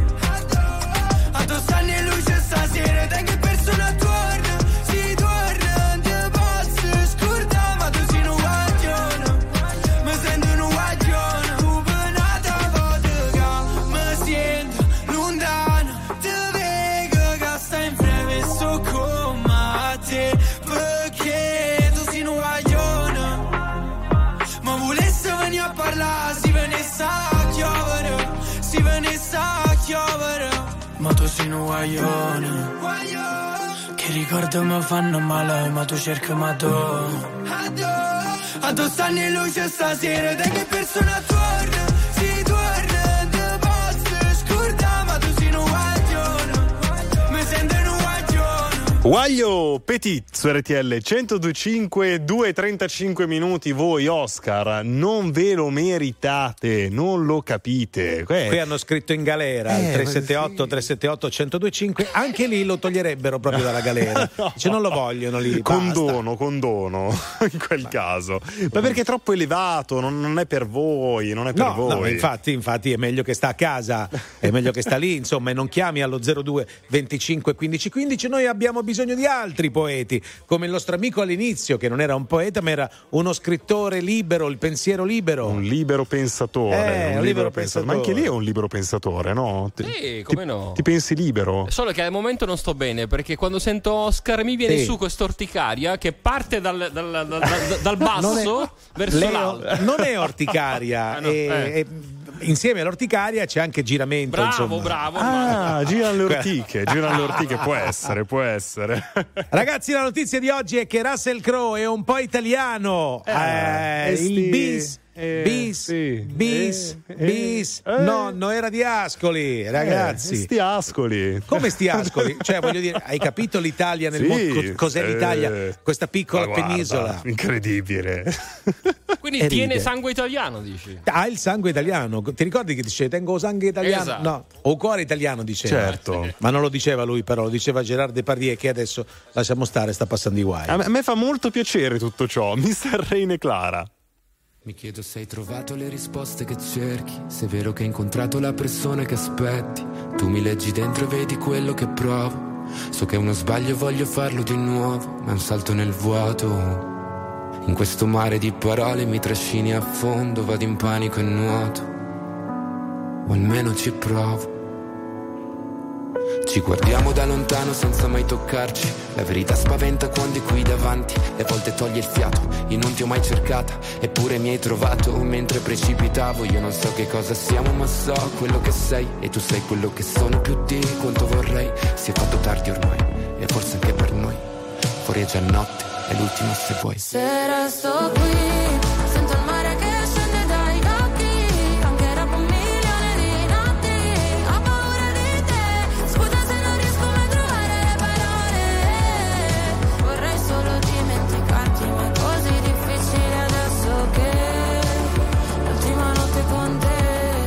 a tu stanno in luce stasera, te che persona torna, si torna, te posso scordare, ma tu sei un guaglione, mi sento un guaglione. Tu penata vodka, mi sento lontano, te vedo che stai in breve, sto come te, perché tu sei un guaglione. Ma volesse venire a parlare, si venisse a chiovere, si venisse a chiovere. Ma tu sei un guaglione che ricordi mi fanno male, ma tu cerchi ma tu a tu stanno in luce stasera, te che persona torna, si torna, te posso scordare, ma tu sei un guaglione, mi sento un guaglione. Guaglio Petit su RTL 102.5, 2:35 minuti. Voi Oscar non ve lo meritate, non lo capite. Qui hanno scritto in galera il 378 1025, anche lì lo toglierebbero proprio dalla galera. No. Cioè non lo vogliono lì. Condono in quel caso. Ma perché è troppo elevato, non è per voi, non è per voi. No, infatti è meglio che sta a casa, è meglio che sta lì, insomma, e non chiami allo 02 25 15 15. Noi abbiamo bisogno di altri poeti, come il nostro amico all'inizio, che non era un poeta ma era uno scrittore libero, il pensiero libero. Un libero pensatore. Un libero pensatore. Ma anche lì è un libero pensatore, no? Come no? Ti pensi libero? Solo che al momento non sto bene, perché quando sento Oscar mi viene su quest'orticaria che parte dal basso verso l'alto. Non è orticaria, insieme all'orticaria c'è anche giramento. Bravo. Girano le ortiche, può essere. Ragazzi, la notizia di oggi è che Russell Crowe è un po' italiano. Il bis. No, era di Ascoli, ragazzi. Sti Ascoli. Come sti Ascoli? Cioè, voglio dire, hai capito l'Italia nel mondo? Cos'è l'Italia? Questa piccola penisola. Incredibile. Quindi tiene sangue italiano, dici? Ha il sangue italiano. Ti ricordi che dice tengo sangue italiano? Esatto. No, o cuore italiano diceva. Certo. Ma non lo diceva lui, però lo diceva Gerard Depardieu, che adesso lasciamo stare, sta passando i guai. A me fa molto piacere tutto ciò. Mr. Reine e Clara. Mi chiedo se hai trovato le risposte che cerchi, se è vero che hai incontrato la persona che aspetti, Tu mi leggi dentro e vedi quello che provo. So che è uno sbaglio e voglio farlo di nuovo, ma è un salto nel vuoto. In questo mare di parole mi trascini a fondo, vado in panico e nuoto, o almeno ci provo. Ci guardiamo da lontano senza mai toccarci. La verità spaventa quando è qui davanti, e a volte toglie il fiato. Io non ti ho mai cercata, eppure mi hai trovato mentre precipitavo. Io non so che cosa siamo, ma so quello che sei, e tu sei quello che sono più di quanto vorrei. Si è fatto tardi ormai, e forse anche per noi. Fuori è già notte, è l'ultimo se vuoi. Se resto qui, sento il mare che scende dai occhi, anche dopo 1 milione di notti. Ho paura di te, scusa se non riesco mai a trovare le parole. Vorrei solo dimenticarti, ma è così difficile adesso che l'ultima notte con te.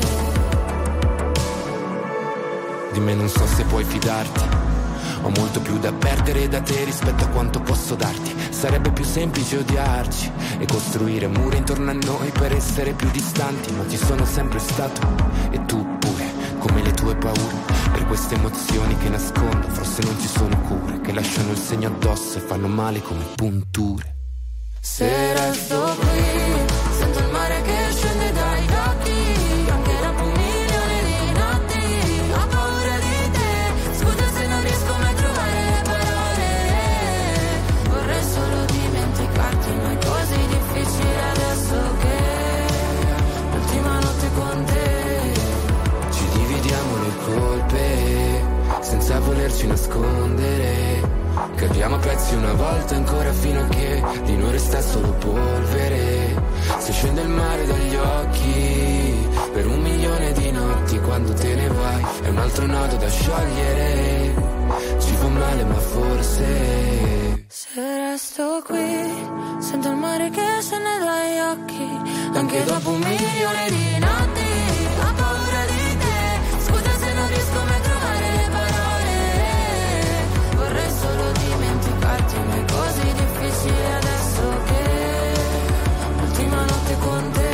Di me non so se puoi fidarti. Ho molto più da perdere da te rispetto a quanto posso darti. Sarebbe più semplice odiarci e costruire mura intorno a noi per essere più distanti, ma ci sono sempre stato, e tu pure, come le tue paure. Per queste emozioni che nascondo forse non ci sono cure, che lasciano il segno addosso e fanno male come punture. Se resto qui, sento il mare che scende dai occhi, anche dopo 1 milione di notti. Ho paura di te, scusa se non riesco mai a trovare le parole. Vorrei solo dimenticarti, ma è così difficile adesso che l'ultima notte con te. Ci dividiamo le colpe senza volerci nascondere. Capiamo a pezzi una volta ancora fino a che di noi resta solo polvere. Se scende il mare dagli occhi per 1 milione di notti, quando te ne vai è un altro nodo da sciogliere. Ci fa male ma forse se resto qui, sento il mare che scende dagli occhi, anche dopo 1 milione di notti. Ho paura di te, scusa se non riesco mai a trovare le parole. Vorrei solo dimenticarti, ma è così difficile adesso che l'ultima notte con te.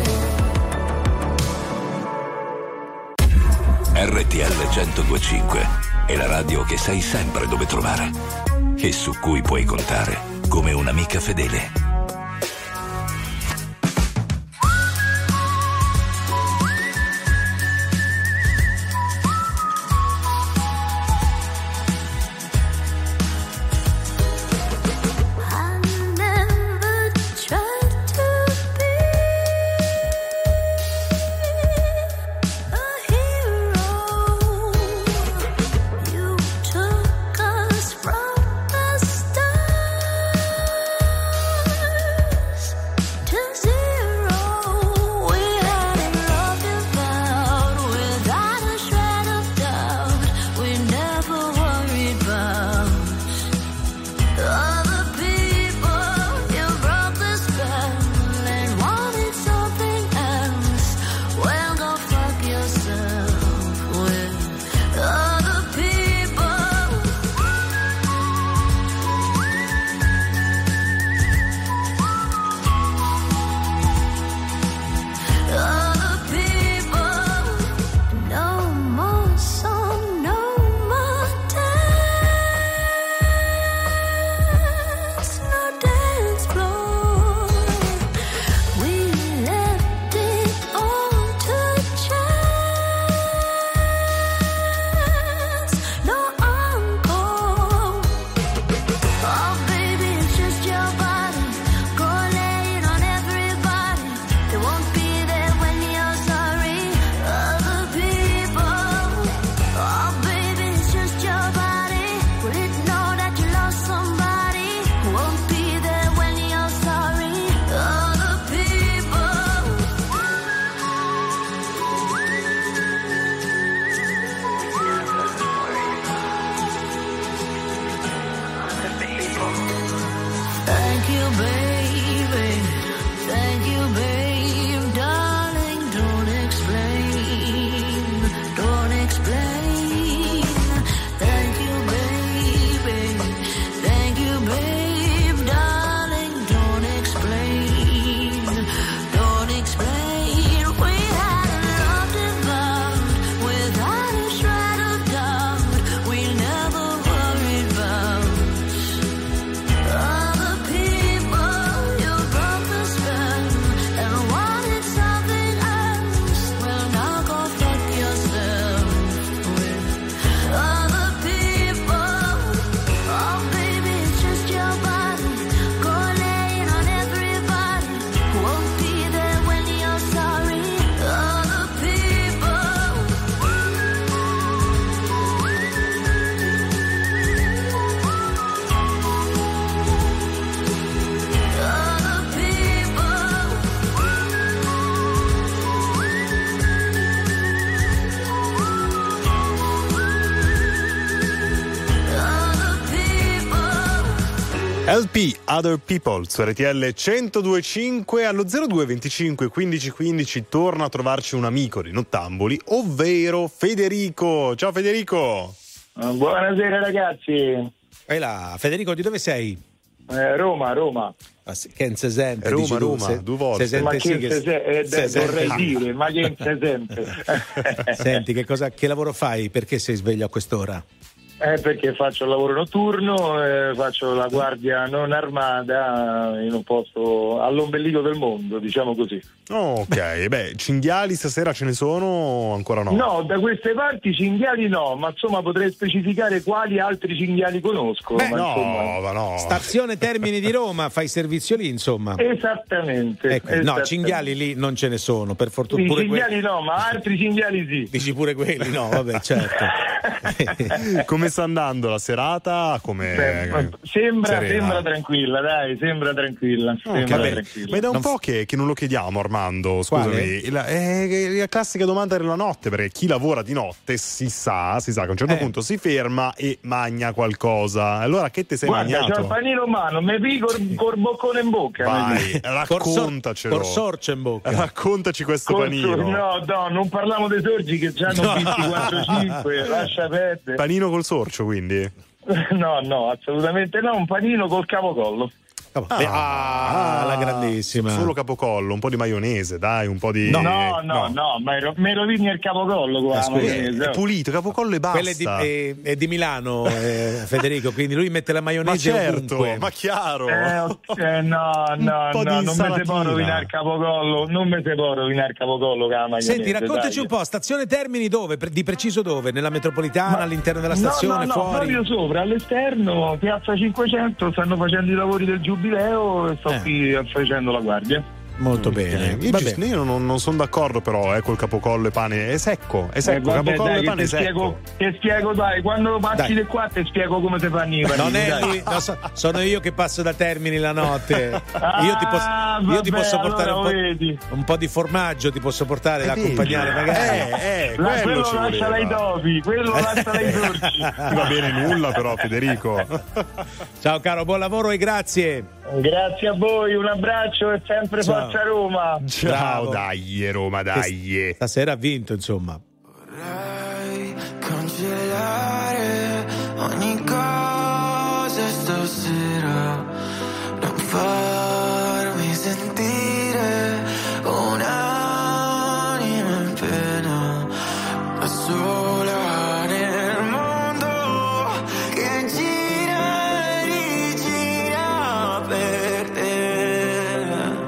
RTL 102.5 è la radio che sai sempre dove trovare e su cui puoi contare come un'amica fedele. Took us from the start. LP Other People su RTL 102.5. Allo 0225 15 15 torna a trovarci un amico di Nottamboli, ovvero Federico. Ciao Federico. Buonasera ragazzi. E là, Federico, di dove sei? Roma. Che non si sente? Roma, dici tu, due volte. Se sente, Ma che sì, vorrei dire, ma che non si sente? Senti, che lavoro fai? Perché sei sveglio a quest'ora? Perché faccio il lavoro notturno, faccio la guardia non armata in un posto all'ombelico del mondo, diciamo così. Ok, beh, cinghiali stasera ce ne sono? Ancora no? No, da queste parti cinghiali no, ma insomma potrei specificare quali altri cinghiali conosco. Beh, no. Stazione Termini di Roma, fai servizio lì, insomma. Esattamente. Ecco, no, cinghiali lì non ce ne sono, per fortuna. I Pure cinghiali no, ma altri cinghiali sì. Dici pure quelli, no, vabbè, certo. Come sta andando la serata? Sembra tranquilla, dai, sembra tranquilla. Ma è da un po' che non lo chiediamo, Armando, scusami. La classica domanda della notte, perché chi lavora di notte si sa che a un certo punto si ferma e magna qualcosa. Allora che te sei magnato? C'ho il panino in mano, mi pico col boccone in bocca. Vai, raccontacelo. Col sorcio in bocca. Raccontaci questo panino. No, non parliamo dei sorgi che già hanno 24-5, lascia perdere. Panino col sorcio, quindi? No, assolutamente no, un panino col capocollo. La grandissima. Solo capocollo, un po' di maionese, dai, un po' di... No, ma me rovini il capocollo con la maionese. È pulito, capocollo e basta. Quella è di Milano, Federico, quindi lui mette la maionese ovunque. Ma chiaro. No, non mi si può rovinare il capocollo, con la maionese. Senti, raccontaci un po', stazione Termini dove? Di preciso dove? Nella metropolitana, all'interno della stazione, fuori? Proprio sopra, all'esterno, piazza 500, stanno facendo i lavori del giubileo e sto qui facendo la guardia. Molto bene. Io non sono d'accordo però col capocollo e pane. È secco. Capocollo e pane è secco. Ti spiego, dai, quando passi di qua ti spiego come ti fanno i panini. Non è lui, sono io che passo da Termini la notte. Io ti posso portare un po' di formaggio, ti posso portare da accompagnare magari. Quello lasciala ai topi, Ti va bene nulla però, Federico. Ciao caro, buon lavoro e grazie. Grazie a voi, un abbraccio e sempre forza Roma. Ciao, dai Roma, dai. Stasera ha vinto, insomma. Vorrei cancellare ogni cosa stasera, non farmi sentire un'anima in pena, da sola nel mondo che gira e rigira per te,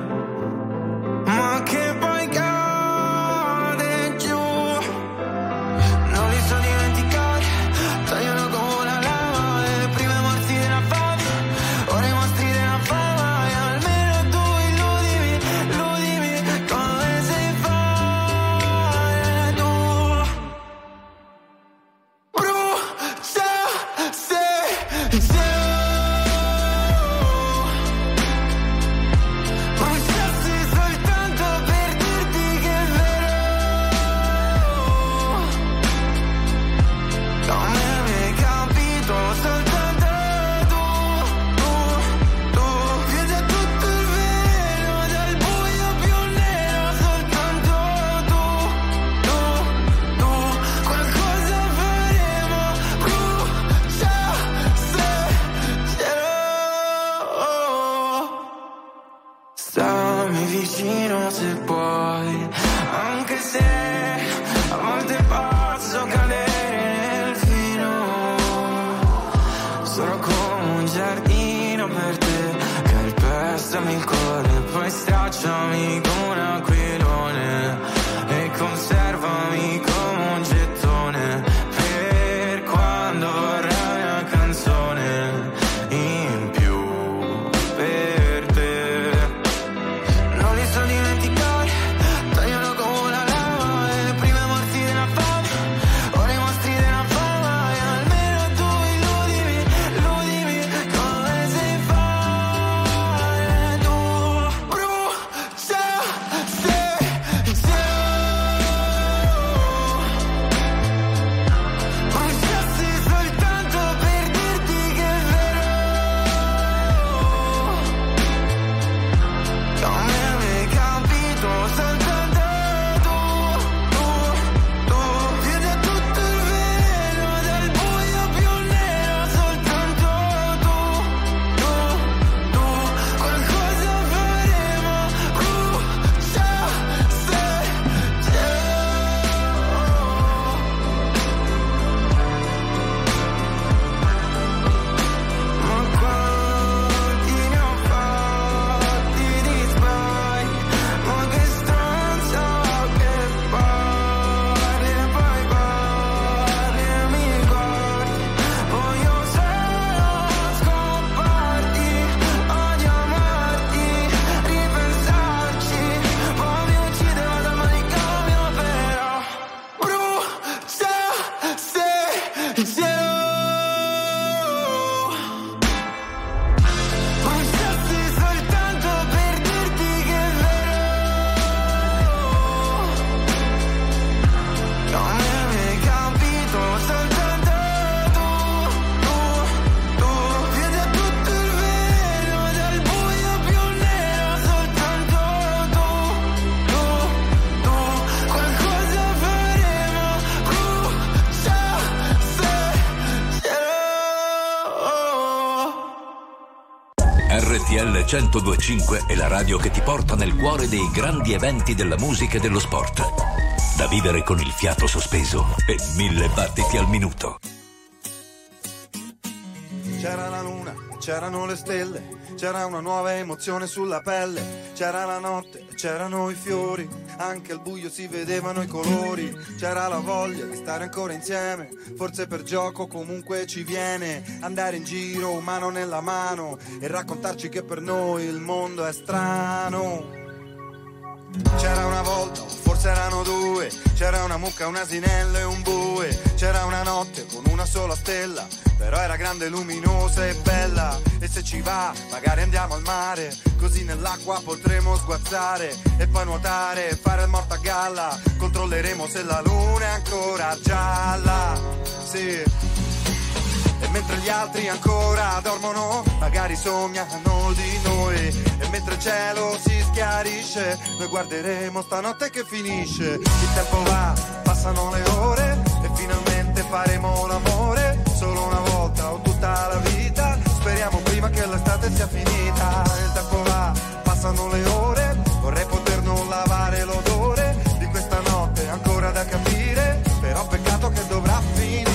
ma che poi cade giù. Non li so dimenticare, tagliano come la lava, le prime morti della fame, ora i mostri della fama, e almeno tu illudimi come sai fare tu. Pensiero bruciassi soltanto per dirti che è vero. Non mi avevi capito soltanto tu vedi a tutto il vero dal buio più nero. Soltanto tu qualcosa faremo. RTL 102.5 è la radio che ti porta nel cuore dei grandi eventi della musica e dello sport. Da vivere con il fiato sospeso e 1000 battiti al minuto. C'era la luna, c'erano le stelle, c'era una nuova emozione sulla pelle, c'era la notte, c'erano i fiori, anche al buio si vedevano i colori, c'era la voglia di stare ancora insieme, forse per gioco comunque ci viene, andare in giro mano nella mano e raccontarci che per noi il mondo è strano. C'era una volta, forse erano due, c'era una mucca, un asinello e un bue, c'era una notte con una sola stella, però era grande, luminosa e bella, e se ci va magari andiamo al mare, così nell'acqua potremo sguazzare e poi nuotare e fare il morto a galla, controlleremo se la luna è ancora gialla, sì. E mentre gli altri ancora dormono, magari sognano di noi, e mentre il cielo si schiarisce, noi guarderemo stanotte che finisce. Il tempo va, passano le ore e finalmente faremo l'amore, solo una volta o tutta la vita, speriamo prima che l'estate sia finita. Il tempo va, passano le ore, vorrei poter non lavare l'odore di questa notte ancora da capire, però peccato che dovrà finire.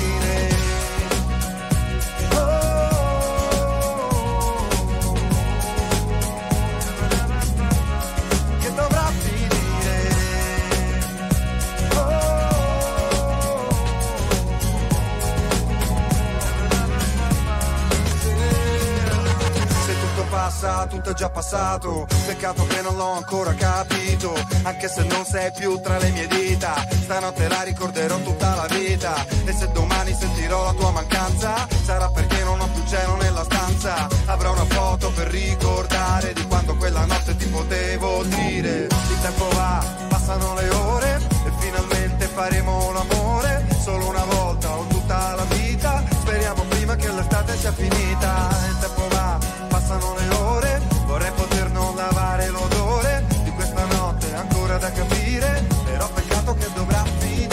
Tutto è già passato, peccato che non l'ho ancora capito, anche se non sei più tra le mie dita, stanotte la ricorderò tutta la vita, e se domani sentirò la tua mancanza, sarà perché non ho più cielo nella stanza, avrò una foto per ricordare di quando quella notte ti potevo dire. Il tempo va, passano le ore e finalmente faremo l'amore, solo una volta o tutta la vita, speriamo prima che l'estate sia finita. Il tempo va, passano le ore, vorrei poter non lavare l'odore di questa notte ancora da capire, però peccato che dovrà finire.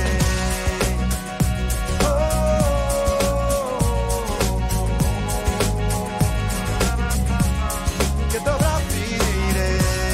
Che dovrà finire.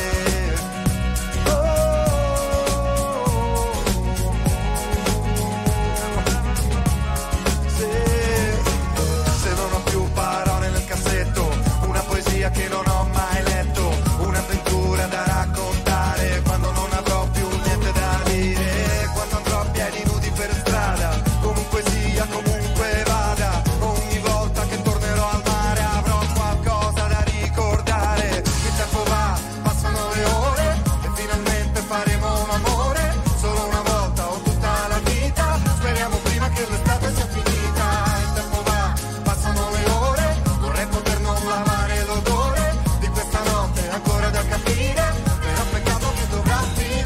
Se non ho più parole nel cassetto, una poesia che non ho mai letto, un'avventura da raccontare quando non avrò più niente da dire, quando andrò a piedi nudi per strada, comunque sia, comunque vada, ogni volta che tornerò al mare avrò qualcosa da ricordare. Il tempo va, passano le ore e finalmente faremo un amore, solo una volta o tutta la vita, speriamo prima che l'estate sia finita. Il tempo va, passano le ore, vorrei poter non lavare l'odore di questa notte ancora da capire, però peccato che dovrà finire.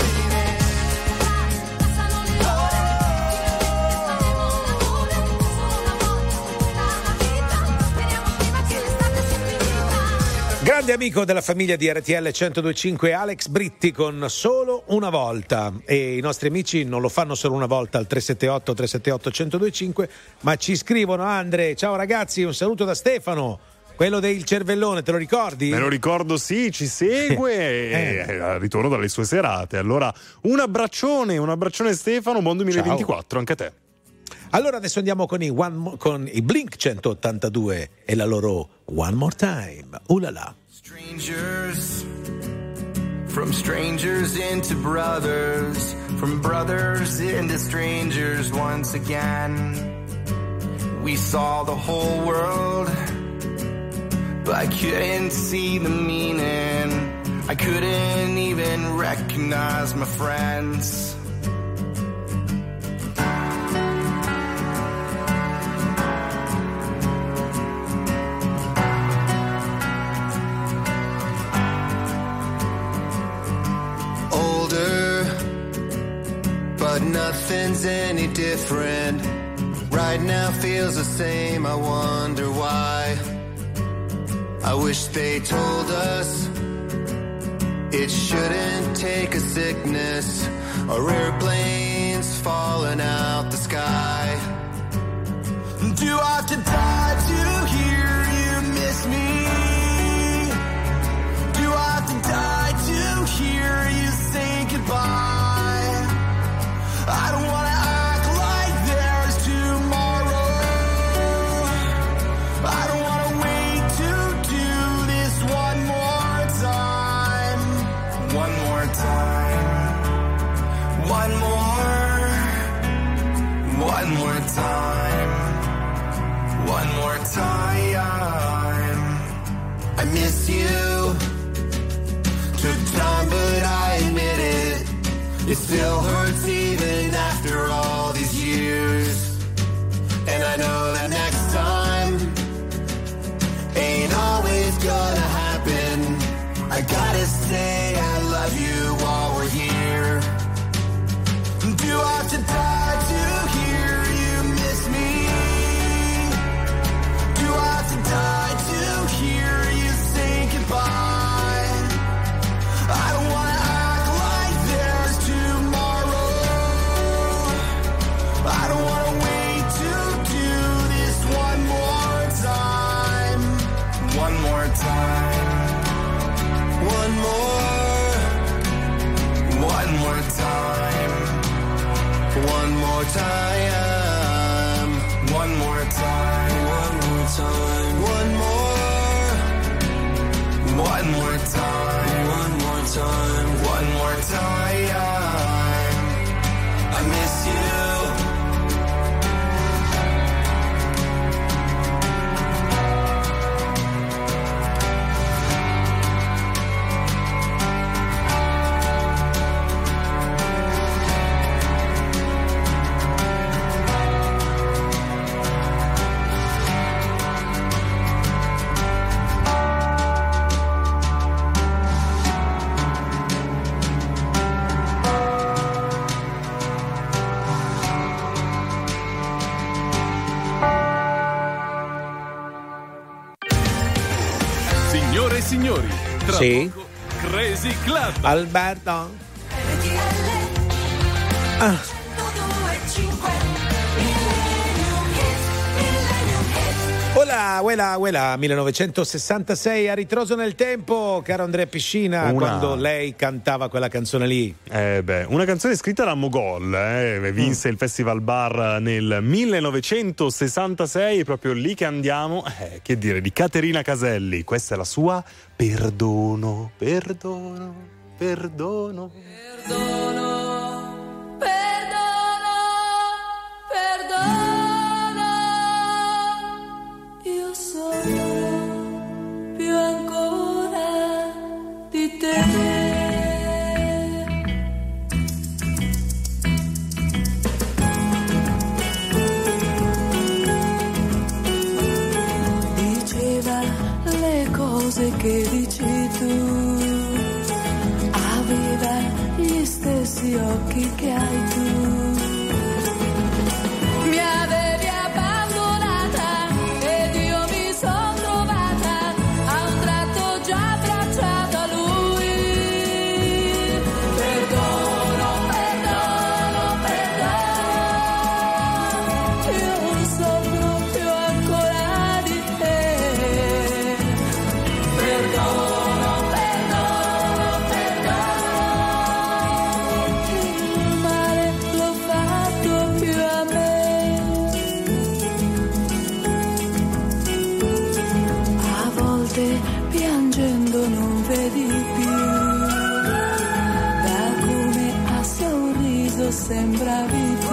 Grande amico della famiglia di RTL 102.5 Alex Britti con Solo una volta, e i nostri amici non lo fanno solo una volta al 378 378 1025, ma ci scrivono: Andre, ciao ragazzi, un saluto da Stefano, quello del cervellone, te lo ricordi? Me lo ricordo, sì, ci segue ritorno dalle sue serate. Allora un abbraccione Stefano, buon 2024. Ciao. Anche a te. Allora adesso andiamo con i Blink 182 e la loro One More Time. Ulala. Strangers, from strangers into brothers, from brothers into strangers once again. We saw the whole world, but I couldn't see the meaning. I couldn't even recognize my friends. nothing's any different. Right now feels the same, I wonder why. I wish they told us it shouldn't take a sickness or airplanes falling out the sky. Do I have to die to hear you miss me? Do I have to die to hear you say goodbye? I don't wanna act like there's tomorrow. I don't wanna wait to do this one more time. One more time. One more time. One more time. I miss you. Took time, but I admit it. It still hurts even after all these years. And I know that next time ain't always gonna happen. I gotta say I love you while we're here. Do I have to die to hear you miss me? Do I have to die to hear you say goodbye? I don't wanna act like there's tomorrow. I don't wanna wait to do this one more time. One more time. One more time. One more time. One more time. One more time. One more time. One more time. One more time. I miss you. Signore e signori, tra Sì. poco Crazy Club. Alberto. Uela, 1966 a ritroso nel tempo, caro Andrea Piscina, quando lei cantava quella canzone lì. Una canzone scritta da Mogol, vinse il Festival Bar nel 1966, proprio lì che andiamo, che dire, di Caterina Caselli. Questa è la sua Perdono, perdono, perdono. Io sono più ancora di te. Diceva le cose che dici tu, aveva gli stessi occhi che hai tu. Mi avevi abbandonata ed io mi sono trovata a un tratto già abbracciata a lui. Perdono, perdono, perdono, io non soffro più ancora di te. Perdono, perdono, perdono, il male l'ho fatto più a me. A volte piangendo non vedi più, da come a sorriso sembravi tu.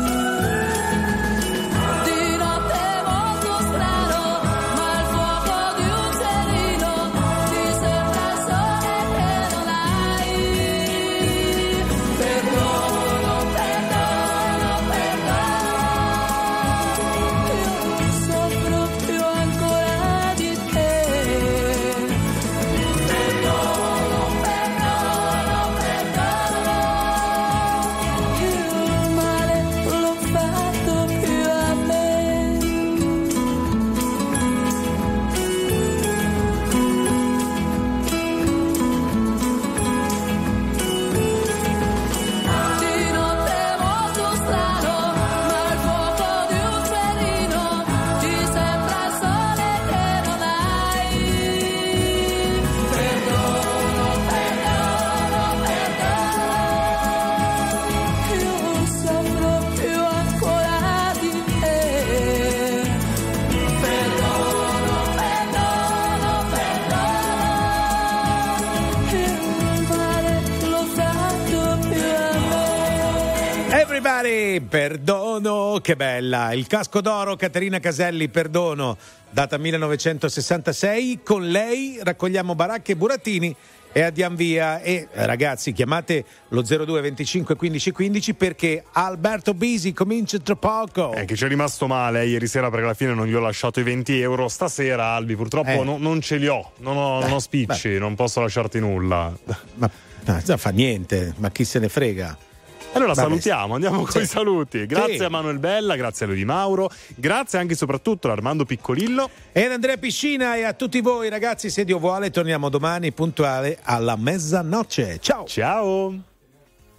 Di notte molto strano, ma il fuoco di un cerino ti sembra il sole che non hai. Perdono, perdono, perdono, io non soffro più ancora di te. Perdono, perdono, perdono, io Perdono, che bella. Il casco d'oro, Caterina Caselli, Perdono, data 1966. Con lei raccogliamo baracche e burattini e andiamo via. E ragazzi, chiamate lo 02 25 15 15 perché Alberto Bisi comincia tra poco. Che ci è rimasto male ieri sera perché alla fine non gli ho lasciato i 20 euro. Stasera, Albi, purtroppo non ce li ho. Non ho spicci, non posso lasciarti nulla. Ma fa niente, ma chi se ne frega. Allora salutiamo, andiamo con i saluti. Grazie a Manuel Bella, grazie a lui di Mauro, grazie anche e soprattutto a Armando Piccolillo e ad Andrea Piscina e a tutti voi ragazzi, se Dio vuole torniamo domani puntuale alla mezzanotte. Ciao. Ciao.